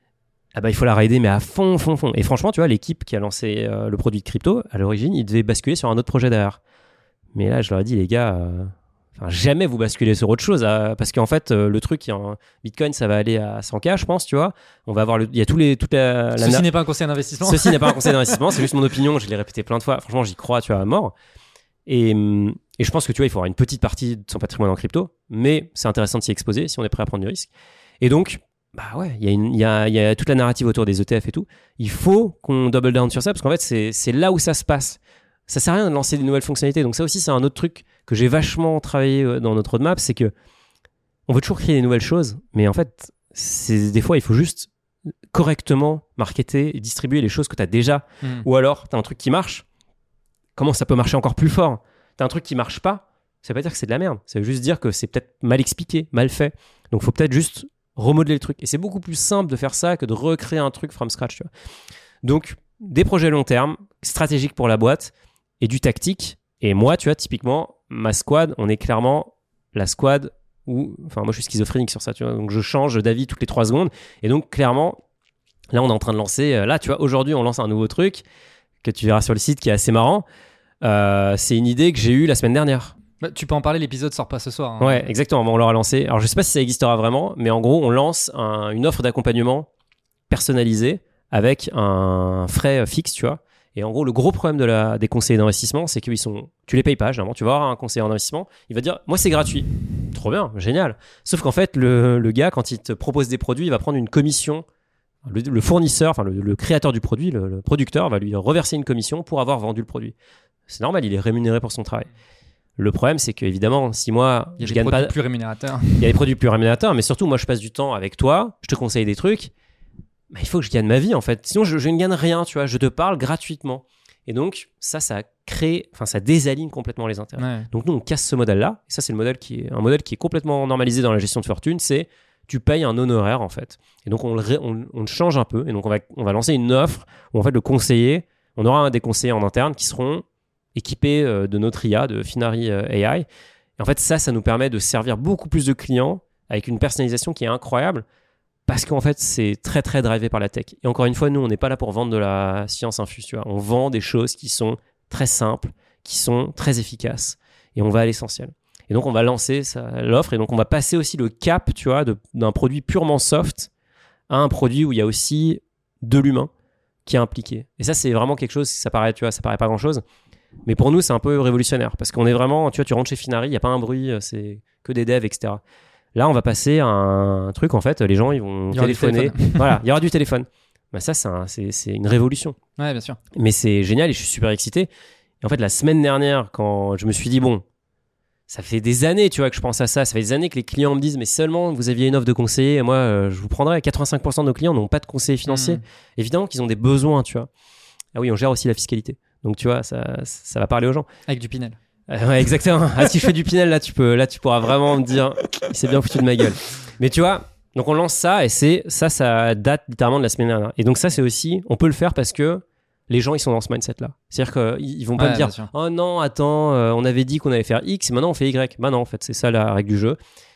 Ah bah, il faut la raider, mais à fond, fond, fond. Et franchement, tu vois, l'équipe qui a lancé euh, le produit de crypto, à l'origine, ils devaient basculer sur un autre projet derrière. Mais là, je leur ai dit, les gars... Euh... Enfin, jamais vous basculez sur autre chose, hein, parce qu'en fait, euh, le truc, en Bitcoin, ça va aller à cent K, je pense, tu vois. On va avoir le, il y a tous les, toute la, la Ceci na... n'est pas un conseil d'investissement. Ceci n'est pas un conseil d'investissement, c'est juste mon opinion, je l'ai répété plein de fois. Franchement, j'y crois, tu vois, à mort. Et, et je pense que, tu vois, il faut avoir une petite partie de son patrimoine en crypto, mais c'est intéressant de s'y exposer si on est prêt à prendre du risque. Et donc, bah ouais, il y a une, il y a, il y a toute la narrative autour des E T F et tout. Il faut qu'on double down sur ça, parce qu'en fait, c'est, c'est là où ça se passe. Ça sert à rien de lancer des nouvelles fonctionnalités. Donc ça aussi, c'est un autre truc que j'ai vachement travaillé dans notre roadmap, c'est que on veut toujours créer des nouvelles choses, mais en fait, c'est, des fois, il faut juste correctement marketer et distribuer les choses que tu as déjà. Mmh. Ou alors, tu as un truc qui marche. Comment ça peut marcher encore plus fort ? Tu as un truc qui marche pas, ça veut pas dire que c'est de la merde. Ça veut juste dire que c'est peut-être mal expliqué, mal fait. Donc, il faut peut-être juste remodeler le truc. Et c'est beaucoup plus simple de faire ça que de recréer un truc from scratch. Tu vois. Donc, des projets long terme, stratégiques pour la boîte, et du tactique. Et moi, tu vois, typiquement, ma squad, on est clairement la squad où, enfin, moi, je suis schizophrénique sur ça, tu vois. Donc, je change d'avis toutes les trois secondes. Et donc, clairement, là, on est en train de lancer. Euh, là, tu vois, aujourd'hui, on lance un nouveau truc que tu verras sur le site qui est assez marrant. Euh, c'est une idée que j'ai eue la semaine dernière. Bah, tu peux en parler, l'épisode sort pas ce soir. Hein. Ouais, exactement. Bon, on l'aura lancé. Alors, je sais pas si ça existera vraiment, mais en gros, on lance un, une offre d'accompagnement personnalisée avec un frais fixe, tu vois. Et en gros, le gros problème de la, des conseillers d'investissement, c'est qu'ils sont, tu les payes pas, généralement. Tu vas avoir un conseiller en investissement, il va dire, moi, c'est gratuit. Trop bien, génial. Sauf qu'en fait, le, le gars, quand il te propose des produits, il va prendre une commission. Le, le fournisseur, enfin, le, le créateur du produit, le, le producteur, va lui reverser une commission pour avoir vendu le produit. C'est normal, il est rémunéré pour son travail. Le problème, c'est qu'évidemment, si moi, il y a je des gagne produits pas, plus rémunérateurs. Il y a des produits plus rémunérateurs, mais surtout, moi, je passe du temps avec toi, je te conseille des trucs, bah, il faut que je gagne ma vie, en fait. Sinon, je, je ne gagne rien, tu vois. Je te parle gratuitement. Et donc, ça, ça crée, enfin, ça déaligne complètement les intérêts. Ouais. Donc, nous, on casse ce modèle-là. Et ça, c'est le modèle qui est un modèle qui est complètement normalisé dans la gestion de fortune. C'est tu payes un honoraire, en fait. Et donc, on le, ré, on, on le change un peu. Et donc, on va, on va lancer une offre où, en fait, le conseiller, on aura un des conseillers en interne qui seront équipés euh, de notre I A, de Finari euh, A I. Et en fait, ça, ça nous permet de servir beaucoup plus de clients avec une personnalisation qui est incroyable parce qu'en fait, c'est très, très drivé par la tech. Et encore une fois, nous, on n'est pas là pour vendre de la science infuse, tu vois. On vend des choses qui sont très simples, qui sont très efficaces et on va à l'essentiel. Et donc, on va lancer ça, l'offre et donc, on va passer aussi le cap, tu vois, de, d'un produit purement soft à un produit où il y a aussi de l'humain qui est impliqué. Et ça, c'est vraiment quelque chose, ça paraît, tu vois, ça paraît pas grand-chose. Mais pour nous, c'est un peu révolutionnaire parce qu'on est vraiment, tu vois, tu rentres chez Finari, il n'y a pas un bruit, c'est que des devs, et cetera. Là, on va passer à un truc, en fait, les gens, ils vont il téléphoner. Voilà, il y aura du téléphone. Bah, ça, c'est, un, c'est, c'est une révolution. Ouais, bien sûr. Mais c'est génial et je suis super excité. Et en fait, la semaine dernière, quand je me suis dit, bon, ça fait des années, tu vois, que je pense à ça. Ça fait des années que les clients me disent, mais seulement vous aviez une offre de conseiller, et moi, euh, je vous prendrais. quatre-vingt-cinq pour cent de nos clients n'ont pas de conseiller financier. Mmh. Évidemment qu'ils ont des besoins, tu vois. Ah oui, on gère aussi la fiscalité. Donc, tu vois, ça, ça va parler aux gens. Avec du Pinel. Euh, ouais, exactement. Ah, si je fais du Pinel, là tu, peux, là, tu pourras vraiment me dire, il s'est bien foutu de ma gueule. Mais tu vois, donc on lance ça et c'est, ça, ça date littéralement de la semaine dernière. Et donc, ça, c'est aussi, on peut le faire parce que les gens, ils sont dans ce mindset-là. C'est-à-dire qu'ils vont pas ouais, me dire, oh non, attends, euh, on avait dit qu'on allait faire X et maintenant on fait Y. Bah non, en fait, c'est ça la règle du jeu.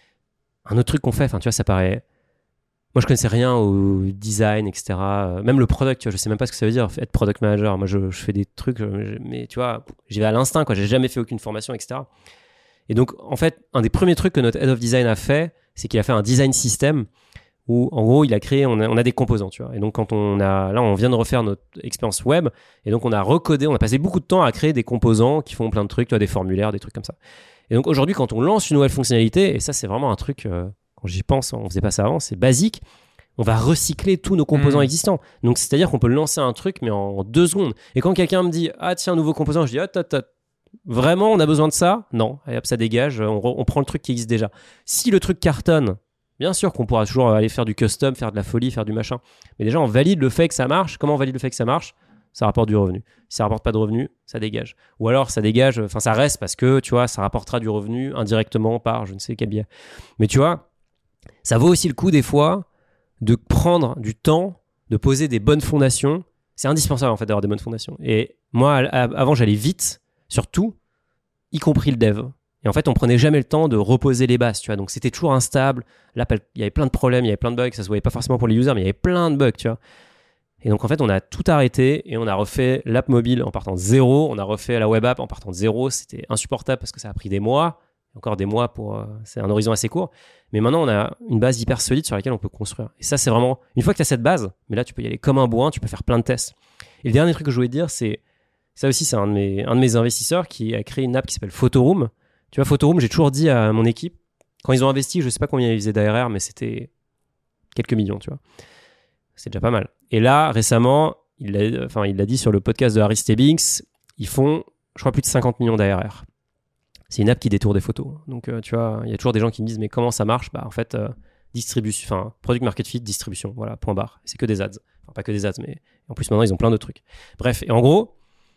Un autre truc qu'on fait, enfin, tu vois, ça paraît. Moi, je connaissais rien au design, et cetera. Même le product, tu vois, je sais même pas ce que ça veut dire, être product manager. Moi, je, je fais des trucs, mais tu vois, j'y vais à l'instinct, quoi. J'ai jamais fait aucune formation, et cetera. Et donc, en fait, un des premiers trucs que notre head of design a fait, c'est qu'il a fait un design system où, en gros, il a créé, on a, on a des composants, tu vois. Et donc, quand on a, là, on vient de refaire notre expérience web, et donc on a recodé, on a passé beaucoup de temps à créer des composants qui font plein de trucs, tu vois, des formulaires, des trucs comme ça. Et donc, aujourd'hui, quand on lance une nouvelle fonctionnalité, et ça, c'est vraiment un truc. Euh, Quand j'y pense, on faisait pas ça avant, c'est basique. On va recycler tous nos composants mmh. existants. Donc, c'est-à-dire qu'on peut lancer un truc, mais en deux secondes. Et quand quelqu'un me dit « Ah, tiens, nouveau composant », je dis « Ah, t'as, t'as, vraiment, on a besoin de ça ?» Non. Et hop, ça dégage, on, re, on prend le truc qui existe déjà. Si le truc cartonne, bien sûr qu'on pourra toujours aller faire du custom, faire de la folie, faire du machin. Mais déjà, on valide le fait que ça marche. Comment on valide le fait que ça marche ? Ça rapporte du revenu. Si ça rapporte pas de revenu, ça dégage. Ou alors, ça dégage, enfin, ça reste parce que, tu vois, ça rapportera du revenu indirectement par je ne sais quel biais. Mais tu vois, ça vaut aussi le coup, des fois, de prendre du temps, de poser des bonnes fondations. C'est indispensable, en fait, d'avoir des bonnes fondations. Et moi, avant, j'allais vite, sur tout, y compris le dev. Et en fait, on prenait jamais le temps de reposer les bases, tu vois. Donc, c'était toujours instable. Là, il y avait plein de problèmes, il y avait plein de bugs. Ça se voyait pas forcément pour les users, mais il y avait plein de bugs, tu vois. Et donc, en fait, on a tout arrêté et on a refait l'app mobile en partant de zéro. On a refait la web app en partant de zéro. C'était insupportable parce que ça a pris des mois. Encore des mois pour... Euh, c'est un horizon assez court. Mais maintenant, on a une base hyper solide sur laquelle on peut construire. Et ça, c'est vraiment... Une fois que tu as cette base, mais là, tu peux y aller comme un bourrin, tu peux faire plein de tests. Et le dernier truc que je voulais te dire, c'est... Ça aussi, c'est un de mes, un de mes investisseurs qui a créé une app qui s'appelle Photoroom. Tu vois, Photoroom, j'ai toujours dit à mon équipe, quand ils ont investi, je sais pas combien ils faisaient d'A R R, mais c'était quelques millions, tu vois. C'est déjà pas mal. Et là, récemment, il l'a, enfin, il l'a dit sur le podcast de Harry Stebbings, ils font, je crois, plus de cinquante millions d'A R R. C'est une app qui détourne des photos. Donc, euh, tu vois, il y a toujours des gens qui me disent, mais comment ça marche ? Bah, en fait, euh, distribution, enfin, product market fit, distribution, voilà, point barre. C'est que des ads. Enfin, pas que des ads, mais en plus, maintenant, ils ont plein d'autres trucs. Bref, et en gros,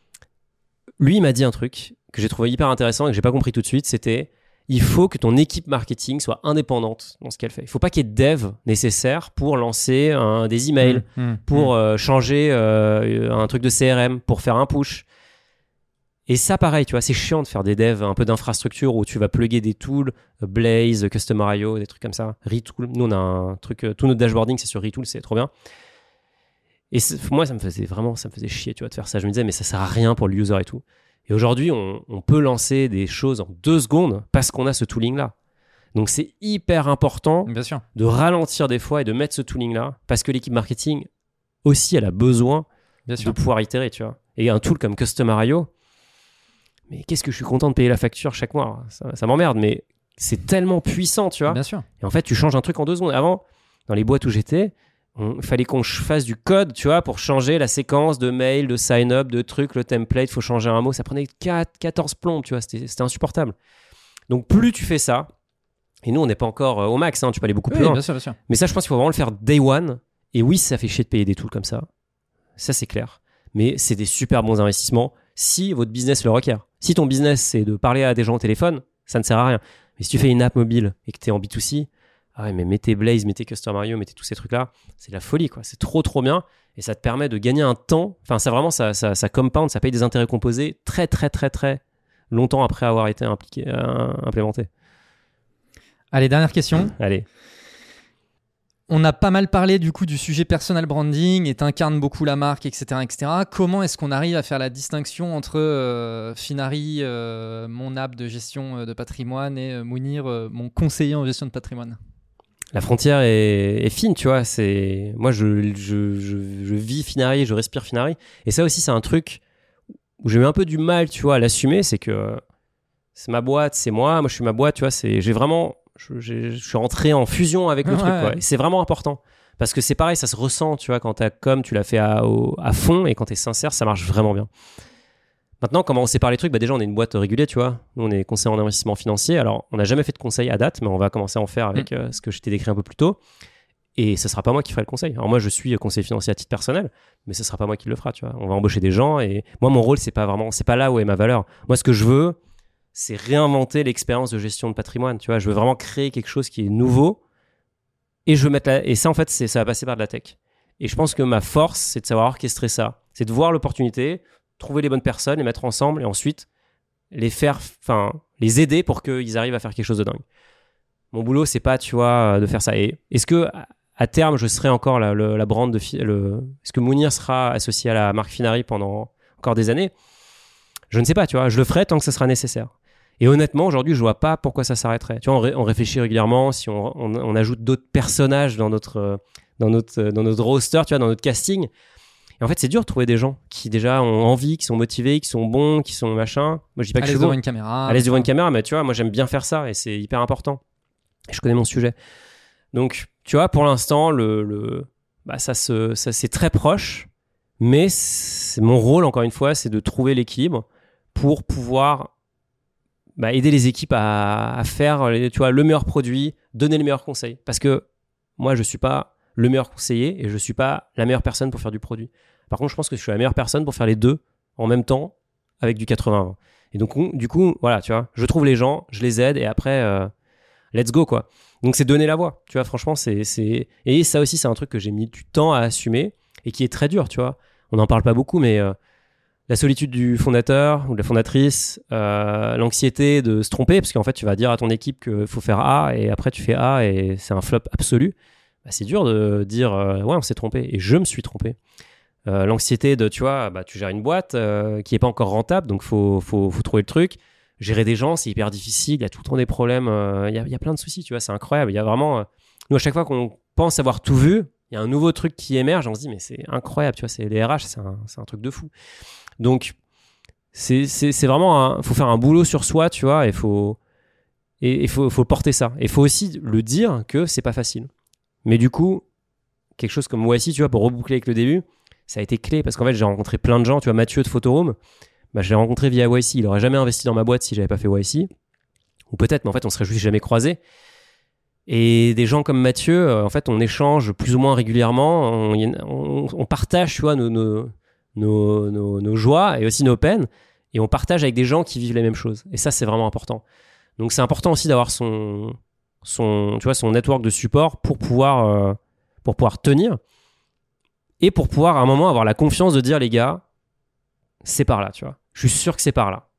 lui, il m'a dit un truc que j'ai trouvé hyper intéressant et que j'ai pas compris tout de suite, c'était il faut que ton équipe marketing soit indépendante dans ce qu'elle fait. Il faut pas qu'il y ait de dev nécessaire pour lancer un, des emails, mmh, mmh, pour mmh. Euh, changer euh, un truc de C R M, pour faire un push. Et ça, pareil, tu vois, c'est chiant de faire des devs, un peu d'infrastructure où tu vas plugger des tools, Blaze, Customer point i o, des trucs comme ça. Retool, nous on a un truc, tout notre dashboarding c'est sur Retool, c'est trop bien. Et moi, ça me faisait vraiment, ça me faisait chier, tu vois, de faire ça. Je me disais, mais ça sert à rien pour le user et tout. Et aujourd'hui, on, on peut lancer des choses en deux secondes parce qu'on a ce tooling-là. Donc, c'est hyper important Bien sûr. de ralentir des fois et de mettre ce tooling-là parce que l'équipe marketing aussi, elle a besoin Bien sûr. de pouvoir itérer, tu vois. Et un tool comme Customer point i o, mais qu'est-ce que je suis content de payer la facture chaque mois. Ça, ça m'emmerde, mais c'est tellement puissant, tu vois. Bien sûr. Et en fait, tu changes un truc en deux secondes. Avant, dans les boîtes où j'étais, il fallait qu'on fasse du code, tu vois, pour changer la séquence de mail, de sign-up, de trucs, le template, il faut changer un mot. Ça prenait quatre, quatorze plombes, tu vois, c'était, c'était insupportable. Donc, plus tu fais ça, et nous, on n'est pas encore au max, hein, tu peux aller beaucoup plus Oui, loin. bien sûr, bien sûr. Mais ça, je pense qu'il faut vraiment le faire day one. Et oui, ça fait chier de payer des tools comme ça. Ça, c'est clair. Mais c'est des super bons investissements si votre business le requiert. Si ton business, c'est de parler à des gens au téléphone, ça ne sert à rien. Mais si tu fais une app mobile et que tu es en B deux C, ah ouais, mais mettez Blaze, mettez Customer point i o, mettez tous ces trucs-là, c'est de la folie, quoi. C'est trop, trop bien. Et ça te permet de gagner un temps. Enfin, ça vraiment, ça, ça, ça compound, ça paye des intérêts composés très, très, très, très longtemps après avoir été impliqué, euh, implémenté. Allez, dernière question. Allez. On a pas mal parlé du coup du sujet personal branding et t'incarnes beaucoup la marque, et cetera, et cetera. Comment est-ce qu'on arrive à faire la distinction entre euh, Finari, euh, mon app de gestion de patrimoine, et euh, Mounir, euh, mon conseiller en gestion de patrimoine? La frontière est, est fine, tu vois. C'est... Moi, je, je, je, je vis Finari, je respire Finari. Et ça aussi, c'est un truc où j'ai eu un peu du mal, tu vois, à l'assumer. C'est que c'est ma boîte, c'est moi. Moi, je suis ma boîte, tu vois. C'est, j'ai vraiment... Je, je, je suis rentré en fusion avec le ouais, truc, quoi. Ouais. Et c'est vraiment important. Parce que c'est pareil, ça se ressent, tu vois, quand t'as com, tu l'as fait à, au, à fond, et quand t'es sincère, ça marche vraiment bien. Maintenant, comment on sépare les trucs? Bah déjà, on est une boîte régulière, tu vois. Nous, on est conseiller en investissement financier. Alors, on n'a jamais fait de conseil à date, mais on va commencer à en faire avec mmh. euh, ce que je t'ai décrit un peu plus tôt. Et ce sera pas moi qui ferai le conseil. Alors moi, je suis conseiller financier à titre personnel, mais ce sera pas moi qui le fera, tu vois. On va embaucher des gens, et moi, mon rôle, c'est pas vraiment, c'est pas là où est ma valeur. Moi, ce que je veux, c'est réinventer l'expérience de gestion de patrimoine, tu vois. Je veux vraiment créer quelque chose qui est nouveau, et je veux mettre la... et ça, en fait, c'est... ça va passer par de la tech. Et je pense que ma force, c'est de savoir orchestrer ça. C'est de voir l'opportunité, trouver les bonnes personnes, les mettre ensemble, et ensuite les faire, enfin, les aider pour qu'ils arrivent à faire quelque chose de dingue. Mon boulot, c'est pas, tu vois, de faire ça. Et est-ce que à terme, je serai encore la, la, la brand de fi... le... est-ce que Mounir sera associé à la marque Finari pendant encore des années? Je ne sais pas, tu vois. Je le ferai tant que ce sera nécessaire. Et honnêtement, aujourd'hui, je vois pas pourquoi ça s'arrêterait. Tu vois, on, ré- on réfléchit régulièrement si on, on, on ajoute d'autres personnages dans notre, dans notre, dans notre roster, tu vois, dans notre casting. Et en fait, c'est dur de trouver des gens qui déjà ont envie, qui sont motivés, qui sont bons, qui sont machin. Moi, je dis pas à que je suis devant bon. une caméra. À l'aise devant une caméra, mais tu vois, moi, j'aime bien faire ça et c'est hyper important. Et je connais mon sujet. Donc, tu vois, pour l'instant, le, le, bah, ça se, ça, c'est très proche. Mais c'est, mon rôle, encore une fois, c'est de trouver l'équilibre pour pouvoir bah, aider les équipes à, à faire, tu vois, le meilleur produit, donner les meilleurs conseils. Parce que moi, je suis pas le meilleur conseiller et je suis pas la meilleure personne pour faire du produit. Par contre, je pense que je suis la meilleure personne pour faire les deux en même temps avec du quatre-vingts vingt. Et donc, on, du coup, voilà, tu vois, je trouve les gens, je les aide et après, euh, let's go, quoi. Donc, c'est donner la voix, tu vois, franchement, c'est, c'est... Et ça aussi, c'est un truc que j'ai mis du temps à assumer et qui est très dur, tu vois. On n'en parle pas beaucoup, mais euh, la solitude du fondateur ou de la fondatrice, euh, l'anxiété de se tromper, parce qu'en fait, tu vas dire à ton équipe qu'il faut faire A et après, tu fais A et c'est un flop absolu. Bah, c'est dur de dire euh, ouais, on s'est trompé. Et je me suis trompé. Euh, l'anxiété de, tu vois, bah, tu gères une boîte euh, qui n'est pas encore rentable, donc il faut, faut, faut trouver le truc. Gérer des gens, c'est hyper difficile. Il y a tout le temps des problèmes. Il euh, y, y a plein de soucis, tu vois, c'est incroyable. Il y a vraiment. Euh, nous, à chaque fois qu'on pense avoir tout vu, il y a un nouveau truc qui émerge. On se dit, mais c'est incroyable, tu vois, c'est les R H, c'est un, c'est un truc de fou. Donc, c'est, c'est, c'est vraiment. Il faut faire un boulot sur soi, tu vois, et il faut, et, et faut, faut porter ça. Et il faut aussi le dire que c'est pas facile. Mais du coup, quelque chose comme Y C, tu vois, pour reboucler avec le début, ça a été clé parce qu'en fait, j'ai rencontré plein de gens. Tu vois, Mathieu de Photoroom, bah, je l'ai rencontré via Y C. Il n'aurait jamais investi dans ma boîte si j'avais pas fait Y C. Ou peut-être, mais en fait, on serait juste jamais croisés. Et des gens comme Mathieu, euh, en fait, on échange plus ou moins régulièrement. On, on, on partage, tu vois, nos, nos, nos, nos, nos joies et aussi nos peines. Et on partage avec des gens qui vivent les mêmes choses. Et ça, c'est vraiment important. Donc, c'est important aussi d'avoir son, son, tu vois, son network de support pour pouvoir, euh, pour pouvoir tenir. Et pour pouvoir, à un moment, avoir la confiance de dire, les gars, c'est par là, tu vois. Je suis sûr que c'est par là.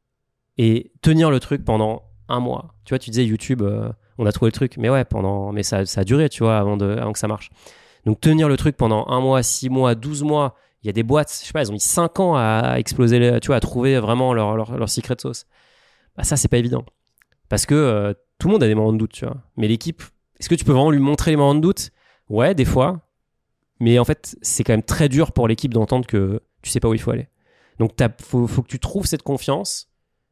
Et tenir le truc pendant un mois. Tu vois, tu disais YouTube, euh, on a trouvé le truc. Mais ouais, pendant, mais ça, ça a duré, tu vois, avant, de, avant que ça marche. Donc tenir le truc pendant un mois, six mois, douze mois. Il y a des boîtes, je sais pas, elles ont mis cinq ans à exploser, les, tu vois, à trouver vraiment leur, leur, leur secret sauce. Bah ça, c'est pas évident. Parce que euh, tout le monde a des moments de doute, tu vois. Mais l'équipe, est-ce que tu peux vraiment lui montrer les moments de doute ? Ouais, des fois. Mais en fait, c'est quand même très dur pour l'équipe d'entendre que tu sais pas où il faut aller. Donc, il faut, faut que tu trouves cette confiance.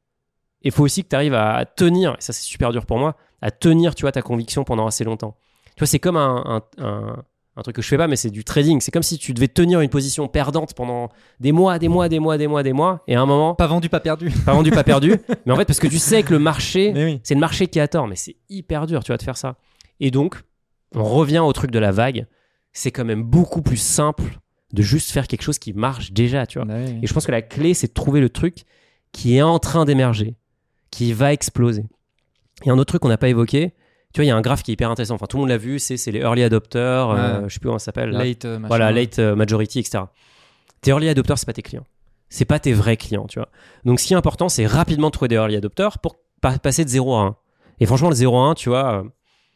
Et il faut aussi que tu arrives à, à tenir, et ça, c'est super dur pour moi, à tenir, tu vois, ta conviction pendant assez longtemps. Tu vois, c'est comme un... un, un un truc que je fais pas, mais c'est du trading. C'est comme si tu devais tenir une position perdante pendant des mois, des mois, des mois, des mois, des mois, et à un moment... Pas vendu, pas perdu. Pas vendu, pas perdu. Mais en fait, parce que tu sais que le marché, oui. c'est le marché qui a tort, mais c'est hyper dur, tu vois, de faire ça. Et donc, on revient au truc de la vague. C'est quand même beaucoup plus simple de juste faire quelque chose qui marche déjà, tu vois. Bah oui. Et je pense que la clé, c'est de trouver le truc qui est en train d'émerger, qui va exploser. Et un autre truc qu'on n'a pas évoqué, tu vois, il y a un graphe qui est hyper intéressant. Enfin, tout le monde l'a vu, c'est, c'est les early adopters, ouais. euh, je sais plus comment ça s'appelle. Là. Late, euh, machin. Voilà, late euh, majority, et cetera. Tes early adopters, c'est pas tes clients. C'est pas tes vrais clients, tu vois. Donc, ce qui est important, c'est rapidement trouver des early adopters pour pa- passer de zéro à un. Et franchement, le zéro à un, tu vois, euh,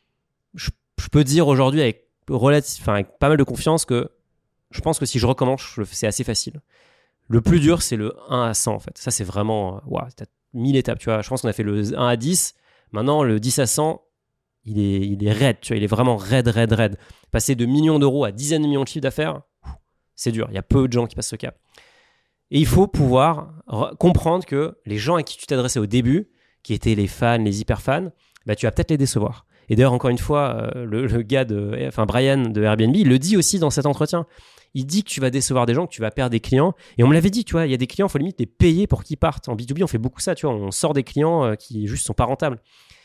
je, je peux dire aujourd'hui avec, relative, enfin, avec pas mal de confiance que je pense que si je recommence, je, c'est assez facile. Le plus dur, c'est le un à cent, en fait. Ça, c'est vraiment, waouh, t'as mille étapes, tu vois. Je pense qu'on a fait le un à dix. Maintenant, le dix à cent, il est, il est raide, tu vois, il est vraiment raide, raide, raide. Passer de millions d'euros à dizaines de millions de chiffres d'affaires, c'est dur. Il y a peu de gens qui passent ce cap. Et il faut pouvoir re- comprendre que les gens à qui tu t'adressais au début, qui étaient les fans, les hyper fans, bah, tu vas peut-être les décevoir. Et d'ailleurs, encore une fois, euh, le, le gars de, enfin Brian de Airbnb, il le dit aussi dans cet entretien. Il dit que tu vas décevoir des gens, que tu vas perdre des clients. Et on me l'avait dit, tu vois, il y a des clients, il faut limite les payer pour qu'ils partent. En B deux B, on fait beaucoup ça, tu vois, on sort des clients euh, qui juste sont pas rentables.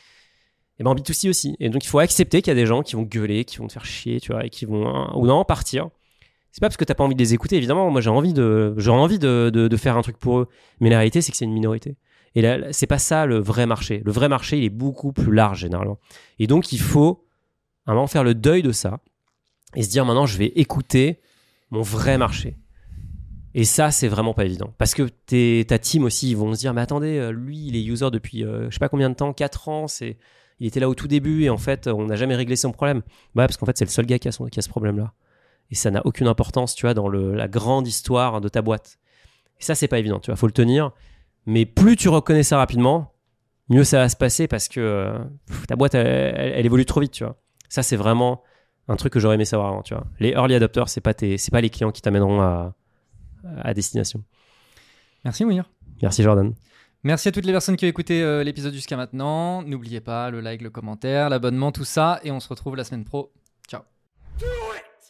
Et ben en B deux C aussi. Et donc, il faut accepter qu'il y a des gens qui vont gueuler, qui vont te faire chier, tu vois, et qui vont, hein, ou non, partir. C'est pas parce que t'as pas envie de les écouter, évidemment. Moi, j'ai envie de, j'ai envie de, de, de faire un truc pour eux. Mais la réalité, c'est que c'est une minorité. Et là, c'est pas ça le vrai marché. Le vrai marché, il est beaucoup plus large, généralement. Et donc, il faut, à un moment, faire le deuil de ça et se dire, maintenant, je vais écouter mon vrai marché. Et ça, c'est vraiment pas évident. Parce que t'es, ta team aussi, ils vont se dire, mais attendez, lui, il est user depuis, euh, je sais pas combien de temps, quatre ans, c'est... Il était là au tout début et en fait, on n'a jamais réglé son problème. Bah, parce qu'en fait, c'est le seul gars qui a, son, qui a ce problème-là. Et ça n'a aucune importance, tu vois, dans le, la grande histoire de ta boîte. Et ça, c'est pas évident, tu vois, faut le tenir. Mais plus tu reconnais ça rapidement, mieux ça va se passer parce que euh, pff, ta boîte, elle, elle, elle évolue trop vite, tu vois. Ça, c'est vraiment un truc que j'aurais aimé savoir avant, tu vois. Les early adopters, c'est pas tes, c'est pas les clients qui t'amèneront à, à destination. Merci, Mounir. Merci, Jordan. Merci à toutes les personnes qui ont écouté euh, l'épisode jusqu'à maintenant. N'oubliez pas le like, le commentaire, l'abonnement, tout ça. Et on se retrouve la semaine pro. Ciao. Do it!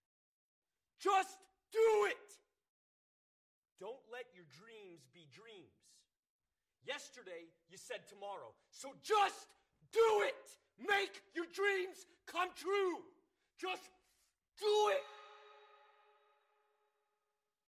Just do it! Don't let your dreams be dreams. Yesterday, you said tomorrow. So just do it! Make your dreams come true! Just do it!